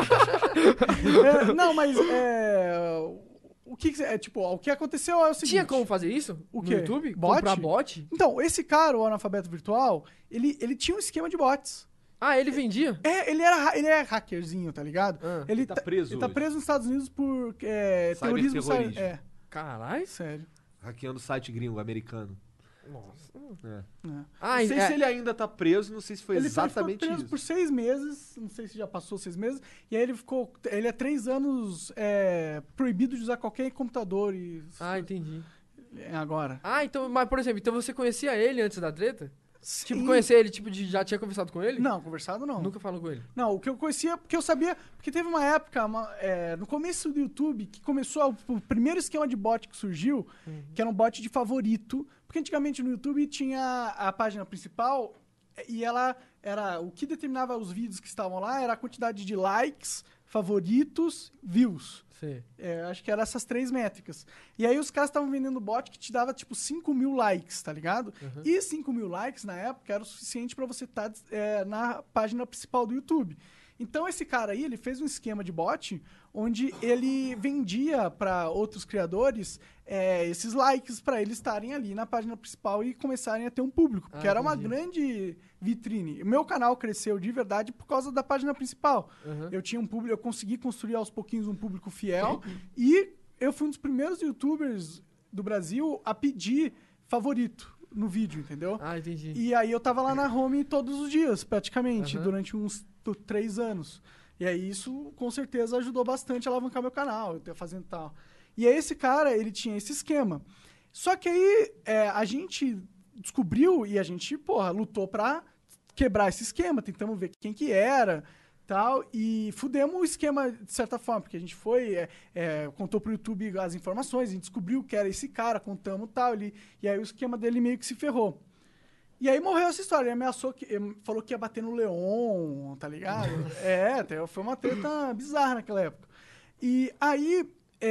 Não, mas o que aconteceu é o seguinte. Tinha como fazer isso? O no quê? YouTube? Bot? Comprar bot? Então, esse cara, o analfabeto virtual, ele tinha um esquema de bots. Ah, ele vendia? Ele é hackerzinho, tá ligado? Ah. Ele Tá preso Ele tá hoje. preso nos Estados Unidos por terrorismo. Cyberterrorismo. Caralho. Sério. Hackeando site gringo, americano. Nossa. É. Ah, Não sei é- se ele ainda tá preso, não sei se foi Ele exatamente ficou preso isso. por 6 meses, não sei se já passou 6 meses, e aí ele é 3 anos proibido de usar qualquer computador e Ah, entendi. agora. Ah, então, mas por exemplo, então você conhecia ele antes da treta? Tipo, Sim. conhecia ele, tipo, já tinha conversado com ele? Não, conversado não. Nunca falou com ele. Não, o que eu conhecia, porque eu sabia, porque teve uma época, no começo do YouTube, que começou o primeiro esquema de bot que surgiu, que era um bot de favorito, porque antigamente no YouTube tinha a página principal e ela era, o que determinava os vídeos que estavam lá era a quantidade de likes, favoritos, views. Sei. Acho que eram essas 3 métricas. E aí os caras estavam vendendo bot que te dava, tipo, 5 mil likes, tá ligado? E 5 mil likes, na época, era o suficiente pra você estar na página principal do YouTube. Então, esse cara aí, ele fez um esquema de bot onde ele vendia pra outros criadores esses likes pra eles estarem ali na página principal e começarem a ter um público. Porque era uma entendi. grande vitrine. O meu canal cresceu de verdade por causa da página principal. Uhum. Eu tinha um público, eu consegui construir aos pouquinhos um público fiel e eu fui um dos primeiros youtubers do Brasil a pedir favorito no vídeo, entendeu? Ah, entendi. E aí eu tava lá na home todos os dias, praticamente, Aham. durante uns 3 anos. E aí isso com certeza ajudou bastante a alavancar meu canal, eu ter fazendo tal. E aí esse cara, ele tinha esse esquema. Só que aí a gente descobriu e a gente, porra, lutou pra quebrar esse esquema, tentamos ver quem que era, tal, e fudemos o esquema de certa forma, porque a gente contou pro YouTube as informações, a gente descobriu que era esse cara, contamos tal, e aí o esquema dele meio que se ferrou. E aí morreu essa história, ele ameaçou, falou que ia bater no Leon, tá ligado? Foi uma treta bizarra naquela época. E aí,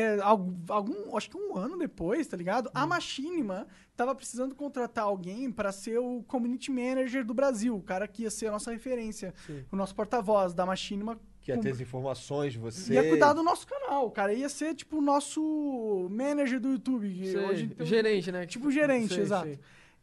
acho que um ano depois, tá ligado? A Machinima tava precisando contratar alguém pra ser o community manager do Brasil, o cara que ia ser a nossa referência, o nosso porta-voz da Machinima. Que ia ter as informações de você. Ia cuidar do nosso canal, o cara ia ser tipo o nosso manager do YouTube. Hoje, gerente, né? Tipo gerente, exato.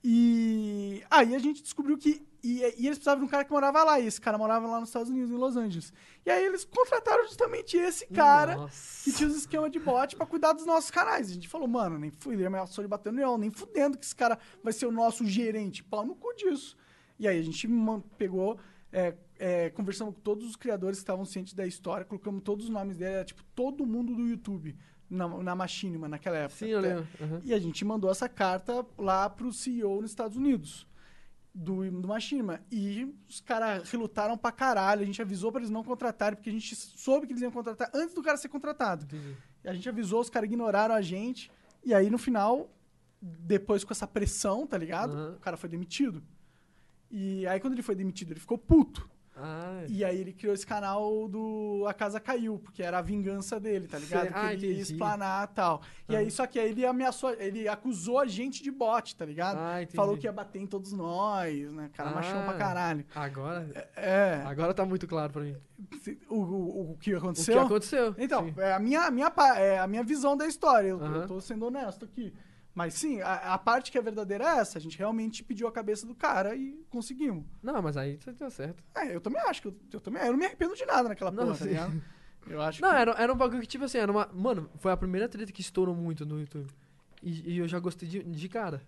E aí a gente descobriu que e eles precisavam de um cara que morava lá, e esse cara morava lá nos Estados Unidos, em Los Angeles. E aí eles contrataram justamente esse cara que tinha os esquemas de bot pra cuidar dos nossos canais. A gente falou, mano, nem fudendo, ele ameaçou de bater no leão, nem fudendo que esse cara vai ser o nosso gerente. Pau no cu disso. E aí a gente pegou, conversamos com todos os criadores que estavam cientes da história, colocamos todos os nomes dele, era tipo todo mundo do YouTube. Na Machinima, naquela época. Sim, eu lembro. Uhum. E a gente mandou essa carta lá pro CEO nos Estados Unidos, do Machinima. E os caras relutaram pra caralho. A gente avisou pra eles não contratarem, porque a gente soube que eles iam contratar antes do cara ser contratado. Entendi. E a gente avisou, os caras ignoraram a gente. E aí, no final, depois com essa pressão, tá ligado? Uhum. O cara foi demitido. E aí, quando ele foi demitido, ele ficou puto. E aí ele criou esse canal do A Casa Caiu, porque era a vingança dele, tá ligado? Que ele ia explanar e tal. E aí, só que aí ele ameaçou, ele acusou a gente de bot, tá ligado? Falou que ia bater em todos nós, né? Cara machão pra caralho. Agora? Agora tá muito claro pra mim. O que aconteceu? O que aconteceu. Então, é a minha visão da história. Eu tô sendo honesto aqui. Mas sim, a parte que é verdadeira é essa. A gente realmente pediu a cabeça do cara e conseguimos. Não, mas aí você deu certo. Eu também acho que eu não me arrependo de nada naquela porra, tá ligado? Eu acho não, era um bagulho que, tipo assim, mano, foi a primeira treta que estourou muito no YouTube. E eu já gostei de cara.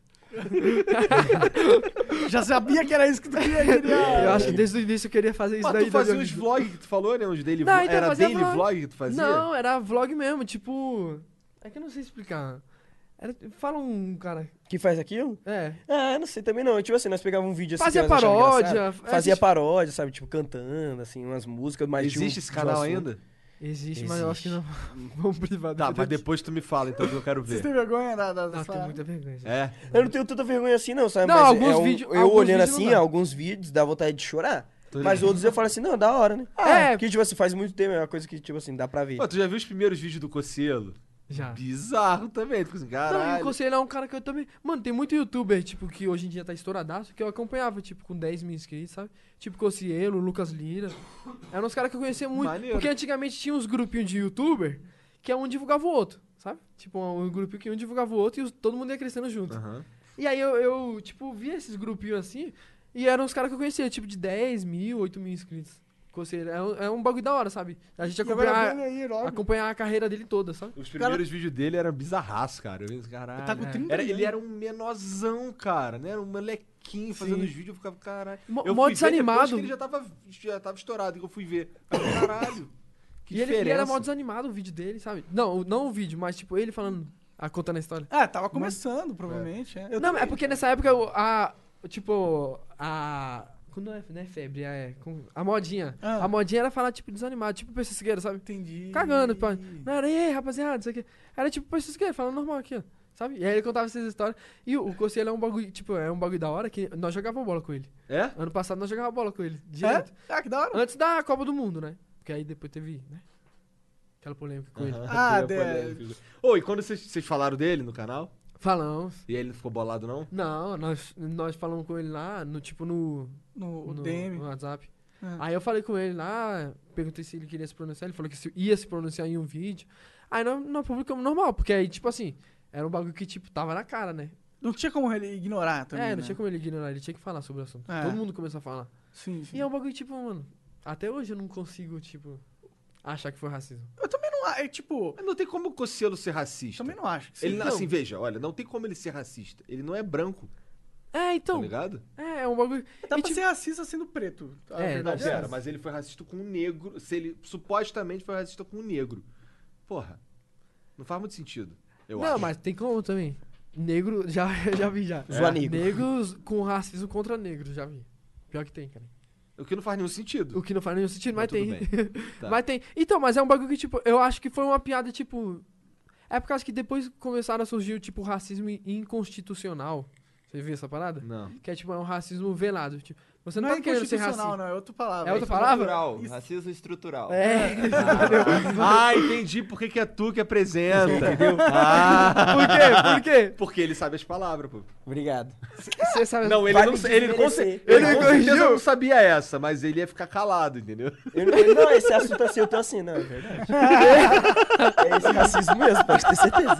Já sabia que era isso que tu queria. Eu acho que desde o início eu queria fazer isso. Mas daí. tu fazia os vlogs que tu falou, né? Os daily Não, vlog. então, Era fazia daily vlog que tu fazia? Não, era vlog mesmo, tipo... É que eu não sei explicar. Fala um cara... Que faz aquilo? Não sei também não. Tipo assim, nós pegávamos um vídeo assim... Fazia paródia. Fazia paródia, sabe? Tipo, cantando, assim, umas músicas mais... Existe esse canal ainda? Existe, mas eu acho que não. Vamos privar. Tá, mas depois tu me fala, então, que eu quero ver. Você tem vergonha Não, tenho muita vergonha. Eu não tenho tanta vergonha assim, não, sabe? Não, mas alguns vídeos... Eu olhando assim, alguns vídeos, dá vontade de chorar. Mas outros eu falo assim, não, da hora, né? Porque, tipo assim, faz muito tempo, é uma coisa que, tipo assim, dá pra ver. Pô, tu já viu os primeiros vídeos do Cocielo? Já. Bizarro também, tu assim, caralho. Não, e o Conselho é um cara que eu também... Mano, tem muito youtuber, tipo, que hoje em dia tá estouradaço, que eu acompanhava, tipo, com 10 mil inscritos, sabe? Tipo, Conselho, Lucas Lira. Eram uns caras que eu conhecia muito. Maneiro. Porque antigamente tinha uns grupinhos de youtuber que um divulgava o outro, sabe? Tipo, um grupinho que um divulgava o outro e todo mundo ia crescendo junto. Uhum. E aí eu, tipo, via esses grupinhos assim, e eram uns caras que eu conhecia, tipo, de 10 mil, 8 mil inscritos. Conselho, é um bagulho da hora, sabe? A gente acompanhar a carreira dele toda, sabe? Os primeiros vídeos dele eram bizarraços, cara. Eu vi, caralho. Tá com 30 ele era um menorzão, cara, né? Era um molequinho fazendo os vídeos, eu ficava, caralho. Eu mó fui ver desanimado. depois que ele já tava estourado, que eu fui ver. Caralho. Que e diferença. ele era mó desanimado o vídeo dele, sabe? Não o vídeo, mas tipo, ele falando, contando a história. Tava começando, provavelmente. Não, é porque nessa época, quando não é febre, a modinha. A modinha era falar, tipo, desanimado, tipo PC Siqueira, sabe? Entendi. Cagando, pô. Não era, ei, rapaziada, isso aqui. Era tipo PC Siqueira, falando normal aqui, ó. Sabe? E aí ele contava essas histórias. E o Conselho é um bagulho, tipo, é um bagulho da hora que nós jogávamos bola com ele. Ano passado nós jogávamos bola com ele, direto. Que da hora. Antes da Copa do Mundo, né? Porque aí depois teve, né? Aquela polêmica com ele. E quando vocês falaram dele no canal? Falamos. E ele não ficou bolado, não? Não, nós falamos com ele lá, no DM. No WhatsApp. Aí eu falei com ele lá, perguntei se ele queria se pronunciar, ele falou que ia se pronunciar em um vídeo. Aí nós publicamos normal, porque aí, tipo assim, era um bagulho que, tipo, tava na cara, né? Não tinha como ele ignorar também, não tinha como ele ignorar, ele tinha que falar sobre o assunto. Todo mundo começou a falar. Sim. E é um bagulho, tipo, mano, até hoje eu não consigo, tipo, achar que foi racismo. Eu também não acho, tipo... Não tem como o Cocielo ser racista. Também não acho. Ele, assim, veja, olha, não tem como ele ser racista. Ele não é branco. Então. Tá ligado? É um bagulho... Dá pra ser racista sendo preto. Não, pera, mas ele foi racista com um negro. Se ele supostamente foi racista com um negro. Porra. Não faz muito sentido, eu Não, acho. mas tem como também. Negro, já vi já. Zoar negro. Negros com racismo contra negros, já vi. Pior que tem, cara. O que não faz nenhum sentido. O que não faz nenhum sentido, mas Mas tem. tudo Tá. Mas tem. Então, mas é um bagulho que, tipo, eu acho que foi uma piada, tipo... É porque eu acho que depois começaram a surgir, tipo, racismo inconstitucional. Você viu essa parada? Não. Que é, tipo, é um racismo velado. Tipo, você não, Não tá é querendo ser inconstitucional, racista. não, é outra palavra. É outra palavra? Estrutural, racismo estrutural. É. Ah, entendi por que é tu que apresenta. Entendeu? Ah, Por quê? Por quê? porque ele sabe as palavras, pô. Obrigado. Você sabe... Não, ele Vai não me ele com desmerecer. ele Ele com me certeza corrigiu. não sabia essa, mas ele ia ficar calado, entendeu? Não, esse assunto assim, eu tô assim, não, é verdade. É esse racismo mesmo, pode ter certeza.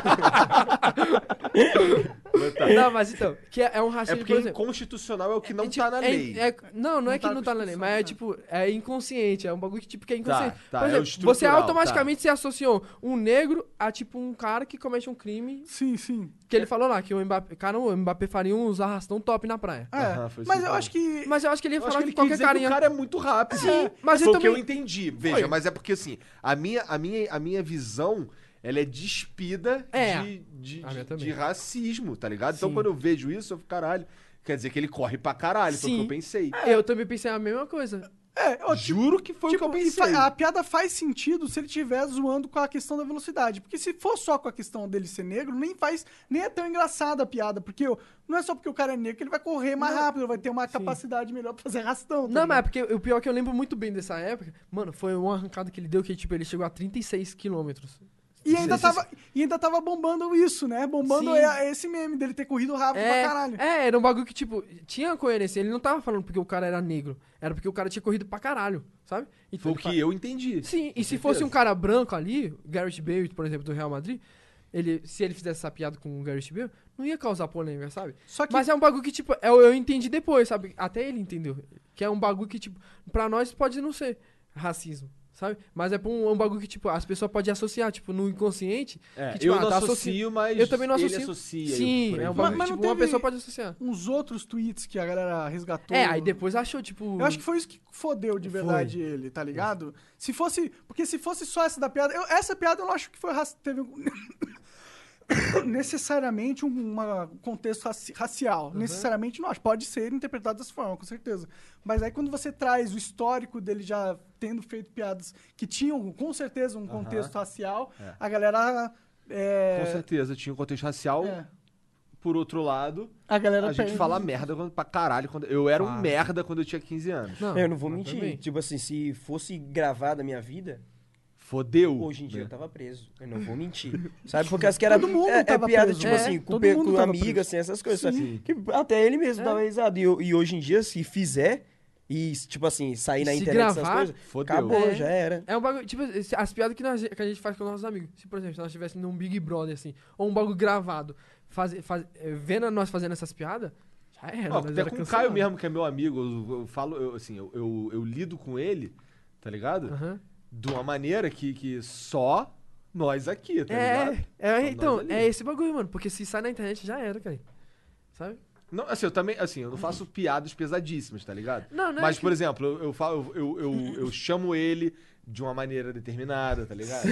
Não, mas então, que é um É racismo, porque por exemplo... inconstitucional é o que não tipo, tá na lei. Não é Não que tá não na tá na lei, Constituição, mas é né? tipo, é inconsciente, é um bagulho que, tipo, que é inconsciente. Tá, Por é o exemplo, você estrutural, automaticamente se associou um negro a, tipo, um cara que comete um crime, Sim, sim. que ele falou lá, que o Mbappé, cara, o Mbappé faria uns arrastão top na praia. É, Aham, foi isso mas que eu eu acho que... Mas eu acho que ele ia Eu acho falar que que ele quis qualquer dizer que carinha... o cara é muito rápido. Sim, mas foi eu o que eu também... entendi. Veja, Foi. mas é porque assim, a minha visão, ela é despida É. de A minha também. racismo, tá ligado? Então Sim. quando eu vejo isso, eu fico, caralho, quer dizer que ele corre pra caralho, foi o que Sim. eu pensei. Eu também pensei a mesma coisa. Juro que foi o que eu e pensei. a piada faz sentido se ele estiver zoando com a questão da velocidade. Porque se for só com a questão dele ser negro, nem é tão engraçada a piada. Porque não é só porque o cara é negro que ele vai correr mais rápido, vai ter uma capacidade melhor pra fazer arrastão. tá Não, mas é ligado? porque o pior é que eu lembro muito bem dessa época, mano, foi uma arrancada que ele deu que, tipo, ele chegou a 36 quilômetros. E ainda tava bombando isso, né? Bombando Sim. esse meme dele ter corrido rápido pra caralho. Era um bagulho que, tipo, tinha coerência. Ele não tava falando porque o cara era negro. Era porque o cara tinha corrido pra caralho, sabe? Então, Foi o ele fala- que eu entendi. Sim, Com e se certeza. fosse um cara branco ali, Gareth Bale, por exemplo, do Real Madrid, se ele fizesse essa piada com o Gareth Bale, não ia causar polêmica, sabe? Só que Mas é um bagulho que, tipo, eu entendi depois, sabe? Até ele entendeu. Que é um bagulho que, tipo, pra nós pode não ser racismo, sabe? Mas é um bagulho que, tipo, as pessoas podem associar, tipo, no inconsciente. É, que, tipo, eu não tá associo, mas eu também não ele associo. associa. Sim, por aí é um vai. bagulho Mas que, não tipo, uma teve- pessoa pode associar. uns outros tweets que a galera resgatou. Aí depois achou, tipo... Eu acho que foi isso que fodeu de verdade ele, tá ligado? Se fosse. Porque se fosse só essa da piada. Essa piada eu não acho que foi. Teve necessariamente um contexto racial. Necessariamente não acho. Pode ser interpretado dessa forma, com certeza. Mas aí quando você traz o histórico dele já tendo feito piadas que tinham, com certeza, um contexto racial, a galera. Com certeza, tinha um contexto racial. É. Por outro lado, A galera a gente perde. fala merda pra caralho. Eu era um Ah. merda quando eu tinha 15 anos. Eu não vou mas mentir. também. Tipo assim, se fosse gravada a minha vida, Fodeu. hoje em dia né? eu tava preso. Eu não vou mentir. Sabe? Porque as que era Todo mundo é tava piada, preso. tipo É, assim, com, todo pe- mundo com tava amiga, preso. assim, essas coisas. Sim. sabe? Que até ele mesmo dava risada. E hoje em dia, se fizer, e tipo assim, sair na Se internet essas gravar, coisas, fodeu. acabou, É. já era. É um bagulho, tipo, as piadas que a gente faz com nossos amigos. Se, por exemplo, se nós estivéssemos num Big Brother, assim, ou um bagulho gravado, vendo nós fazendo essas piadas, já era. Ó, nós até era com o cancelado. Caio mesmo, que é meu amigo, eu falo, eu lido com ele, tá ligado? Aham. De uma maneira que só nós aqui, tá ligado? Só Então, nós ali. é esse bagulho, mano. Porque se sai na internet, já era, cara. Sabe? Não, assim, eu também, assim, eu não faço piadas pesadíssimas, tá ligado? Não, Mas, é por exemplo, eu chamo ele de uma maneira determinada, tá ligado?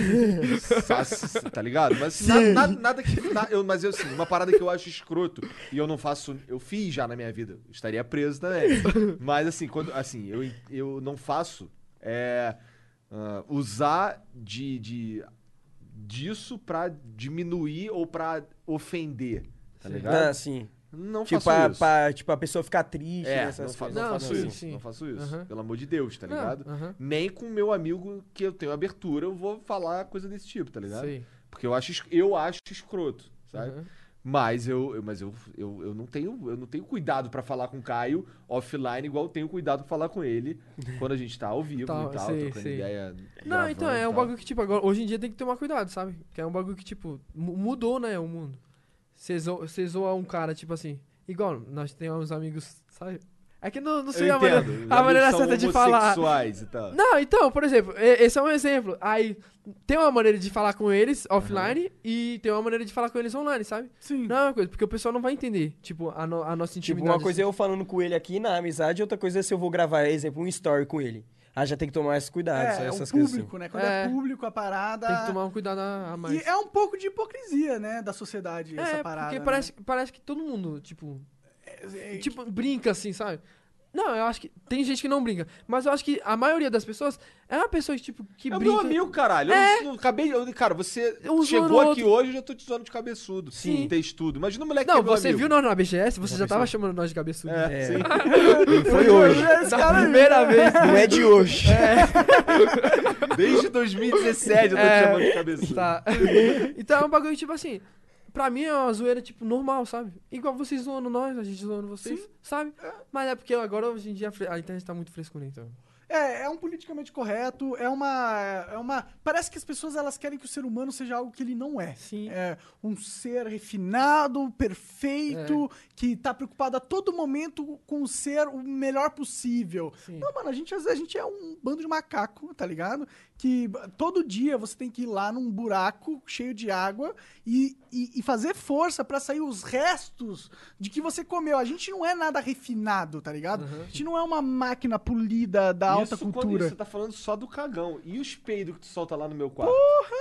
Tá ligado? Mas assim, nada que. Mas eu, assim, uma parada que eu acho escroto e eu não faço. Eu fiz já na minha vida. Eu estaria preso também. Mas assim, quando. Assim, eu não faço. Usar disso pra diminuir ou pra ofender. Tá Sim. ligado? Ah, sim. Não Tipo, faço isso. tipo, a pessoa ficar triste, É, essas não, coisas. não Não, faço sim, isso. sim. Não faço isso. Aham. Pelo amor de Deus, tá Não, ligado? aham. Nem com meu amigo que eu tenho abertura eu vou falar coisa desse tipo, tá ligado? Sei. Porque eu acho escroto, sabe? Aham. Mas eu não tenho cuidado pra falar com o Caio offline igual eu tenho cuidado pra falar com ele quando a gente tá ao vivo Tá, e tal, sei, trocando sei. ideia. Não, gravando então, é e um tal. bagulho que, tipo, agora, hoje em dia tem que tomar cuidado, sabe? Que é um bagulho que, tipo, mudou, né, o mundo. Você zoa um cara, tipo assim, igual, nós temos uns amigos, sabe? É que não sei Eu a maneira, entendo. Os a maneira amigos são certa de falar. homossexuais e tal. Não, então, por exemplo, esse é um exemplo. Aí, tem uma maneira de falar com eles offline e tem uma maneira de falar com eles online, sabe? Sim. Não é uma coisa, porque o pessoal não vai entender, tipo, a nossa Tipo, intimidade. uma coisa é eu falando com ele aqui na amizade, outra coisa é se eu vou gravar, exemplo, um story com ele. Ah, já tem que tomar mais cuidado, É, essas o coisas público, assim. né? Quando é público a parada... Tem que tomar um cuidado a mais. E é um pouco de hipocrisia, né, da sociedade, essa parada, porque né? parece que todo mundo, tipo, brinca assim, sabe? Não, eu acho que tem gente que não brinca, mas eu acho que a maioria das pessoas é uma pessoa tipo, que É o brinca. meu amigo, caralho. Eu não acabei. Cara, você Um chegou zoando aqui outro. hoje, eu já tô te zoando de cabeçudo. Sim. Textudo. Imagina o moleque que Não, é meu você amigo. viu nós na BGS, você já tava pensou? chamando nós de cabeçudo. É, sim. Foi hoje. Da primeira vez. Não é de hoje. Desde 2017 eu tô te chamando de cabeçudo. Tá. Então é um bagulho tipo assim. Pra mim é uma zoeira, tipo, normal, sabe? Igual vocês zoando nós, a gente zoando vocês, sabe? Mas é porque agora, hoje em dia, a internet tá muito frescurenta. É um politicamente correto, é uma... Parece que as pessoas, elas querem que o ser humano seja algo que ele não é. Sim. É um ser refinado, perfeito, que tá preocupado a todo momento com ser o melhor possível. Sim. Não, mano, às vezes a gente é um bando de macaco, tá ligado? Que todo dia você tem que ir lá num buraco cheio de água e fazer força pra sair os restos de que você comeu. A gente não é nada refinado, tá ligado? A gente não é uma máquina polida da alta Quando cultura. você tá falando só do cagão. E os peidos que tu solta lá no meu quarto?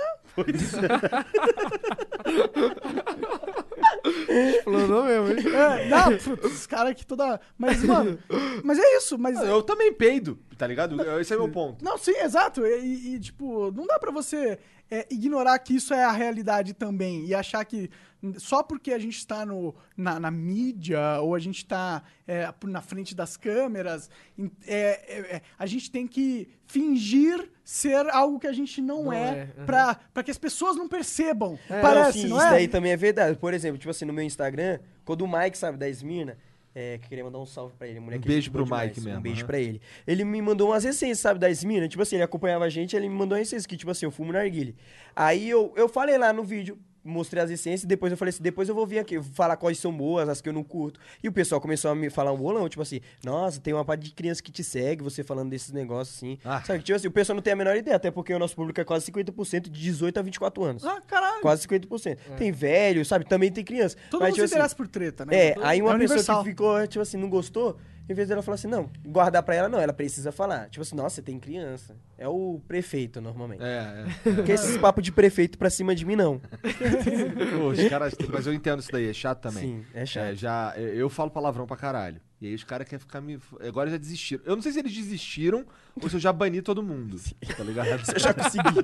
Explanou mesmo, hein? Não, putz, os caras aqui toda... Mas, mano, mas é isso, mas... Eu também peido, tá ligado? Esse é meu ponto. Não, sim, exato. Tipo, não dá pra você ignorar que isso é a realidade também e achar que só porque a gente tá na mídia ou a gente tá na frente das câmeras, a gente tem que fingir ser algo que a gente não é, pra que as pessoas não percebam. Parece, sim, não isso é? daí também é verdade. Por exemplo, tipo assim, no meu Instagram, quando o Mike, sabe, da Esmirna, que eu queria mandar um salve pra ele. Moleque, beijo gente boa pro Mike demais, mesmo, Um beijo aham. pra ele. Ele me mandou umas receitas, sabe, da Esmirna. Tipo assim, ele acompanhava a gente, ele me mandou uma receita que, tipo assim, eu fumo narguilé. Aí eu falei lá no vídeo, mostrei as essências, e depois eu falei assim, depois eu vou vir aqui, falar quais são boas, as que eu não curto. E o pessoal começou a me falar um bolão, tipo assim, nossa, tem uma parte de criança que te segue, você falando desses negócios assim. Sabe, tipo assim, o pessoal não tem a menor ideia, até porque o nosso público é quase 50% de 18 a 24 anos. Ah, caralho. Quase 50%. Tem velho, sabe, também tem criança. Todo Mas, mundo tipo se assim, interessa por treta, né? aí uma É pessoa universal. que ficou, tipo assim, não gostou, em vez dela falar assim, não, guardar pra ela, não, ela precisa falar. Tipo assim, nossa, você tem criança. É o prefeito, normalmente. Porque esses papos de prefeito pra cima de mim, não. Pô, os caras... Mas eu entendo isso daí, é chato também. Sim, é chato. Eu falo palavrão pra caralho. E aí os caras querem ficar me... Agora já desistiram. Eu não sei se eles desistiram ou se eu já bani todo mundo. Tá ligado? Eu já consegui.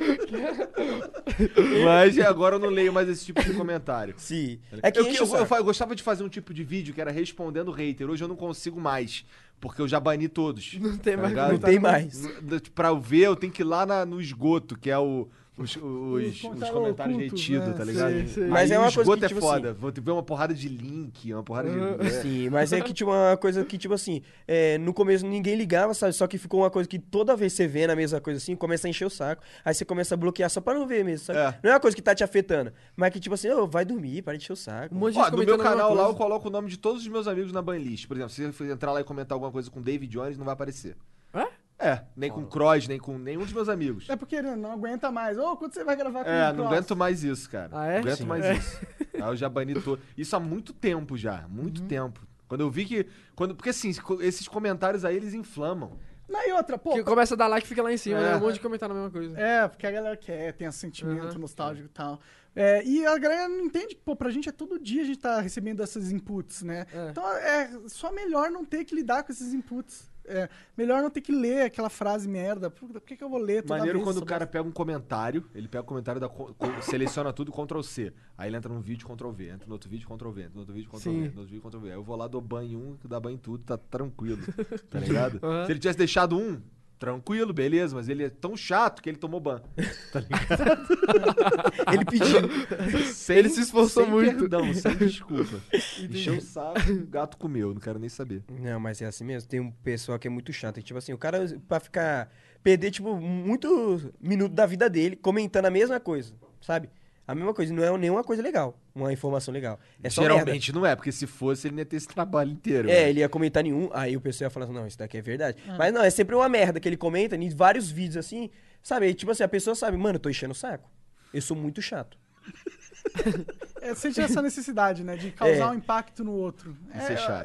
Mas agora eu não leio mais esse tipo de comentário. Sim. É que eu enche o saco. gostava de fazer um tipo de vídeo que era respondendo hater. Hoje eu não consigo mais. Porque eu já bani todos. Não tem mais. ligado? Não tem mais. Pra eu ver, eu tenho que ir lá no esgoto, que é os comentários comentários ocultos, retidos, né? tá ligado? Sei, sei. Mas Aí é uma o coisa esgoto que, é tipo foda. Vou ver uma porrada de link, uma porrada de... Sim, mas é que tinha uma coisa que, tipo assim, no começo ninguém ligava, sabe? Só que ficou uma coisa que toda vez você vê na mesma coisa assim, começa a encher o saco. Aí você começa a bloquear só pra não ver mesmo, sabe? É. Não é uma coisa que tá te afetando. Mas que, tipo assim, vai dormir, para de encher o saco. Um monte de Ó, gente no meu comentando a mesma canal lá eu coisa. coloco o nome de todos os meus amigos na banlist. Por exemplo, se você entrar lá e comentar alguma coisa com David Jones, não vai aparecer. Nem com Cross, nem com nenhum dos meus amigos. É porque ele não aguenta mais. Quando você vai gravar com o Não Cross? aguento mais isso, cara. Ah, é? Não aguento Sim. mais isso. Aí eu já bani todo. Isso há muito tempo já. Muito tempo. Quando eu vi que... Porque assim, esses comentários aí, eles inflamam. Não, e outra, pô... Que começa a dar like e fica lá em cima, É. né? Um monte de comentário na mesma coisa. Porque a galera tem esse sentimento Uhum. nostálgico e tal. E a galera não entende que, pô, pra gente todo dia a gente tá recebendo esses inputs, né? É. Então é só melhor não ter que lidar com esses inputs. Melhor não ter que ler aquela frase merda. Por que eu vou ler toda Maneiro vez quando o essa cara pega um comentário, ele pega o comentário, seleciona tudo, Ctrl+C. Aí ele entra num vídeo, Ctrl+V. Entra no outro vídeo, Ctrl+V. Entra no outro vídeo, Ctrl+V. Sim. Entra no outro vídeo, Ctrl+V. Aí eu vou lá, dou banho em um, dá banho em tudo, tá tranquilo. Tá ligado? Uhum. Se ele tivesse deixado um, tranquilo, beleza, mas ele é tão chato que ele tomou ban. Tá ligado? Ele pediu. Ele se esforçou sem muito. Perdão, sem desculpa. Encheu o saco, o gato comeu, não quero nem saber. Não, mas é assim mesmo. Tem um pessoal que é muito chato. E, tipo assim, o cara, pra perder, tipo, muito minuto da vida dele comentando a mesma coisa, sabe? A mesma coisa. Não é nenhuma coisa legal. Uma informação legal. É só merda. Geralmente não é, porque se fosse, ele não ia ter esse trabalho inteiro. né? Ele ia comentar nenhum, aí o pessoal ia falar assim, não, isso daqui é verdade. Mas não, é sempre uma merda que ele comenta em vários vídeos assim, sabe? E, tipo assim, a pessoa sabe, mano, eu tô enchendo o saco. Eu sou muito chato. Sente essa necessidade, né? De causar um impacto no outro. Isso é chato.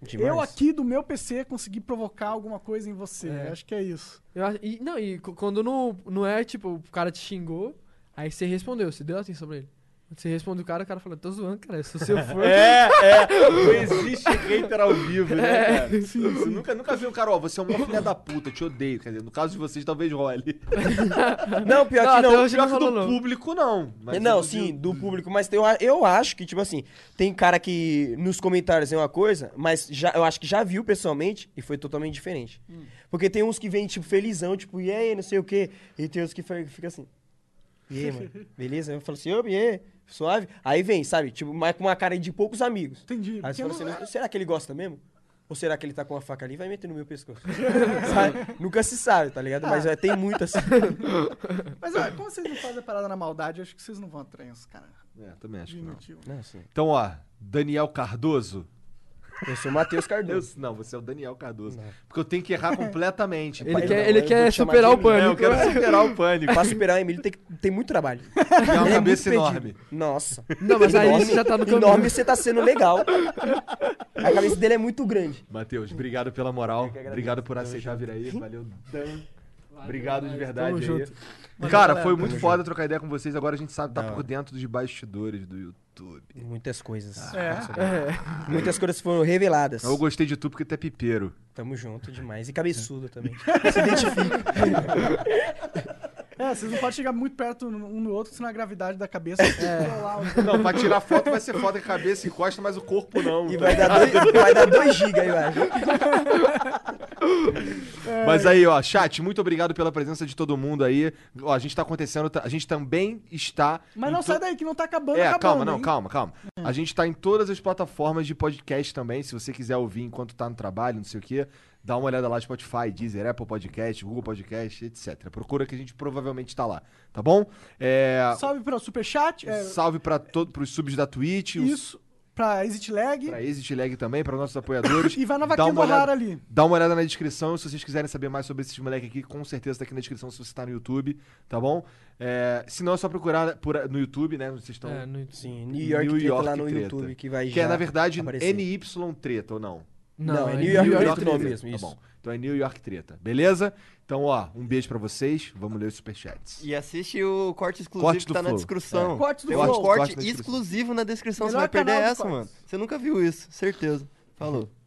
Demais. Eu aqui do meu PC consegui provocar alguma coisa em você. É. Acho que é isso. Quando não é, tipo, o cara te xingou, aí você respondeu, você deu atenção pra ele. Você responde o cara fala, tô zoando, cara, eu sou seu fã. Não existe hater ao vivo, né, cara? Você nunca viu o cara, ó, você é uma filha da puta, te odeio. Quer dizer, no caso de vocês, talvez role. Não, pior que até não. hoje Pior que falou, do não. público, não. Mas Não, do- sim, do público, mas eu acho que, tipo assim, tem cara que nos comentários é uma coisa, mas eu acho que já viu pessoalmente e foi totalmente diferente. Porque tem uns que vêm, tipo, felizão, tipo, e aí, não sei o quê, e tem uns que fica assim, e aí, mano, beleza? Eu falo assim, ô, e aí, suave? Aí vem, sabe, tipo, mas com uma cara de poucos amigos. Entendi. Aí você Porque fala eu assim, será que ele gosta mesmo? Ou será que ele tá com uma faca ali e vai meter no meu pescoço? Sabe? Nunca se sabe, tá ligado? Mas tem muito assim. Mas olha, como vocês não fazem a parada na maldade, eu acho que vocês não vão atrair os caras. É, também acho De que não. motivo. Não, assim, Então, ó, Daniel Cardoso. eu sou o Matheus Cardoso. Não, você é o Daniel Cardoso. Não. Porque eu tenho que errar completamente. Ele pai. quer, não, ele eu quer vou te chamar superar de o Emílio. É, eu pânico. quero superar o pânico. Pra superar o Emílio tem muito trabalho. Tem uma Ele é cabeça muito enorme. pedido. Nossa. Não, mas aí Enorme- você já tá no caminho. Enorme você tá sendo legal. A cabeça dele é muito grande. Matheus, obrigado pela moral. que agradeço. Obrigado por Tamo aceitar vir aí. Valeu, Dan. Obrigado de Tamo verdade aí. junto. Cara, galera. foi muito Tamo foda trocar ideia com vocês. Agora a gente sabe, tá Da por hora. dentro dos bastidores do YouTube. Muitas coisas. É. Muitas coisas foram reveladas. Eu gostei de tu porque tu é pipeiro. Tamo junto demais. E cabeçudo também. Se identifica. É, vocês não podem chegar muito perto um no outro, senão a gravidade da cabeça vai controlar o- Não, pra tirar foto vai ser foda que a cabeça encosta, mas o corpo não. E tá? vai dar 2 GB, eu acho. Mas aí, ó, chat, muito obrigado pela presença de todo mundo aí. Ó, a gente tá acontecendo, a gente também está. Mas em não to- sai daí, que não tá acabando, É, acabando, calma, não, hein? calma. A gente tá em todas as plataformas de podcast também. Se você quiser ouvir enquanto tá no trabalho, não sei o quê, dá uma olhada lá no Spotify, Deezer, Apple Podcast, Google Podcast, etc. Procura que a gente provavelmente tá lá, tá bom? Salve para o Superchat. Salve pros subs da Twitch, Isso. Pra Exit Lag. pra Exit Lag também, pra nossos apoiadores. E vai na Dá vaquinha uma do Rara olhada- ali. Dá uma olhada na descrição, se vocês quiserem saber mais sobre esses moleques aqui, com certeza tá aqui na descrição se você tá no YouTube, tá bom? Se não, é só procurar no YouTube, né? Vocês estão... É, no... Sim, New York, New Treta York lá no Treta. YouTube, que vai Que é, já na verdade, aparecer. NY Treta, ou não? Não, é é New York New Treta York o nome Treta. mesmo, Tá isso. bom. Então é New York Treta, beleza? Então, ó, um beijo pra vocês, vamos ler os superchats. E assiste o corte exclusivo Corte que do tá na Flow. descrição. É. Corte do Tem Flow. um corte Corte da descrição. exclusivo na descrição, você Melhor vai perder canal de essa, cortes. mano. Você nunca viu isso, certeza. Falou.